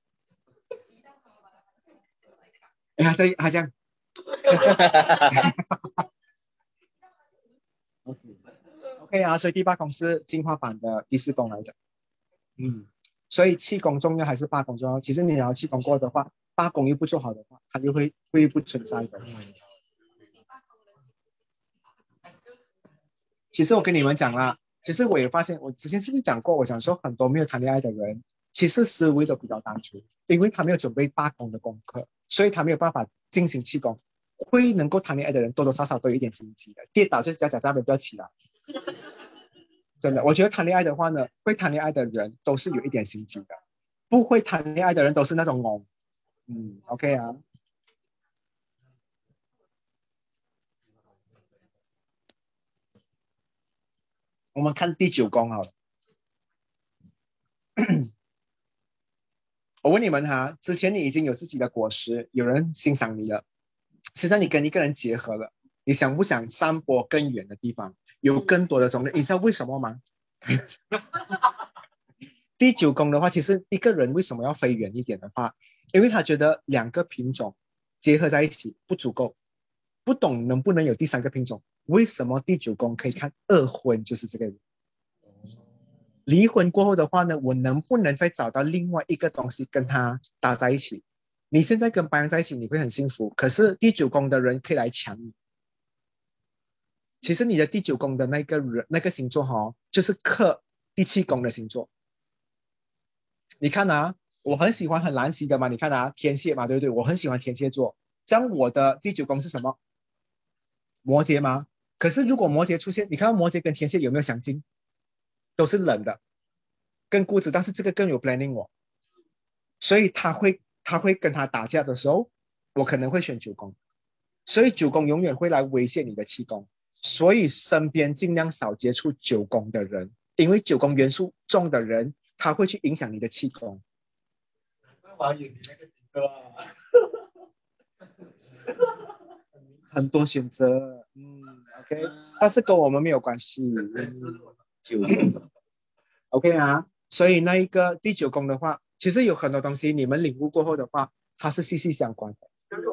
哎呀，对，他这样。OK 啊，所以第八宫是进化版的第四宫来的。所以气功重要还是八宫重要？其实你要气功过的话，八宫又不做好的话，它就会不存在的。其实我跟你们讲啦，其实我也发现，我之前是不是讲过？我想说很多没有谈恋爱的人，其实思维都比较单纯，因为他没有准备八宫的功课，所以他没有办法进行气功。会能够谈恋爱的人，多多少少都有一点心机的，跌倒就是脚在那边不要起来。真的，我觉得谈恋爱的话呢，会谈恋爱的人都是有一点心机的，不会谈恋爱的人都是那种懵。OK 啊。我们看第九宫好了。我问你们哈，之前你已经有自己的果实，有人欣赏你了，现在你跟一个人结合了，你想不想散播更远的地方，有更多的种类？你知道为什么吗？第九宫的话，其实一个人为什么要飞远一点的话，因为他觉得两个品种结合在一起不足够，不懂能不能有第三个品种。为什么第九宫可以看二婚，就是这个人。离婚过后的话呢，我能不能再找到另外一个东西跟他搭在一起？你现在跟白羊在一起，你会很幸福，可是第九宫的人可以来抢你。其实你的第九宫的那个星座就是克第七宫的星座。你看啊，我很喜欢很蓝系的嘛，你看啊，天蝎嘛，对不对？我很喜欢天蝎座。这样我的第九宫是什么？摩羯吗？可是如果摩羯出现，你看到摩羯跟天蝎有没有相近？都是冷的，更固执，但是这个更有 planning 所以他会跟他打架的时候，我可能会选九宫，所以九宫永远会来威胁你的七宫，所以身边尽量少接触九宫的人，因为九宫元素重的人，他会去影响你的七宫。很多选择，OK， 但是跟我们没有关系。OK 啊，所以那一个第九宫的话，其实有很多东西你们领悟过后的话，它是息息相关的。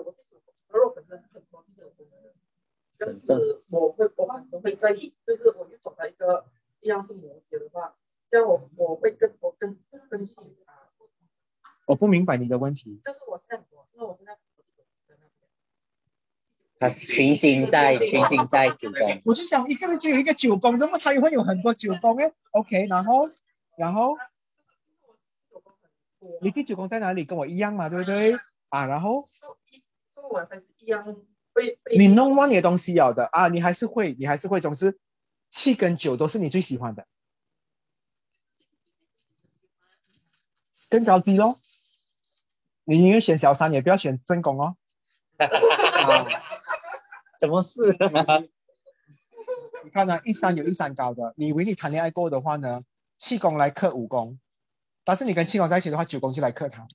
但是我可能会在意，就是我又走到一样是摩羯的话，这样我会更吸引他。 我不明白你的问题。 就是我现在因为我现在他群星在九宫， 我就想一个人只有一个九宫，怎么他也会有很多九宫哎 ？OK， 然后你第九宫在哪里？跟我一样嘛，对不对？然后我还是一样你弄乱你的东西有的你还是会，总之7跟9都是你最喜欢的，更着急咯。你宁愿选小三，也不要选正宫哦。 什么事你看啊，一山有一山高的。你以为你谈恋爱过的话呢，七宫来克五宫，但是你跟七宫在一起的话，九宫就来克他。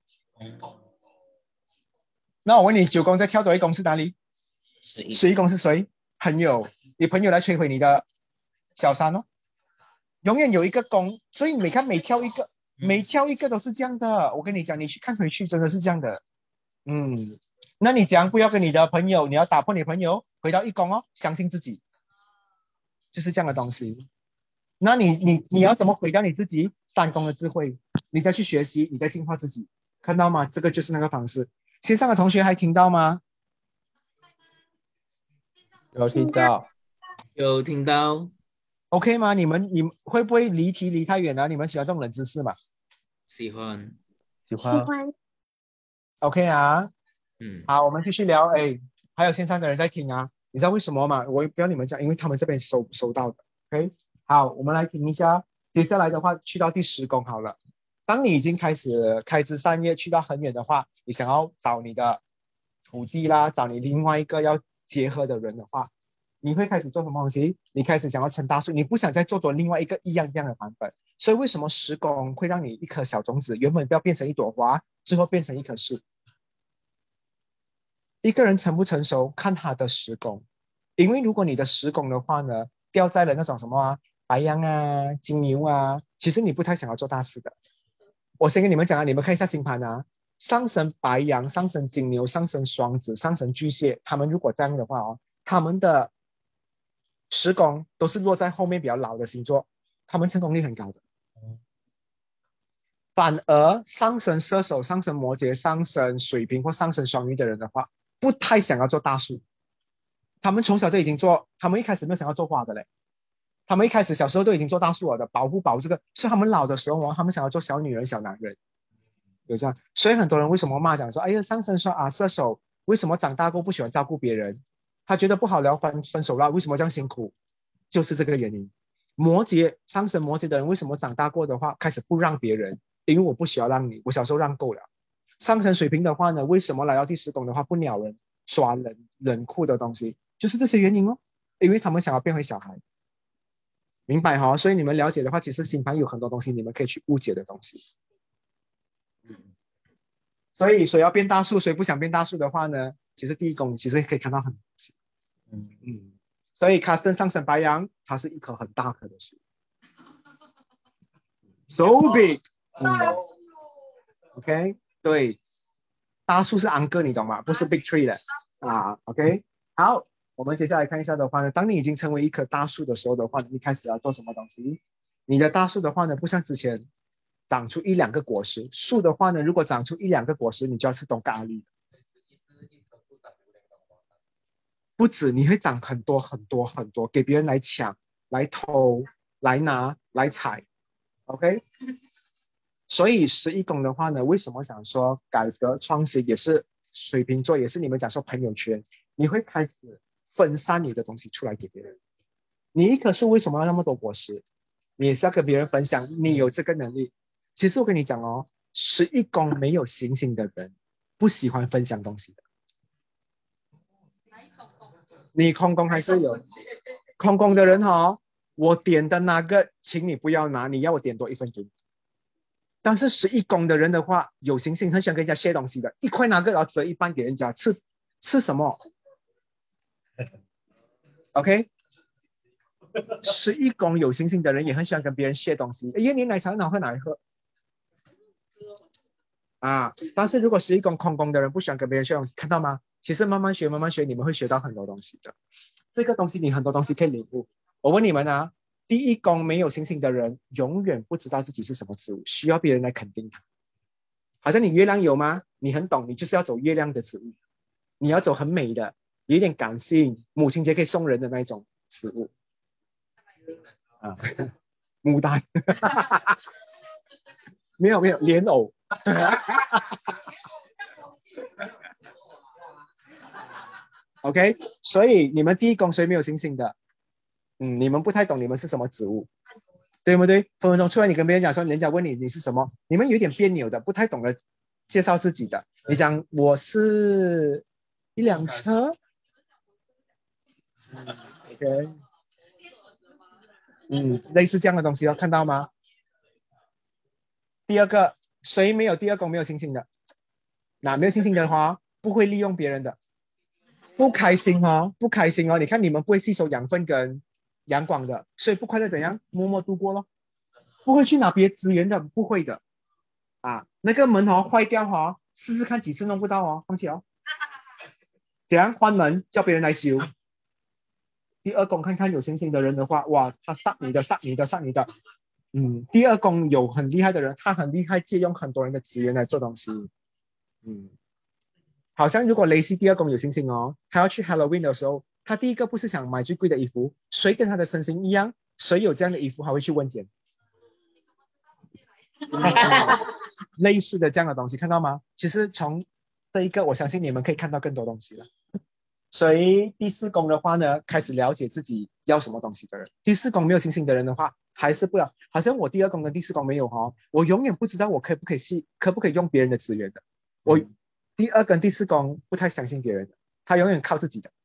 那我问你，九宫在跳多一宫是哪里？11宫是谁？朋友，你朋友来摧毁你的小三哦。永远有一个宫，所以每跳一个都是这样的。我跟你讲，你去看回去真的是这样的。那你讲不要跟你的朋友，你要打破你的朋友，回到一宫哦，相信自己，就是这样的东西。那你要怎么毁掉你自己3宫的智慧？你再去学习，你再进化自己，看到吗？这个就是那个方式。线上的同学还听到吗？ 有听到， 有听到。 OK 吗？你们会不会离题离太远了？你们喜欢这种冷知识吗？ 喜欢。 OK 啊。好，我们继续聊。还有线上的人在听啊，你知道为什么吗？我不要你们讲，因为他们这边收到的。OK， 好，我们来听一下。接下来的话，去到第10宫好了。当你已经开始开枝散叶，去到很远的话，你想要找你的徒弟啦，找你另外一个要结合的人的话，你会开始做什么东西？你开始想要成大树，你不想再做另外一个一样的版本。所以为什么10宫会让你一颗小种子原本不要变成一朵花，最后变成一棵树？一个人成不成熟，看他的10宫。因为如果你的10宫的话呢，掉在了那种什么白羊啊、金牛啊，其实你不太想要做大事的。我先跟你们讲你们看一下星盘啊， 上升白羊、上升金牛、上升双子、上升巨蟹，他们如果这样的话哦，他们的时宫都是落在后面比较老的星座，他们成功率很高的。反而上升射手、上升摩羯、上升水瓶或上升双鱼的人的话，不太想要做大树。他们从小就已经做，他们一开始没有想要做花的嘞，他们一开始小时候都已经做大树了的，保护这个，是他们老的时候他们想要做小女人、小男人，有这样。所以很多人为什么骂讲说，哎呀，上升射手为什么长大过不喜欢照顾别人？他觉得不好聊分手了，为什么这样辛苦？就是这个原因。上升摩羯的人为什么长大过的话开始不让别人？因为我不需要让你，我小时候让够了。上升水瓶的话呢，为什么来到第10宫的话不鸟人、耍冷酷的东西？就是这些原因哦，因为他们想要变回小孩，明白哈？所以你们了解的话，其实星盘有很多东西你们可以去误解的东西。所以谁要变大树，谁不想变大树的话呢，其实第1宫其实可以看到很多东西。所以卡斯登上升白羊，它是一棵很大棵的树 ，so big。OK， 对，大树是安哥，你懂吗？不是 big tree 的啊。OK， 好，我们接下来看一下的话呢，当你已经成为一棵大树的时候的话，你开始要做什么东西？你的大树的话呢，不像之前长出1-2个果实，树的话呢，如果长出1-2个果实，你就要吃东咖喱。不止，你会长很多很多很多，给别人来抢、来偷、来拿、来踩。OK， 所以11宫的话呢，为什么讲说改革创新也是水瓶座，也是你们讲说朋友圈，你会开始分散你的东西出来给别人。你一棵树为什么要那么多果实？你也是要跟别人分享，你有这个能力。其实我跟你讲哦，11宫没有星星的人不喜欢分享东西的。你空宫还是有空宫的人哦，我点的那个请你不要拿，你要我点多1分给你。但是11宫的人的话，有星星很喜欢跟人家卸东西的，一块拿个然后折一半给人家吃什么 ？OK， 11宫有星星的人也很喜欢跟别人卸东西。哎呀，你奶茶哪会拿来喝？啊！但是如果11宫空宫的人不喜欢跟别人学东西，看到吗？其实慢慢学，慢慢学，你们会学到很多东西的。这个东西你很多东西可以领悟。我问你们啊，第1宫没有星星的人，永远不知道自己是什么植物，需要别人来肯定他。好像你月亮有吗？你很懂，你就是要走月亮的植物，你要走很美的，有一点感性，母亲节可以送人的那一种植物。啊，牡丹，没有莲藕。OK， 所以你们第1宫谁没有星星的？你们不太懂你们是什么植物，对不对？分分钟出来你跟别人讲说，人家问你是什么，你们有点别扭的，不太懂得介绍自己的。你讲我是一辆车，OK， 类似这样的东西哦，看到吗？第2个，谁没有第2宫没有星星的？那没有星星的话，不会利用别人的。不开心哦，不开心哦！你看你们不会吸收养分跟阳光的，所以不快乐怎样？默默度过咯，不会去拿别资源的，不会的啊。那个门坏掉试试看几次弄不到放弃怎样换门叫别人来修？第2宫看看有星星的人的话，哇，他杀你的。第2宫有很厉害的人，他很厉害，借用很多人的资源来做东西。好像如果雷西第2宫有星星他要去 Halloween 的时候，他第1个不是想买最贵的衣服，谁跟他的身形一样，谁有这样的衣服还会去问捡类似的这样的东西，看到吗？其实从这一个我相信你们可以看到更多东西了。所以第4宫的话呢，开始了解自己要什么东西的人。第4宫没有星星的人的话，还是不要，好像我第2宫跟第4宫没有我永远不知道我可不可以用别人的资源的。我第2跟第4宫不太相信别人的，他永远靠自己的。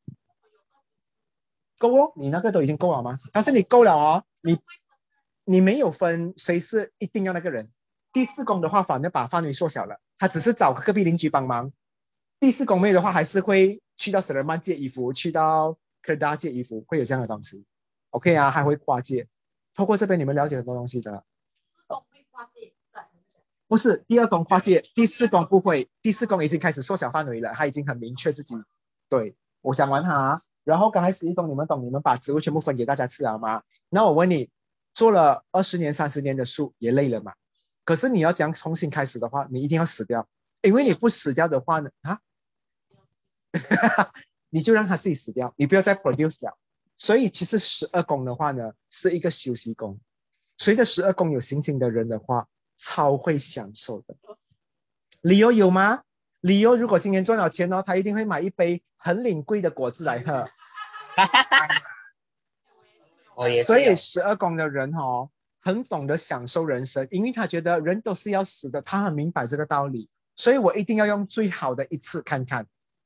够你那个都已经够了吗？但是你够了你没有分谁是一定要那个人。第4宫的话，反而把范围缩小了，他只是找隔壁邻居帮忙。第4宫妹的话，还是会去到斯人曼借衣服，去到科大借衣服，会有这样的东西。OK 还会跨界。透过这边你们了解很多东西的。 不是第二宫跨界，第四宫不会，第四宫已经开始缩小范围了，他已经很明确自己。对，我讲完哈，然后刚才11宫你们懂，你们把植物全部分给大家吃了吗？那我问你，做了20年、30年的树也累了嘛？可是你要讲重新开始的话，你一定要死掉，因为你不死掉的话呢，你就让它自己死掉，你不要再 produce 了。所以其实12宫的话呢，是一个休息宫。随着12宫有行星的人的话，超会享受的。理由有吗？理由如果今年赚了钱哦，他一定会买一杯很领贵的果汁来喝。所以12宫的人哦，很懂得享受人生，因为他觉得人都是要死的，他很明白这个道理。所以我一定要用最好的一次看看，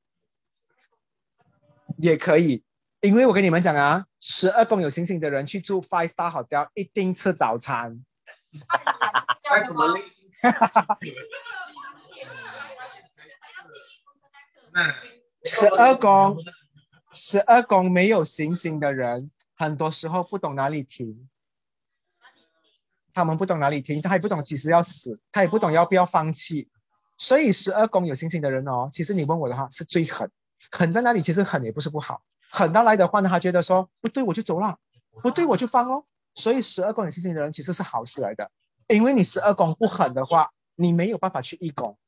也可以。因为我跟你们讲啊，12宫有星星的人去住 5 star hotel 一定吃早餐。12宫没有行星的人，很多时候不懂哪里停。他们不懂哪里停，他也不懂几时要死，他也不懂要不要放弃。所以12宫有星星的人哦，其实你问我的话是最狠。狠在哪里？其实狠也不是不好，狠到来的话呢，他觉得说不对我就走了，不对我就放哦。所以12宫有星星的人其实是好事来的，因为你12宫不狠的话，你没有办法去1宫。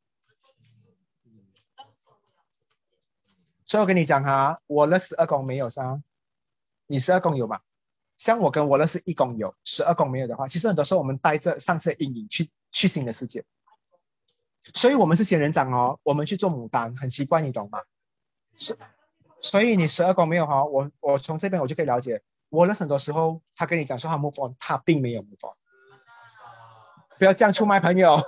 所以我跟你讲哈，我的12宫没有噻，你12宫有吗？像我跟我的是1宫有，12宫没有的话，其实很多时候我们带着上次的阴影去新的世界。所以我们是仙人掌哦，我们去做牡丹，很奇怪，你懂吗？所以你12宫没有哈，我从这边我就可以了解，我的很多时候他跟你讲说他 move on， 他并没有 move on。不要这样出卖朋友。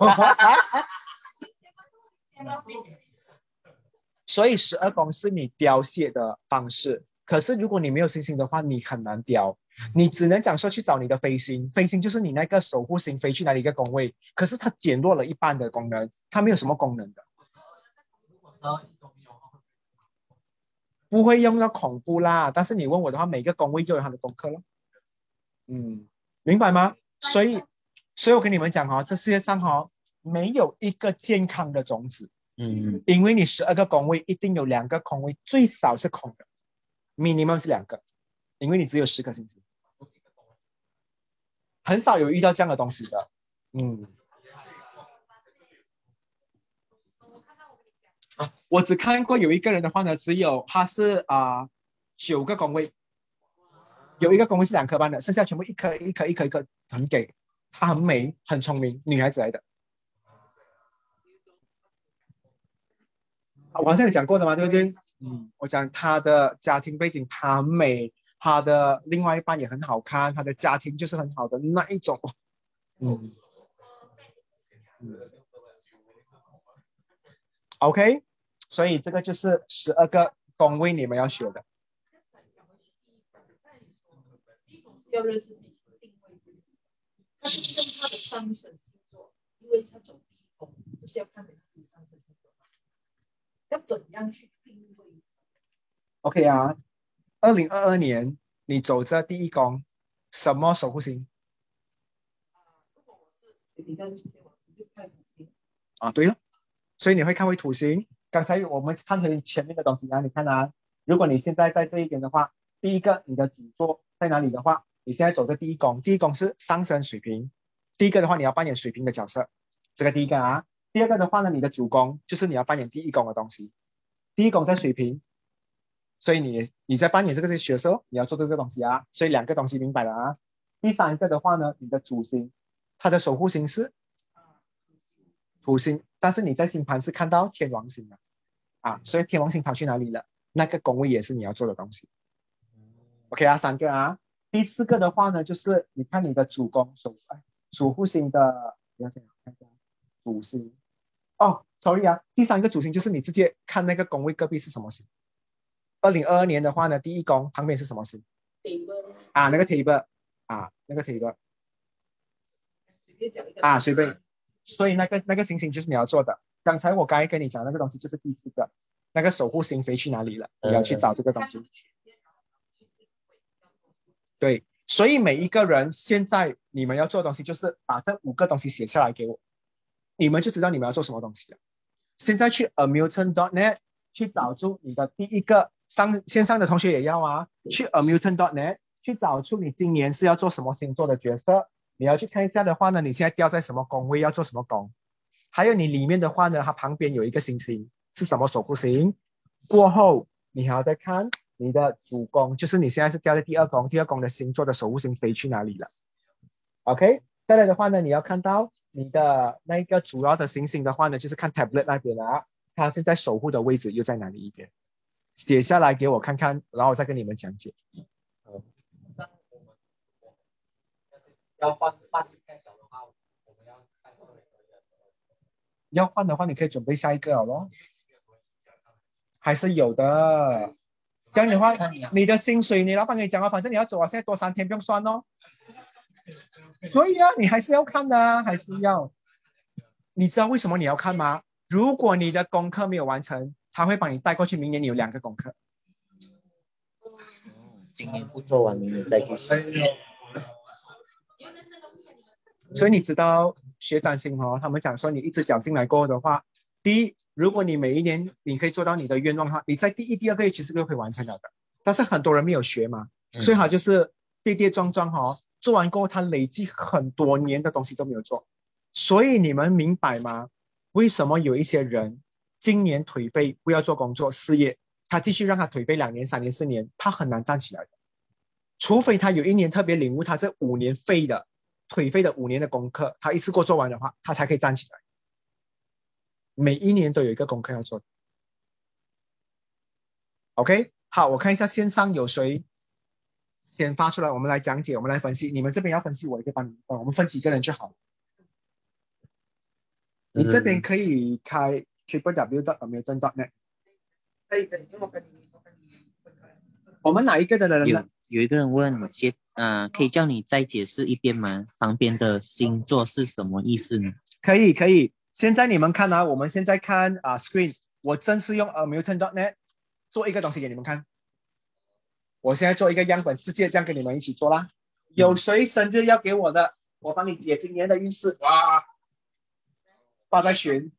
所以12宫是你凋谢的方式，可是如果你没有星星的话，你很难凋，你只能讲说去找你的飞星，飞星就是你那个守护星飞去哪里一个宫位，可是它减弱了一半的功能，它没有什么功能的。不会用到恐怖啦，但是你问我的话，每个宫位就有它的功课了。明白吗？所以我跟你们讲哦，这世界上哦，没有一个健康的种子。因为你12个宫位一定有2个宫位最少是空的 ，minimum 是2个，因为你只有10颗星星，很少有遇到这样的东西的。我只看过有一个人的话呢，只有他是9个宫位，有一个宫位是2颗半的，剩下全部一颗很给，她很美很聪明，女孩子来的。我好像有讲过的嘛，对不对？我讲她的家庭背景，她很美，她的另外一半也很好看，她的家庭就是很好的那一种。OK， 所以这个就是12个宫位你们要学的。 要认识自己，定位自己，但是跟他的上升星座，因为他走第一宫，就是要看自己上升星座，要怎样去定位 ？OK 啊，2022年你走这第一宫，什么守护星？ 如果我是比较是天王星，就是看土星。 对了，所以你会看回土星。刚才我们看回前面的东西啊，你看啊，如果你现在在这一边的话，第一个你的主座在哪里的话，你现在走的第一宫，第一宫是上升水瓶，第一个的话你要扮演水瓶的角色，这个第一个啊。第二个的话呢，你的主宫就是你要扮演第一宫的东西，第一宫在水瓶，所以你在扮演这个角色，你要做这个东西啊，所以2个东西明白了啊。第三个的话呢，你的主星，它的守护星是土星，但是你在星盘是看到天王星的所以天王星跑去哪里了？那个宫位也是你要做的东西。OK 啊，3个啊。第4个的话呢，就是你看你的主宫守护星的，不要这样看一下主星。sorry 啊，第3个主星就是你直接看那个宫位隔壁是什么星。2022年的话呢，第一宫旁边是什么星？那个 table 那个 table 随便。所以那个星星就是你要做的。刚才我刚才跟你讲那个东西就是第4个，那个守护星飞去哪里了？你要去找这个东西。对，所以每一个人现在你们要做的东西就是把这5个东西写下来给我。 你们就知道你们要做什么东西了。现在去 amuton.net 去找出你的第一个线上的同学也要啊，去 amuton.net 去找出你今年是要做什么星座的角色。你要去看一下的话呢，你现在掉在什么宫位，要做什么宫。还有你里面的话呢，它旁边有一个星星是什么守护星。过后你还要再看你的主宫，就是你现在是掉在第二宫，第二宫的星座的守护星飞去哪里了。OK， 再来的话呢，你要看到你的那个主要的星星的话呢，就是看 tablet 那边啊，它现在守护的位置又在哪里一边，写下来给我看看，然后我再跟你们讲解。 要换太小的话，我们要看要换的话，你可以准备下一个了咯。还是有的。这样的话，你的薪水，你老板跟你讲啊，反正你要走啊，现在多3天不用算哦。所以啊，你还是要看的啊，还是要。你知道为什么你要看吗？如果你的功课没有完成，他会帮你带过去，明年你有2个功课。 今年不做完，明年再继续。 所以你知道学占星他们讲说你一只脚进来过后的话，第一，如果你每一年你可以做到你的愿望的话，你在第一、第二个月其实都可以完成了的。但是很多人没有学嘛，所以他就是跌跌撞撞做完过后他累积很多年的东西都没有做。所以你们明白吗？为什么有一些人今年颓废，不要做工作事业，他继续让他颓废2年、3年、4年，他很难站起来的。除非他有一年特别领悟他这5年颓废的5年的功课，他一次过做完的话，他才可以站起来。每一年都有一个功课要做的。OK， 好，我看一下线上有谁先发出来，我们来讲解，我们来分析。你们这边要分析，我也可以帮你们分，我们分几个人就好。你这边可以开 www.amuton.net。 可以，因为我跟你我们哪一个的人呢？ 有一个人问可以叫你再解释一遍吗？旁边的星座是什么意思呢？ 可以。现在你们看啊，我们现在看screen， 我正式用 amuton.net 做一个东西给你们看。我现在做一个样本，直接这样跟你们一起做啦。有谁生日要给我的，我帮你解今年的运势。哇，发在群。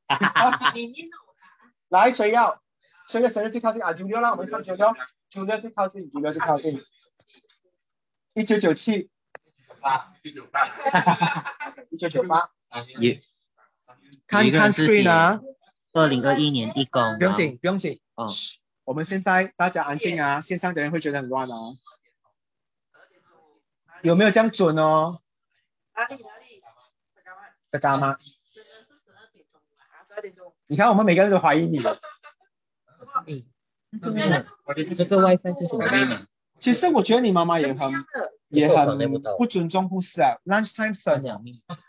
来，谁的生日最靠近啊？96啦，我们看96最靠近，96最靠近。1997。1998。看 screen 啊。 2021年一宫。 不用紧。我们现在大家安静啊，线上的人会觉得很乱哦。有没有这样准哦？ 哪里？ 在干吗？你看我们每个人都怀疑你了。 这个 WiFi 是什么密码？ 其实我觉得你妈妈也很不尊重护士啊。Lunchtime 生讲密码。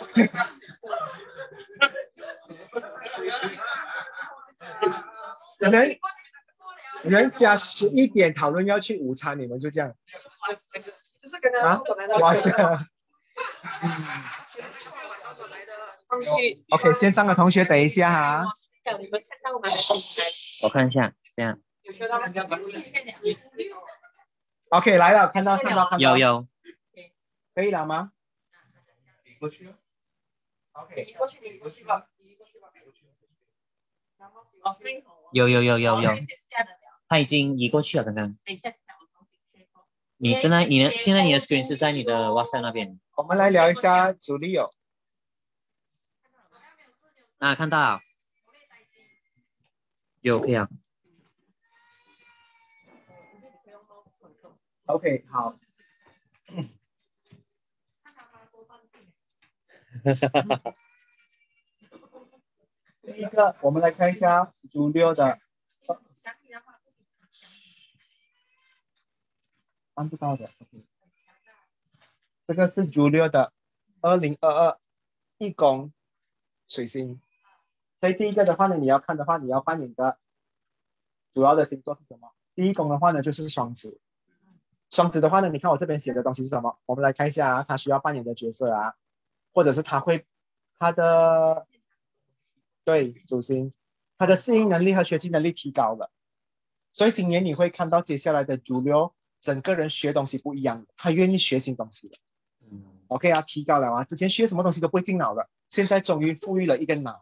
人家11点讨论要去午餐，你们就这样。 就是跟他哇塞。OK， 线上的同学等一下哈。 我看一下，这样。 OK， 来了，看到。 有。 可以了吗？ 过去。 OK， 过去吧。 有，他已经移过去了，刚刚。你现在你的 screen 是在你的 WhatsApp 那边。 我们来聊一下主力哦。 看到。有可以啊。 OK， 好。第一个，我们来看一下主六的。看不到的。这个是主六的2022一宫水星。所以第一个的话呢，你要看的话，你要扮演的主要的星座是什么？第一宫的话呢，就是双子。双子的话呢，你看我这边写的东西是什么？我们来看一下啊，他需要扮演的角色啊，或者是他的对主星，他的适应能力和学习能力提高了。所以今年你会看到接下来的主流，整个人学东西不一样，他愿意学新东西了。OK 啊，提高了啊，之前学什么东西都不会进脑的， 现在终于富裕了一个脑。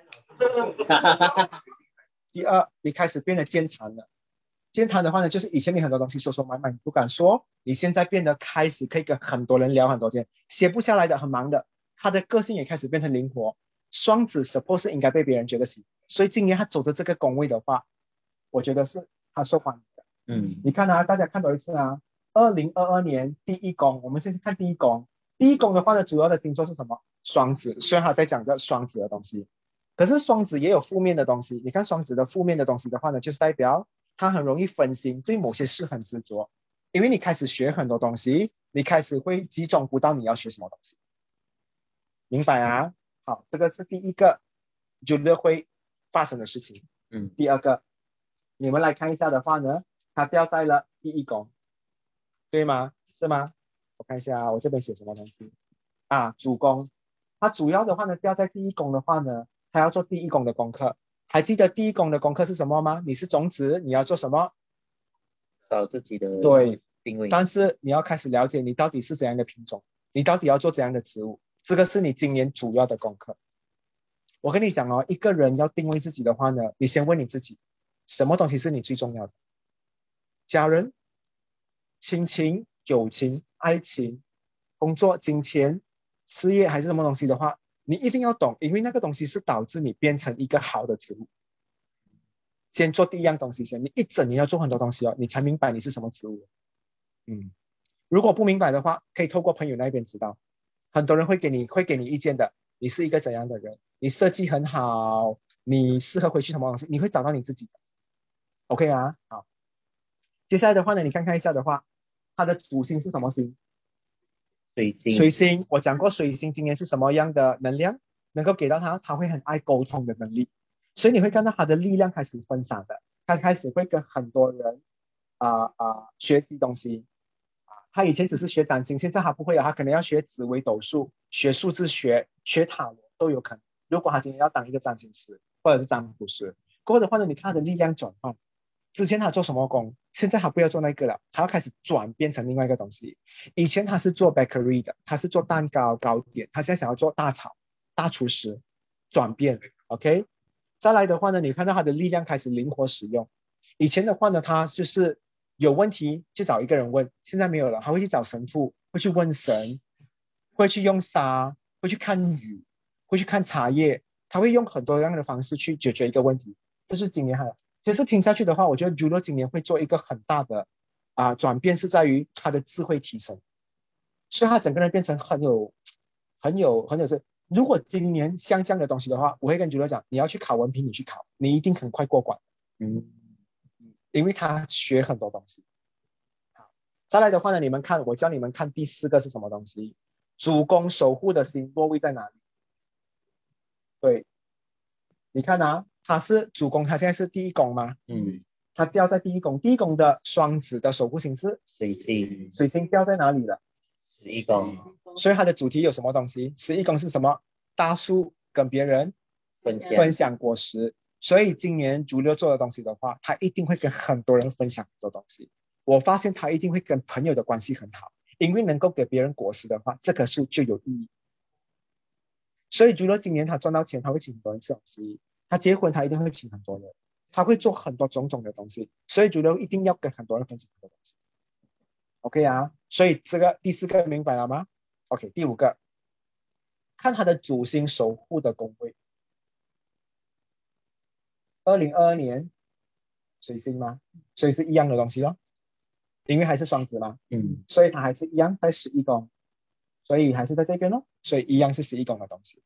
第二，你开始变得健谈了。健谈的话呢，就是以前你很多东西说说买买你不敢说，你现在变得开始可以跟很多人聊很多天，写不下来的很忙的，他的个性也开始变成灵活。双子 suppose 应该被别人觉得喜，所以今年他走的这个宫位的话，我觉得是他受欢迎的。你看啊，大家看多一次啊，2022年第一宫，我们现在看第一宫。第一宫的话呢，主要的星座是什么？双子。虽然他在讲这双子的东西，可是双子也有负面的东西。你看双子的负面的东西的话呢，就是代表他很容易分心，对某些事很执着。因为你开始学很多东西，你开始会集中不到你要学什么东西，明白啊？好，这个是第一个觉得会发生的事情。第二个，你们来看一下的话呢，它掉在了第一宫，对吗？是吗？我看一下我这边写什么东西啊？主宫，它主要的话呢掉在第一宫的话呢，它要做第一宫的功课。还记得第一宫的功课是什么吗？你是种子，你要做什么？ 找自己的定位。 但是你要开始了解你到底是怎样的品种，你到底要做怎样的植物，这个是你今年主要的功课。我跟你讲哦，一个人要定位自己的话呢，你先问你自己，什么东西是你最重要的？家人、亲情、友情、爱情、工作、金钱、事业还是什么东西的话，你一定要懂，因为那个东西是导致你变成一个好的植物。先做第一样东西先，你一整年要做很多东西哦，你才明白你是什么植物。如果不明白的话，可以透过朋友那边知道，很多人会给你意见的。你是一个怎样的人？你设计很好，你适合回去什么东西？你会找到你自己的。OK 啊，好。接下来的话呢，你看一下的话，它的主星是什么星？水星。我讲过水星今年是什么样的能量能够给到他，他会很爱沟通的能力，所以你会看到他的力量开始分散的，他开始会跟很多人学习东西。他以前只是学占星，现在他不会了，他可能要学紫微斗数、学数字学、学塔罗都有可能。如果他今天要当一个占星师或者是占卜师，过后的话呢，你看他的力量转换。之前他做什么工，现在他不要做那个了，他要开始转变成另外一个东西。以前他是做 bakery 的，他是做蛋糕糕点，他现在想要做大炒大厨师，转变 OK。 再来的话呢，你看到他的力量开始灵活使用。以前的话呢，他就是有问题就找一个人问，现在没有了，他会去找神父，会去问神，会去用沙，会去看雨，会去看茶叶，他会用很多样的方式去解决一个问题。这是今年还有。其实听下去的话，我觉得 Juno 今年会做一个很大的转变，是在于他的智慧提升，所以他整个人变成很有这。如果今年像这样的东西的话，我会跟 Juno 讲，你要去考文凭，你去考，你一定很快过关。因为他学很多东西。好，再来的话呢，你们看，我教你们看第四个是什么东西？主宫守护的星落位在哪里？对，你看啊，他是主宫，他现在是第一宫吗？他掉在第一宫，第一宫的双子的守护星是水星。 水星掉在哪里了 ？11宫。 所以它的主题有什么东西？11宫是什么？大树跟别人分享果实。所以今年主流做的东西的话，他一定会跟很多人分享很多东西。我发现他一定会跟朋友的关系很好，因为能够给别人果实的话，这棵树就有意义。所以主流今年他赚到钱，他会请很多人吃东西；他结婚，他一定会请很多人，他会做很多种种的东西。所以主流一定要跟很多人分享很多东西。OK 啊，所以这个第四个明白了吗 ？OK， 第五个，看他的主星守护的宫位。2022年水星吗？所以是一样的东西咯，因为还是双子嘛，所以它还是一样在11宫，所以还是在这边咯，所以一样是11宫的东西。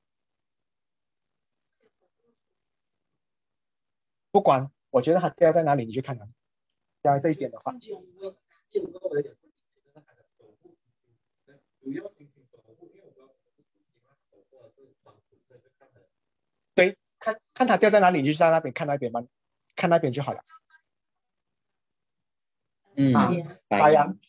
不管，我觉得它掉在哪里你就看哪里。掉在这一边的话，对，看它掉在哪里，你就在那边看那边吧，看那边就好了。白羊，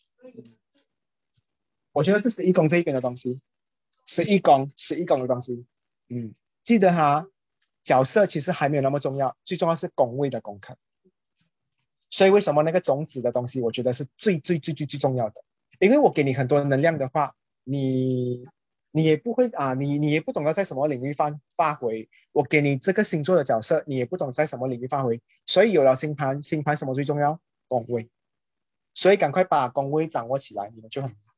我觉得是11宫这一边的东西，11宫的东西。记得哈，角色其实还没有那么重要，最重要是宫位的功课。所以为什么那个种子的东西，我觉得是最重要的，因为我给你很多能量的话，你你也不会你也不懂得在什么领域发挥。我给你这个星座的角色，你也不懂在什么领域发挥。所以有了星盘，星盘什么最重要？宫位。所以赶快把宫位掌握起来，你们就很好。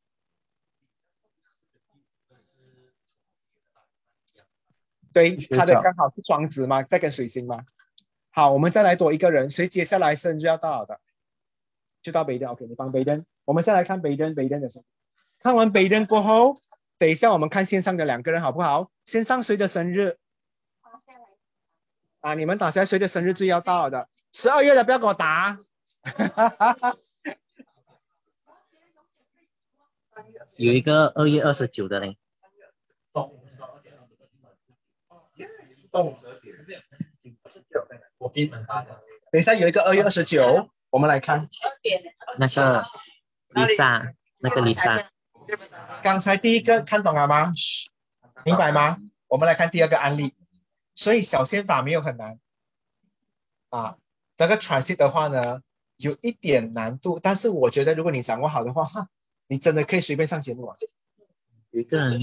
对，他的刚好是双子嘛，在跟水星嘛。好，我们再来多一个人，所以接下来生日要到了的，就到北登。OK， 你帮北登。我们再来看北登的生日。看完北登过后，等一下我们看线上的两个人好不好？线上谁的生日？你们打下来谁的生日最要到了的？12月的不要给我打。 有一个2月29的嘞。 等一下有一个2月29，我们来看那个 Lisa， 刚才第一个看懂了吗？明白吗？我们来看第二个案例。所以小宪法没有很难这个 transit 的话呢有一点难度，但是我觉得如果你掌握好的话，你真的可以随便上节目有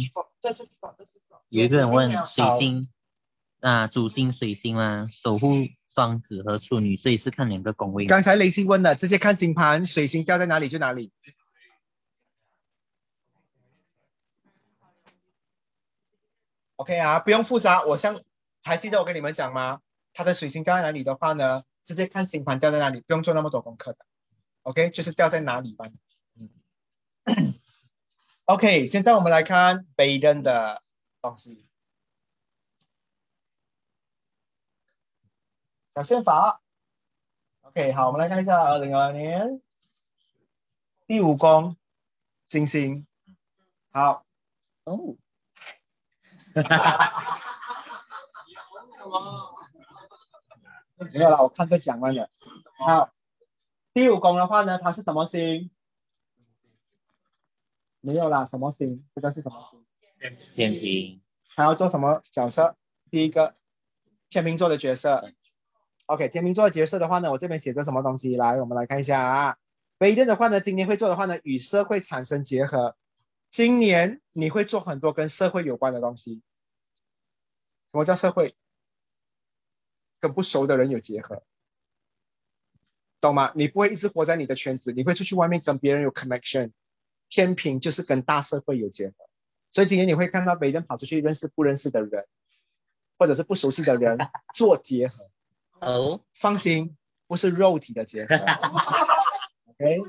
一个人问水星主星水星嘛，守护双子和处女，所以是看2个宫位。 刚才雷星问的，直接看星盘，水星掉在哪里就哪里。OK 不用复杂。还记得我跟你们讲吗？他的水星掉在哪里的话呢，直接看星盘掉在哪里，不用做那么多功课的。OK， 就是掉在哪里吧。OK， 现在我们来看北登的东西。小宪法。OK， 好，我们来看一下2022年第5宫金星。好。没有啦，我看个讲完了。好，第5宫的话呢，它是什么星？没有啦，什么星？这个是什么星？ 天平。 它要做什么角色？第一个，天秤座的角色。OK， 天秤座的角色的话呢，我这边写着什么东西？来，我们来看一下北登的话呢，今年会做的话呢，与社会产生结合。今年你会做很多跟社会有关的东西。什么叫社会？跟不熟的人有结合，懂吗？你不会一直活在你的圈子，你会出去外面跟别人有 connection。天平就是跟大社会有结合，所以今年你会看到北登跑出去认识不认识的人，或者是不熟悉的人做结合。放心，不是肉体的结合。OK。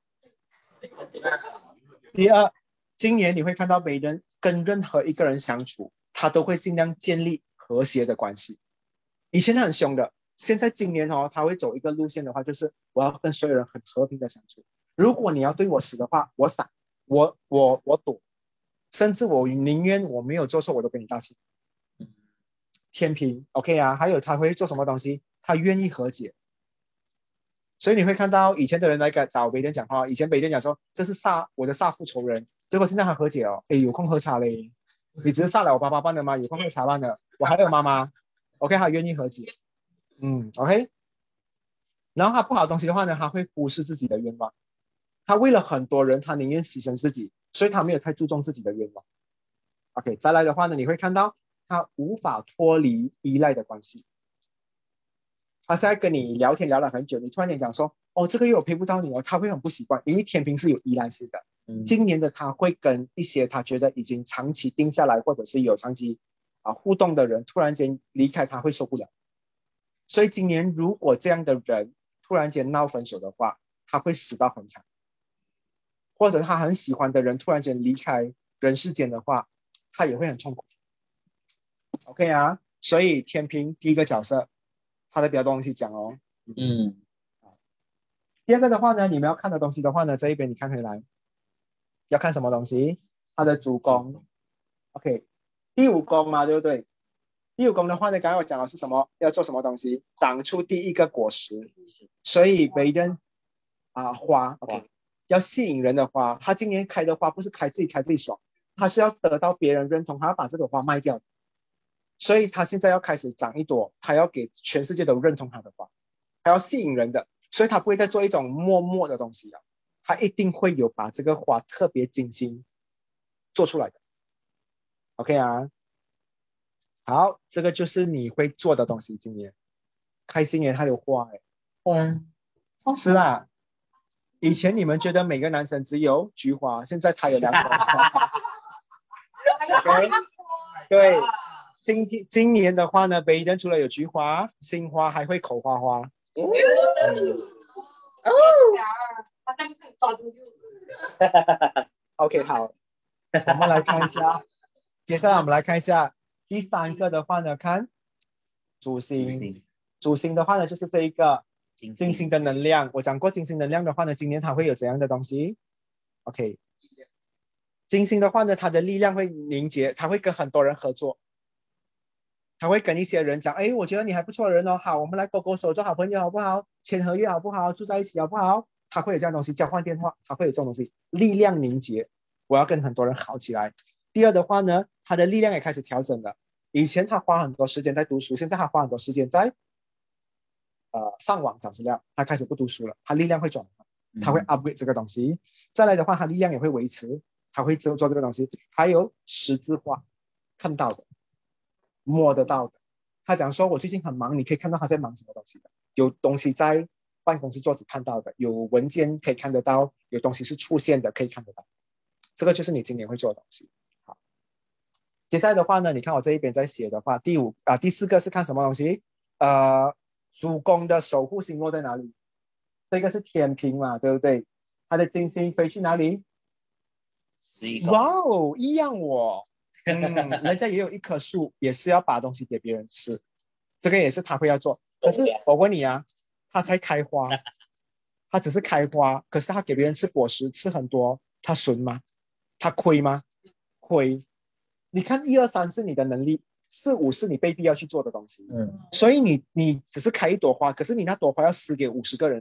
第二，今年你会看到北登跟任何一个人相处，他都会尽量建立和谐的关系。以前他很凶的，现在今年他会走一个路线的话，就是我要跟所有人很和平的相处。如果你要对我死的话，我闪，我躲，甚至我宁愿我没有做错，我都跟你道歉。天平 OK 还有他会做什么东西？他愿意和解。所以你会看到以前的人来找北登讲话，以前北登讲说这是我的煞父仇人，结果现在他和解有空喝茶嘞。你只是煞了我爸爸办的吗？有空喝茶办的，我还有妈妈。OK， 他愿意和解。OK。然后他不好的东西的话呢，他会忽视自己的愿望。他为了很多人，他宁愿牺牲自己，所以他没有太注重自己的愿望。OK， 再来的话呢，你会看到他无法脱离依赖的关系。他现在跟你聊天聊了很久，你突然间讲说，这个月我陪不到你他会很不习惯，因为天平是有依赖性的。今年的他会跟一些他觉得已经长期定下来，或者是有长期互动的人突然间离开他会受不了。所以今年如果这样的人突然间闹分手的话，他会死到很惨。或者他很喜欢的人突然间离开人世间的话，他也会很痛苦。OK 所以天平第一个角色他的比较多东西讲第二个的话呢，你们要看的东西的话呢，这一边你看回来要看什么东西？他的主宫。OK， 第5宫嘛，对不对？第5宫的话呢，刚才我讲的是什么？要做什么东西？长出第一个果实。所以北登花 OK， 要吸引人的花。他今年开的花不是自己爽，他是要得到别人认同，他要把这个花卖掉。所以他现在要开始长一朵，他要给全世界都认同他的花，他要吸引人的，所以他不会再做一种默默的东西他一定会有把这个花特别精心做出来的。 OK 啊，好，这个就是你会做的东西。今年开心耶，他有花哎。是啦，以前你们觉得每个男生只有菊花，现在他有2朵。OK， 对，今年的话呢，北登除了有菊花、杏花，还会口花花。 好像可以抓住。 OK， 好，我们来看一下，接下来我们来看一下第3个的话呢，看主星。主星的话呢，就是这一个金星的能量。我讲过金星能量的话呢，今年它会有怎样的东西 ？OK， 金星的话呢，它的力量会凝结，它会跟很多人合作，它会跟一些人讲，哎，我觉得你还不错的人哦，好，我们来勾勾手做好朋友好不好？签合约好不好？住在一起好不好？它会有这样东西，交换电话，它会有这种东西，力量凝结，我要跟很多人好起来。第二的话呢，它的力量也开始调整了。以前他花很多时间在读书，现在他花很多时间在上网找资料，他开始不读书了，他力量会转换，他会 upgrade 这个东西。再来的话，他力量也会维持，他会做这个东西。还有实质化，看到的，摸得到的。他讲说我最近很忙，你可以看到他在忙什么东西的，有东西在办公室桌子看到的，有文件可以看得到，有东西是出现的可以看得到。这个就是你今年会做的东西。好，接下来的话呢，你看我这一边在写的话，第4个是看什么东西？主攻的守护星落在哪里？这个是天平嘛，对不对？它的金星飞去哪里？哇哦，一样哦。人家也有一棵树，也是要把东西给别人吃，这个也是他会要做。可是我问你啊，他才开花，他只是开花，可是他给别人吃果实，吃很多，他损吗？他亏吗？亏。你看1、2、3是你的能力，4、5是你被必要去做的东西。所以你只是开一朵花，可是你那朵花要施给50个人，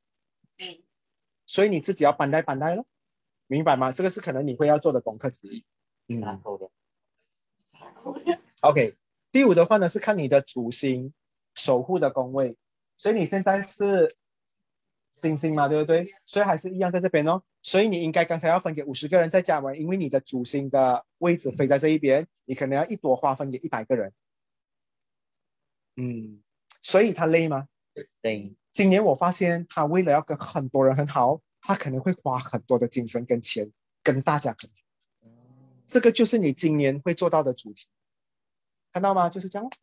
所以你自己要bandai了，明白吗？这个是可能你会要做的功课之一。OK， 第5的话呢是看你的主星守护的宫位，所以你现在是金星嘛，对不对？所以还是一样在这边哦。所以你应该刚才要分给50个人在家嘛，因为你的主星的位置飞在这一边，你可能要一朵花分给100个人。所以他累吗？ 对。 今年我发现他为了要跟很多人很好，他可能会花很多的精神跟钱跟大家很好。这个就是你今年会做到的主题，看到吗？就是这样。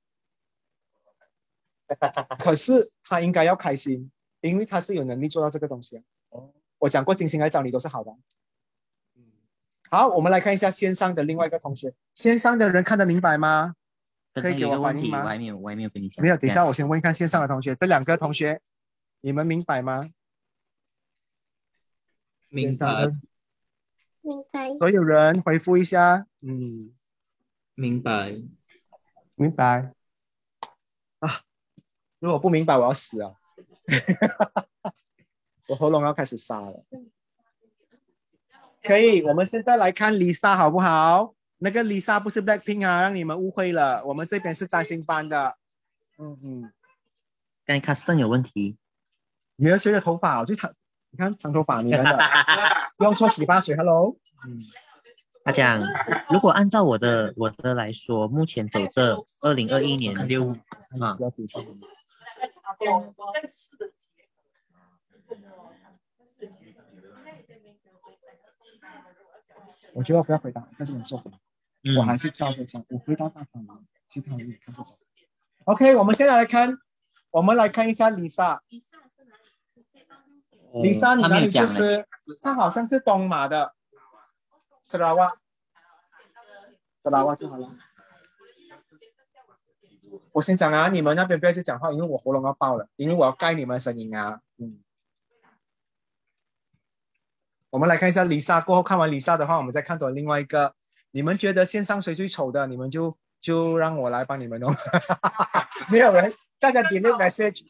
可是他应该要开心，因为他是有能力做到这个东西啊。我讲过金星来找你都是好的。好，我们来看一下线上的另外一个同学，线上的人看得明白吗？可以给我反应吗？ 我还没有跟你讲。 没有，等一下我先问看线上的同学，这2个同学你们明白吗？ 明白。 明白。 所有人回复一下。 明白。 明白。啊，如果不明白我要死啊。我喉咙要开始沙了。可以，我们现在来看 Lisa 好不好？那个 Lisa 不是 Blackpink 啊，让你们误会了。我们这边是占星班的。 刚才 Custom 有问题。 女儿谁的头发？你看长头发，你们的不用说洗发水。Hello。 他讲，如果按照我的来说，目前走这2021年6啊。 我觉得我不要回答，但是你做回答，我还是照着讲，我回答大方嘛，其他人也看不懂。OK， 我们现在来看一下 Lisa。Lisa， 你哪里出生？她好像是东马的，沙拉瓦就好了。我先讲啊，你们那边不要去讲话，因为我喉咙要爆了，因为我要盖你们的声音啊。我们来看一下 Lisa， 过后看完 Lisa 的话，我们再看到另外一个。你们觉得线上谁最丑的？你们就让我来帮你们弄。没有人，大家点个 message，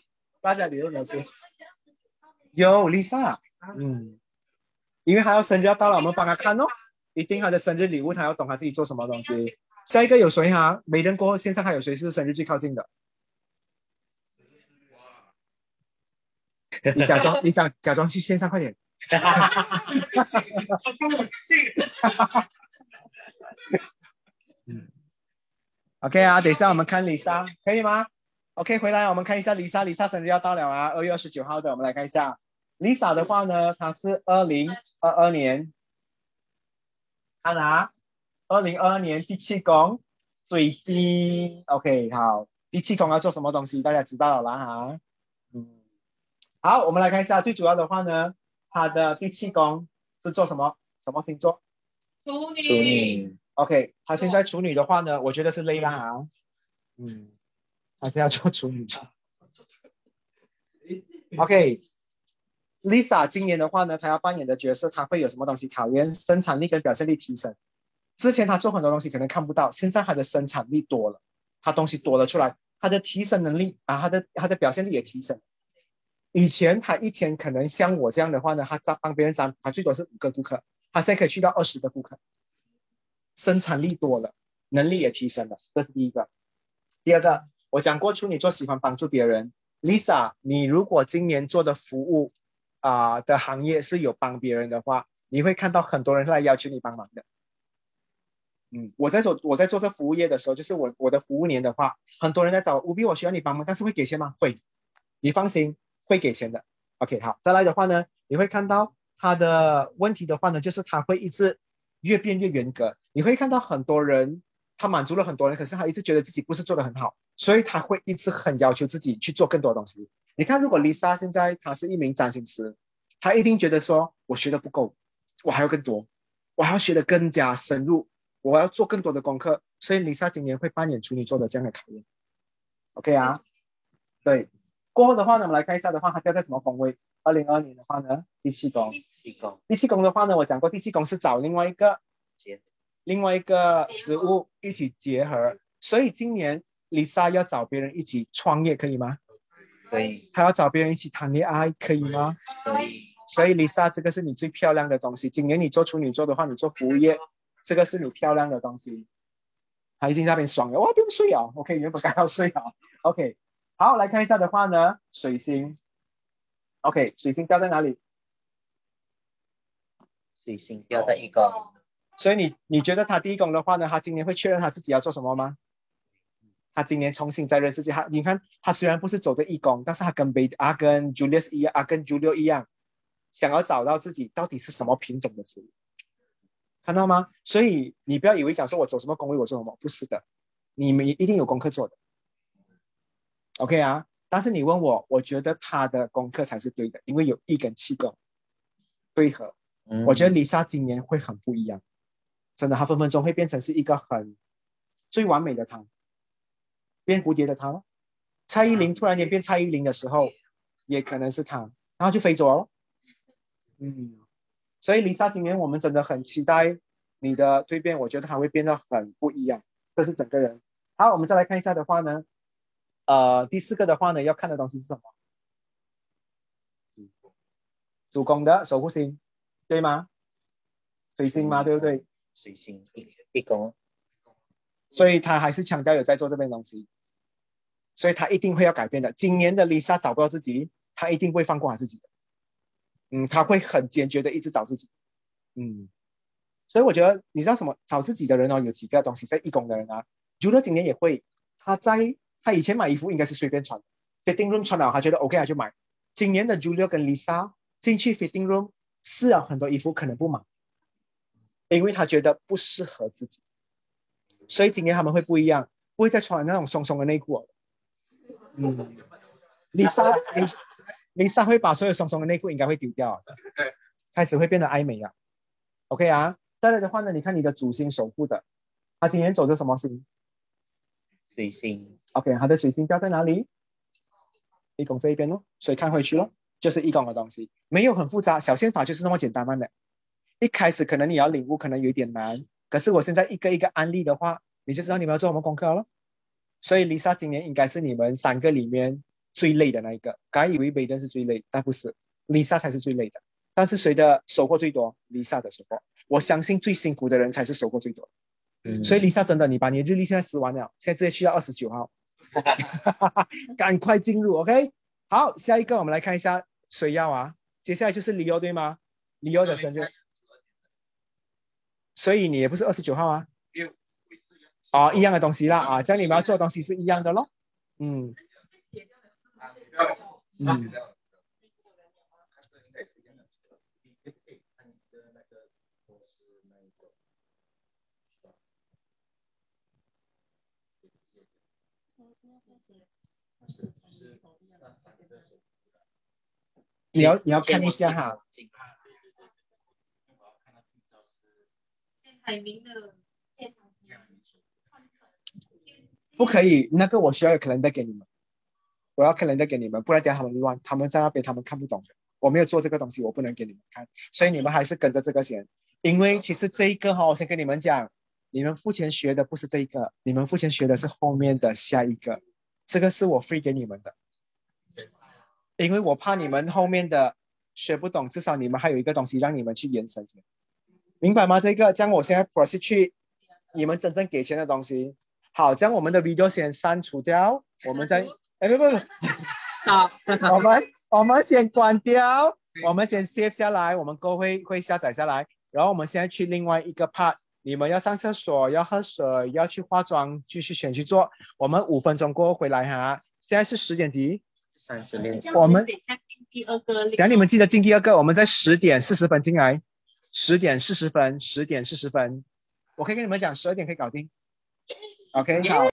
有 Lisa， 因为他要生日要到了，我们帮他看哦。一定他的生日礼物，他要懂他自己做什么东西。下一个有谁哈？每人过后线上还有谁是生日最靠近的？你假装去线上，快点。 OK 啊，等一下我们看Lisa，可以吗？OK，回来我们看一下Lisa生日要到了啊，2月29号的，我们来看一下 Lisa 的话呢，她是2022年，看啊，2022年第七宫水晶，OK， 好，第七宫要做什么东西，大家知道了啦哈。好，我们来看一下最主要的话呢，她的第七宫是做什么星座？ 处女。 处女。 OK， 她现在处女的话呢，我觉得是累啦啊，还是要做处女座。OK，Lisa 今年的话呢，她要扮演的角色，她会有什么东西考验生产力跟表现力提升？之前她做很多东西可能看不到，现在她的生产力多了，她东西多了出来，她的提升能力啊，她的表现力也提升。以前她一天可能像我这样的话呢，她帮别人占，她最多是5个顾客，她现在可以去到20个顾客，生产力多了，能力也提升了，这是第一个。第二个，我讲过处女座喜欢帮助别人。Lisa， 你如果今年做的服务的行业是有帮别人的话，你会看到很多人来要求你帮忙的。我在做这服务业的时候，就是我的服务年的话，很多人在找我，Ubi，我需要你帮忙，但是会给钱吗？会，你放心，会给钱的。OK， 好，再来的话呢，你会看到他的问题的话呢，就是他会一直越变越严格。你会看到很多人，他满足了很多人，可是他一直觉得自己不是做得很好，所以他会一直很要求自己去做更多的东西。你看，如果 Lisa 现在她是一名占星师，她一定觉得说，我学的不够，我还要更多，我还要学得更加深入，我要做更多的功课。所以 Lisa 今年会扮演处女座的这样的考验。OK 啊，对。过后的话呢，我们来看一下的话，它掉在什么宫位？2022年的话呢，第七宫。第七宫的话呢，我讲过，第七宫是找另外一个职务一起结合，所以今年 Lisa 要找别人一起创业，可以吗？ 可以。 她要找别人一起谈恋爱，可以吗？ 可以。 所以 Lisa 这个是你最漂亮的东西。今年你做处女座的话，你做服务业，这个是你漂亮的东西。她已经在那边爽了，哇，不用睡啊 ，OK， 原本该要睡啊 ，OK。好，来看一下的话呢，水星 ，OK， 水星掉在哪里？ 水星掉在一宫。 所以你觉得他第一宫的话呢，他今年会确认他自己要做什么吗？他今年重新再认识自己，你看他虽然不是走着一宫，但是他跟Julius 一样，跟 Julio 一样，想要找到自己到底是什么品种的植物，看到吗？所以你不要以为讲说我走什么宫位我做什么，不是的，你们一定有功课做的。OK 啊，但是你问我，我觉得他的功课才是对的，因为有1跟7宫对合。我觉得 Lisa 今年会很不一样，真的，她分分钟会变成是一个最完美的她，变蝴蝶的她。蔡依林突然间变蔡依林的时候，也可能是她，然后就飞走了。所以 Lisa 今年我们真的很期待你的蜕变，我觉得她会变得很不一样，这是整个人。好，我们再来看一下的话呢。第4个的话呢，要看的东西是什么？主宫的守护星，对吗？水星吗？对不对？ 水星一宫， 所以他还是强调有在做这边东西，所以他一定会要改变的。今年的 Lisa 找不到自己，他一定会放过他自己的。他会很坚决的一直找自己。所以我觉得你知道什么？找自己的人哦，有几个东西在一宫的人啊，Julia 今年也会，他以前买衣服应该是随便穿 ，fitting room 穿了他觉得 OK 他就买。今年的 Julia 跟 Lisa 进去 fitting room 试了很多衣服，可能不买，因为他觉得不适合自己。所以今年他们会不一样，不会再穿那种松松的内裤。Lisa 会把所有松松的内裤应该会丢掉，开始会变得爱美了。OK 啊，再来的话呢，你看你的主星守护的，他今年走着什么星？ 水星。 OK， 他的水星掉在哪里？一宫这一边哦，所以看回去咯，就是一宫的东西，没有很复杂，小宪法就是那么简单慢的。一开始可能你要领悟，可能有点难，可是我现在一个一个案例的话，你就知道你们要做什么功课了。所以 Lisa 今年应该是你们3个里面最累的那一个。刚以为北登是最累，但不是 ，Lisa 才是最累的。但是谁的收获最多 ？Lisa 的收获。我相信最辛苦的人才是收获最多。所以 Lisa 真的，你把你的日历现在撕完了，现在直接去到29号，赶快进入 OK。好，下一个我们来看一下谁要啊？接下来就是 Leo 对吗？Leo 的生日，所以你也不是29号啊？ 哦，一样的东西啦啊，这样你们要做的东西是一样的咯。嗯嗯。你要看一下哈。 海明的不可以，那个我需要有 calendar 给你们，我要 calendar 给你们，不然等下他们乱，他们在那边他们看不懂的。我没有做这个东西，我不能给你们看，所以你们还是跟着这个先。因为其实这一个哈，我先跟你们讲，你们付钱学的不是这一个，你们付钱学的是后面的下一个，这个是我 free 给你们的，因为我怕你们后面的学不懂，至少你们还有一个东西让你们去延伸，明白吗？这个，这样我现在 proceed 去你们真正给钱的东西。好，这样我们的 video 先删除掉，我们再，不， 好， 我们先关掉，我们先 save 下来，我们过会下载下来，然后我们现在去另外一个 part， 你们要上厕所，要喝水，要去化妆，继续选去做，我们5分钟过后回来哈。现在是10点几？36。我们等下你们记得进第二个，我们在10点40分进来，10点40分，10点40分，我可以跟你们讲12点可以搞定。OK， 好。